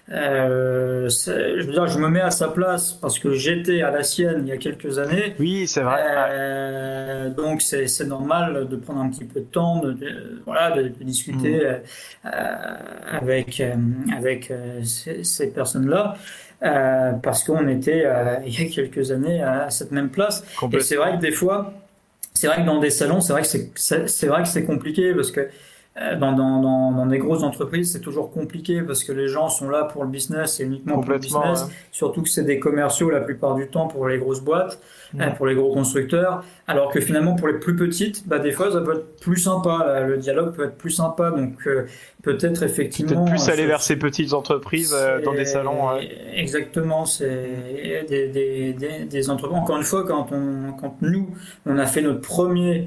[SPEAKER 7] je me mets à sa place parce que j'étais à la sienne il y a quelques années.
[SPEAKER 6] Oui, c'est vrai.
[SPEAKER 7] Donc c'est normal de prendre un petit peu de temps, de discuter avec ces personnes-là. Parce qu'on était il y a quelques années à cette même place. Et c'est vrai que des fois, c'est vrai que dans des salons, c'est vrai que c'est compliqué parce que dans des grosses entreprises, c'est toujours compliqué parce que les gens sont là pour le business et uniquement pour le business. Ouais. Surtout que c'est des commerciaux la plupart du temps pour les grosses boîtes, pour les gros constructeurs. Alors que finalement, pour les plus petites, des fois, ça peut être plus sympa. Le dialogue peut être plus sympa. Donc, peut-être effectivement.
[SPEAKER 6] Peut-être plus aller vers ces petites entreprises dans des salons.
[SPEAKER 7] Exactement. C'est des entreprises. Encore une fois, quand nous, on a fait notre premier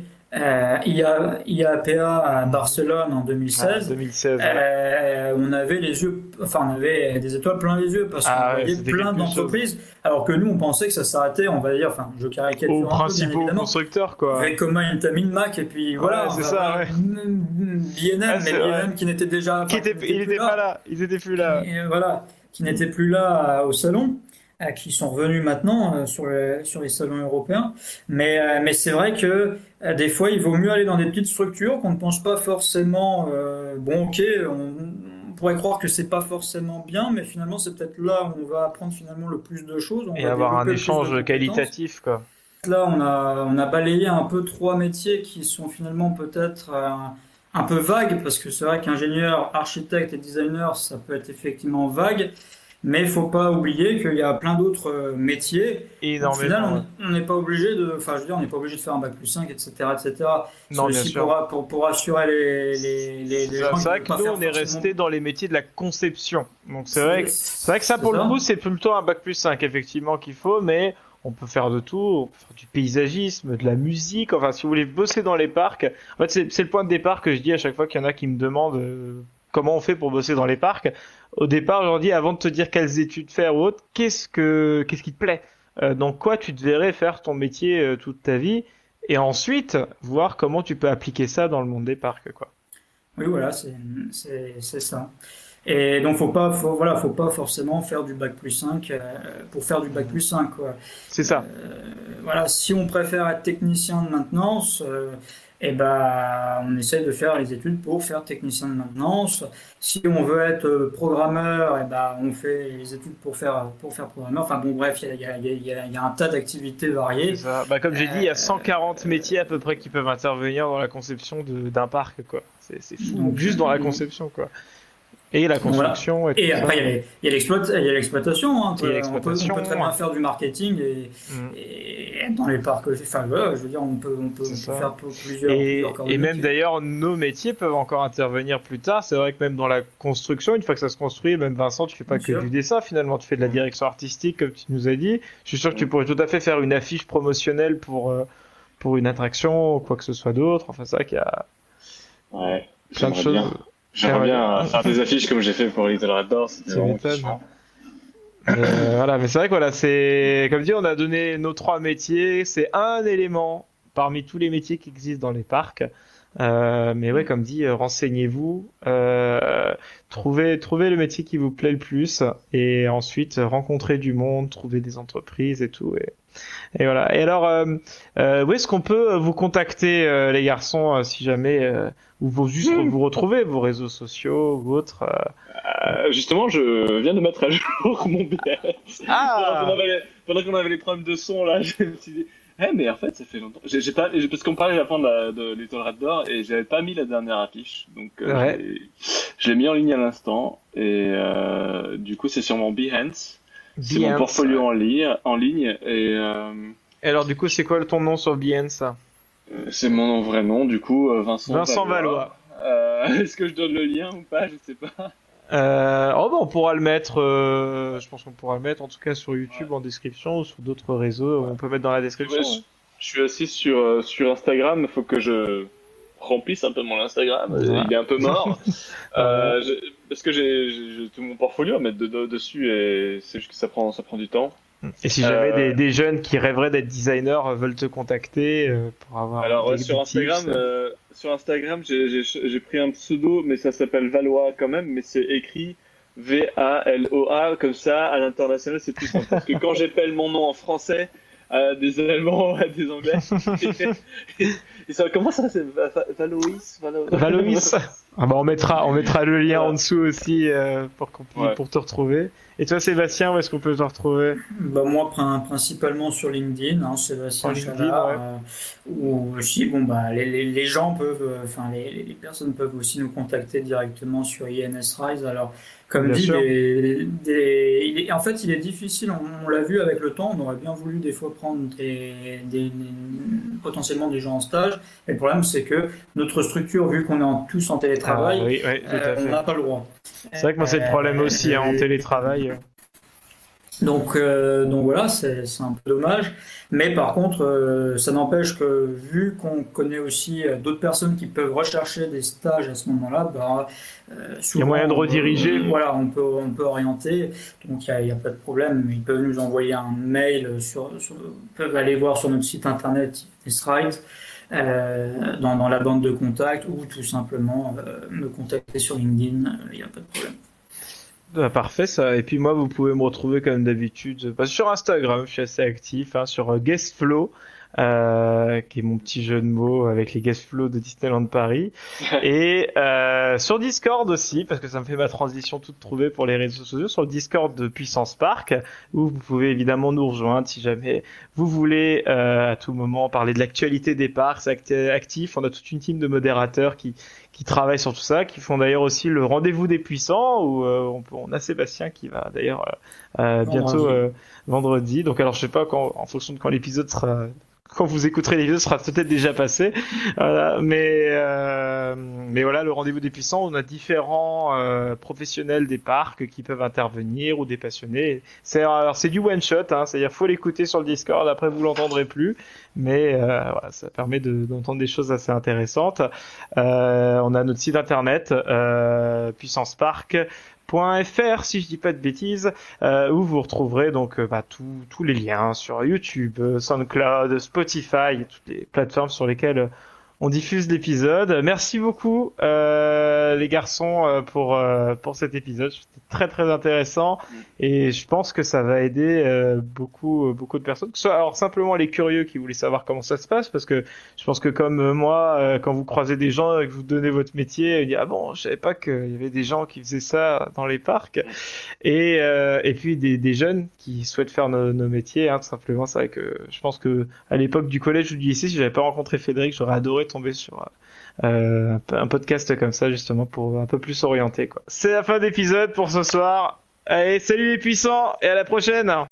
[SPEAKER 7] IAPA à Barcelone en 2016. On avait on avait des étoiles plein les yeux parce qu'on voyait plein d'entreprises. Alors que nous, on pensait que ça s'arrêtait, on va dire, je caricature
[SPEAKER 6] aux principaux constructeurs, quoi.
[SPEAKER 7] Avec Coma et Minmac, et puis voilà.
[SPEAKER 6] C'est ça,
[SPEAKER 7] BNM, mais BNM qui n'était déjà.
[SPEAKER 6] Ils étaient plus là.
[SPEAKER 7] Et voilà, qui n'étaient plus là au salon. Qui sont revenus maintenant sur les salons européens. Mais c'est vrai que des fois, il vaut mieux aller dans des petites structures qu'on ne pense pas forcément... on pourrait croire que c'est pas forcément bien, mais finalement, c'est peut-être là où on va apprendre finalement le plus de choses.
[SPEAKER 6] Et avoir un échange qualitatif, quoi.
[SPEAKER 7] Là, on a balayé un peu 3 métiers qui sont finalement peut-être un peu vagues, parce que c'est vrai qu'ingénieur, architecte et designer, ça peut être effectivement vague. Mais il ne faut pas oublier qu'il y a plein d'autres métiers. Au final, on n'est pas obligé de faire un bac plus 5, etc.
[SPEAKER 6] Non, bien sûr.
[SPEAKER 7] Pour assurer les gens.
[SPEAKER 6] C'est vrai que nous, on est resté dans les métiers de la conception. Donc c'est vrai que ça, pour le coup, c'est plutôt un bac plus 5, effectivement, qu'il faut, mais on peut faire de tout. On peut faire du paysagisme, de la musique. Enfin, si vous voulez bosser dans les parcs, en fait, c'est le point de départ que je dis à chaque fois qu'il y en a qui me demandent comment on fait pour bosser dans les parcs. Au départ, je leur dis, avant de te dire quelles études faire ou autre, qu'est-ce qui te plaît? Dans quoi tu te verrais faire ton métier toute ta vie? Et ensuite, voir comment tu peux appliquer ça dans le monde des parcs, quoi.
[SPEAKER 7] Oui, voilà, c'est ça. Et donc, faut pas forcément faire du bac plus 5 pour faire du bac plus 5, quoi.
[SPEAKER 6] C'est ça.
[SPEAKER 7] Voilà, si on préfère être technicien de maintenance, et on essaie de faire les études pour faire technicien de maintenance. Si on veut être programmeur, on fait les études pour faire programmeur. Enfin bon, bref, il y a un tas d'activités variées.
[SPEAKER 6] C'est ça. Comme j'ai dit, il y a 140 métiers à peu près qui peuvent intervenir dans la conception d'un parc, quoi. C'est fou. Donc, juste dans la conception, quoi. Et la construction.
[SPEAKER 7] Voilà. Et après, il y a l'exploitation. Hein. On peut très bien faire du marketing et dans les parcs. Enfin, voilà, je veux dire, on peut faire plusieurs.
[SPEAKER 6] Et même d'ailleurs, nos métiers peuvent encore intervenir plus tard. C'est vrai que même dans la construction, une fois que ça se construit, même Vincent, tu fais pas que du dessin finalement, tu fais de la direction artistique, comme tu nous as dit. Je suis sûr que tu pourrais tout à fait faire une affiche promotionnelle pour une attraction ou quoi que ce soit d'autre. Enfin, c'est vrai qu'il y a plein de choses.
[SPEAKER 8] J'aimerais bien faire des affiches comme j'ai fait pour Little Red Door, c'était vraiment kiffant.
[SPEAKER 6] Voilà, mais c'est vrai que voilà, c'est comme dit, on a donné nos 3 métiers, c'est un élément parmi tous les métiers qui existent dans les parcs. Mais ouais, comme dit, renseignez-vous, trouvez le métier qui vous plaît le plus, et ensuite rencontrez du monde, trouvez des entreprises et tout. Et voilà. Et alors, où est-ce qu'on peut vous contacter, les garçons, si jamais ou vous retrouvez vos réseaux sociaux ou autres
[SPEAKER 8] Justement, je viens de mettre à jour mon BS. Pendant qu'on avait les problèmes de son là, je me suis dit, mais en fait, ça fait longtemps. Parce qu'on parlait avant de Little Red Door et j'avais pas mis la dernière affiche, donc je l'ai mis en ligne à l'instant et du coup, c'est sur mon Behance. C'est mon portfolio en ligne et
[SPEAKER 6] alors du coup, c'est quoi ton nom sur Behance?
[SPEAKER 8] C'est mon vrai nom, du coup, Vincent
[SPEAKER 6] Valois.
[SPEAKER 8] Est-ce que je donne le lien ou pas? Je sais pas.
[SPEAKER 6] On pourra le mettre. Je pense qu'on pourra le mettre, en tout cas sur YouTube en description ou sur d'autres réseaux. On peut mettre dans la description.
[SPEAKER 8] Ouais, je suis assis sur Instagram. Il faut que je remplisse un peu mon Instagram. Il est un peu mort. Parce que j'ai tout mon portfolio à mettre dessus et c'est juste que ça prend du temps.
[SPEAKER 6] Et si jamais des jeunes qui rêveraient d'être designers veulent te contacter pour avoir.
[SPEAKER 8] Alors sur Instagram, j'ai pris un pseudo, mais ça s'appelle Valois quand même, mais c'est écrit VALOA comme ça. À l'international, c'est plus simple parce que quand j'appelle mon nom en français à des Allemands, à des Anglais, et ça comment ça c'est Valois.
[SPEAKER 6] On mettra le lien en dessous aussi pour te retrouver. Et toi, Sébastien, où est-ce qu'on peut te retrouver?
[SPEAKER 7] Moi, principalement sur LinkedIn, Sébastien Chalard. Ou aussi, les gens peuvent, les personnes peuvent aussi nous contacter directement sur INS Rise. Alors, comme dit, en fait, il est difficile. On l'a vu avec le temps. On aurait bien voulu des fois prendre potentiellement des gens en stage. Et le problème, c'est que notre structure, vu qu'on est tous en télétravail, on n'a pas le droit.
[SPEAKER 6] C'est vrai que moi, c'est le problème aussi en télétravail.
[SPEAKER 7] Donc voilà, c'est un peu dommage. Mais par contre, ça n'empêche que vu qu'on connaît aussi d'autres personnes qui peuvent rechercher des stages à ce moment-là, souvent, il y a
[SPEAKER 6] moyen de rediriger.
[SPEAKER 7] Voilà, on peut orienter. Donc il y a pas de problème. Ils peuvent nous envoyer un mail peuvent aller voir sur notre site internet Strides. Dans la bande de contact ou tout simplement me contacter sur LinkedIn, il n'y a pas de problème.
[SPEAKER 6] Parfait ça. Et puis moi, vous pouvez me retrouver comme d'habitude sur Instagram. Je suis assez actif sur Guestflow, qui est mon petit jeu de mots avec les Guestflow de Disneyland Paris. Et sur Discord aussi, parce que ça me fait ma transition toute trouvée pour les réseaux sociaux, sur le Discord de Puissance Park, où vous pouvez évidemment nous rejoindre si jamais vous voulez à tout moment parler de l'actualité des parcs. C'est actif. On a toute une team de modérateurs qui travaillent sur tout ça, qui font d'ailleurs aussi le rendez-vous des puissants, où on a Sébastien qui va d'ailleurs bientôt vendredi. Donc alors je sais pas en fonction de quand l'épisode sera. Quand vous écouterez l'épisode, sera peut-être déjà passé. Voilà, mais voilà, le rendez-vous des puissants, on a différents professionnels des parcs qui peuvent intervenir ou des passionnés. C'est du one shot, c'est-à-dire faut l'écouter sur le Discord. Après vous l'entendrez plus, mais voilà, ça permet d'entendre des choses assez intéressantes. On a notre site internet puissancepark.fr si je dis pas de bêtises, où vous retrouverez donc tous les liens sur YouTube, SoundCloud, Spotify, toutes les plateformes sur lesquelles on diffuse l'épisode. Merci beaucoup les garçons pour cet épisode. C'était très très intéressant et je pense que ça va aider beaucoup de personnes. Que ce soit alors simplement les curieux qui voulaient savoir comment ça se passe, parce que je pense que comme moi, quand vous croisez des gens et que vous donnez votre métier, vous dites ah bon, je savais pas qu'il y avait des gens qui faisaient ça dans les parcs. Et puis des jeunes qui souhaitent faire nos métiers, tout simplement. C'est vrai que je pense que à l'époque du collège ou du lycée, si j'avais pas rencontré Frédéric, j'aurais adoré tomber sur un podcast comme ça, justement, pour un peu plus orienter, quoi. C'est la fin d'épisode pour ce soir. Allez, salut les puissants et à la prochaine!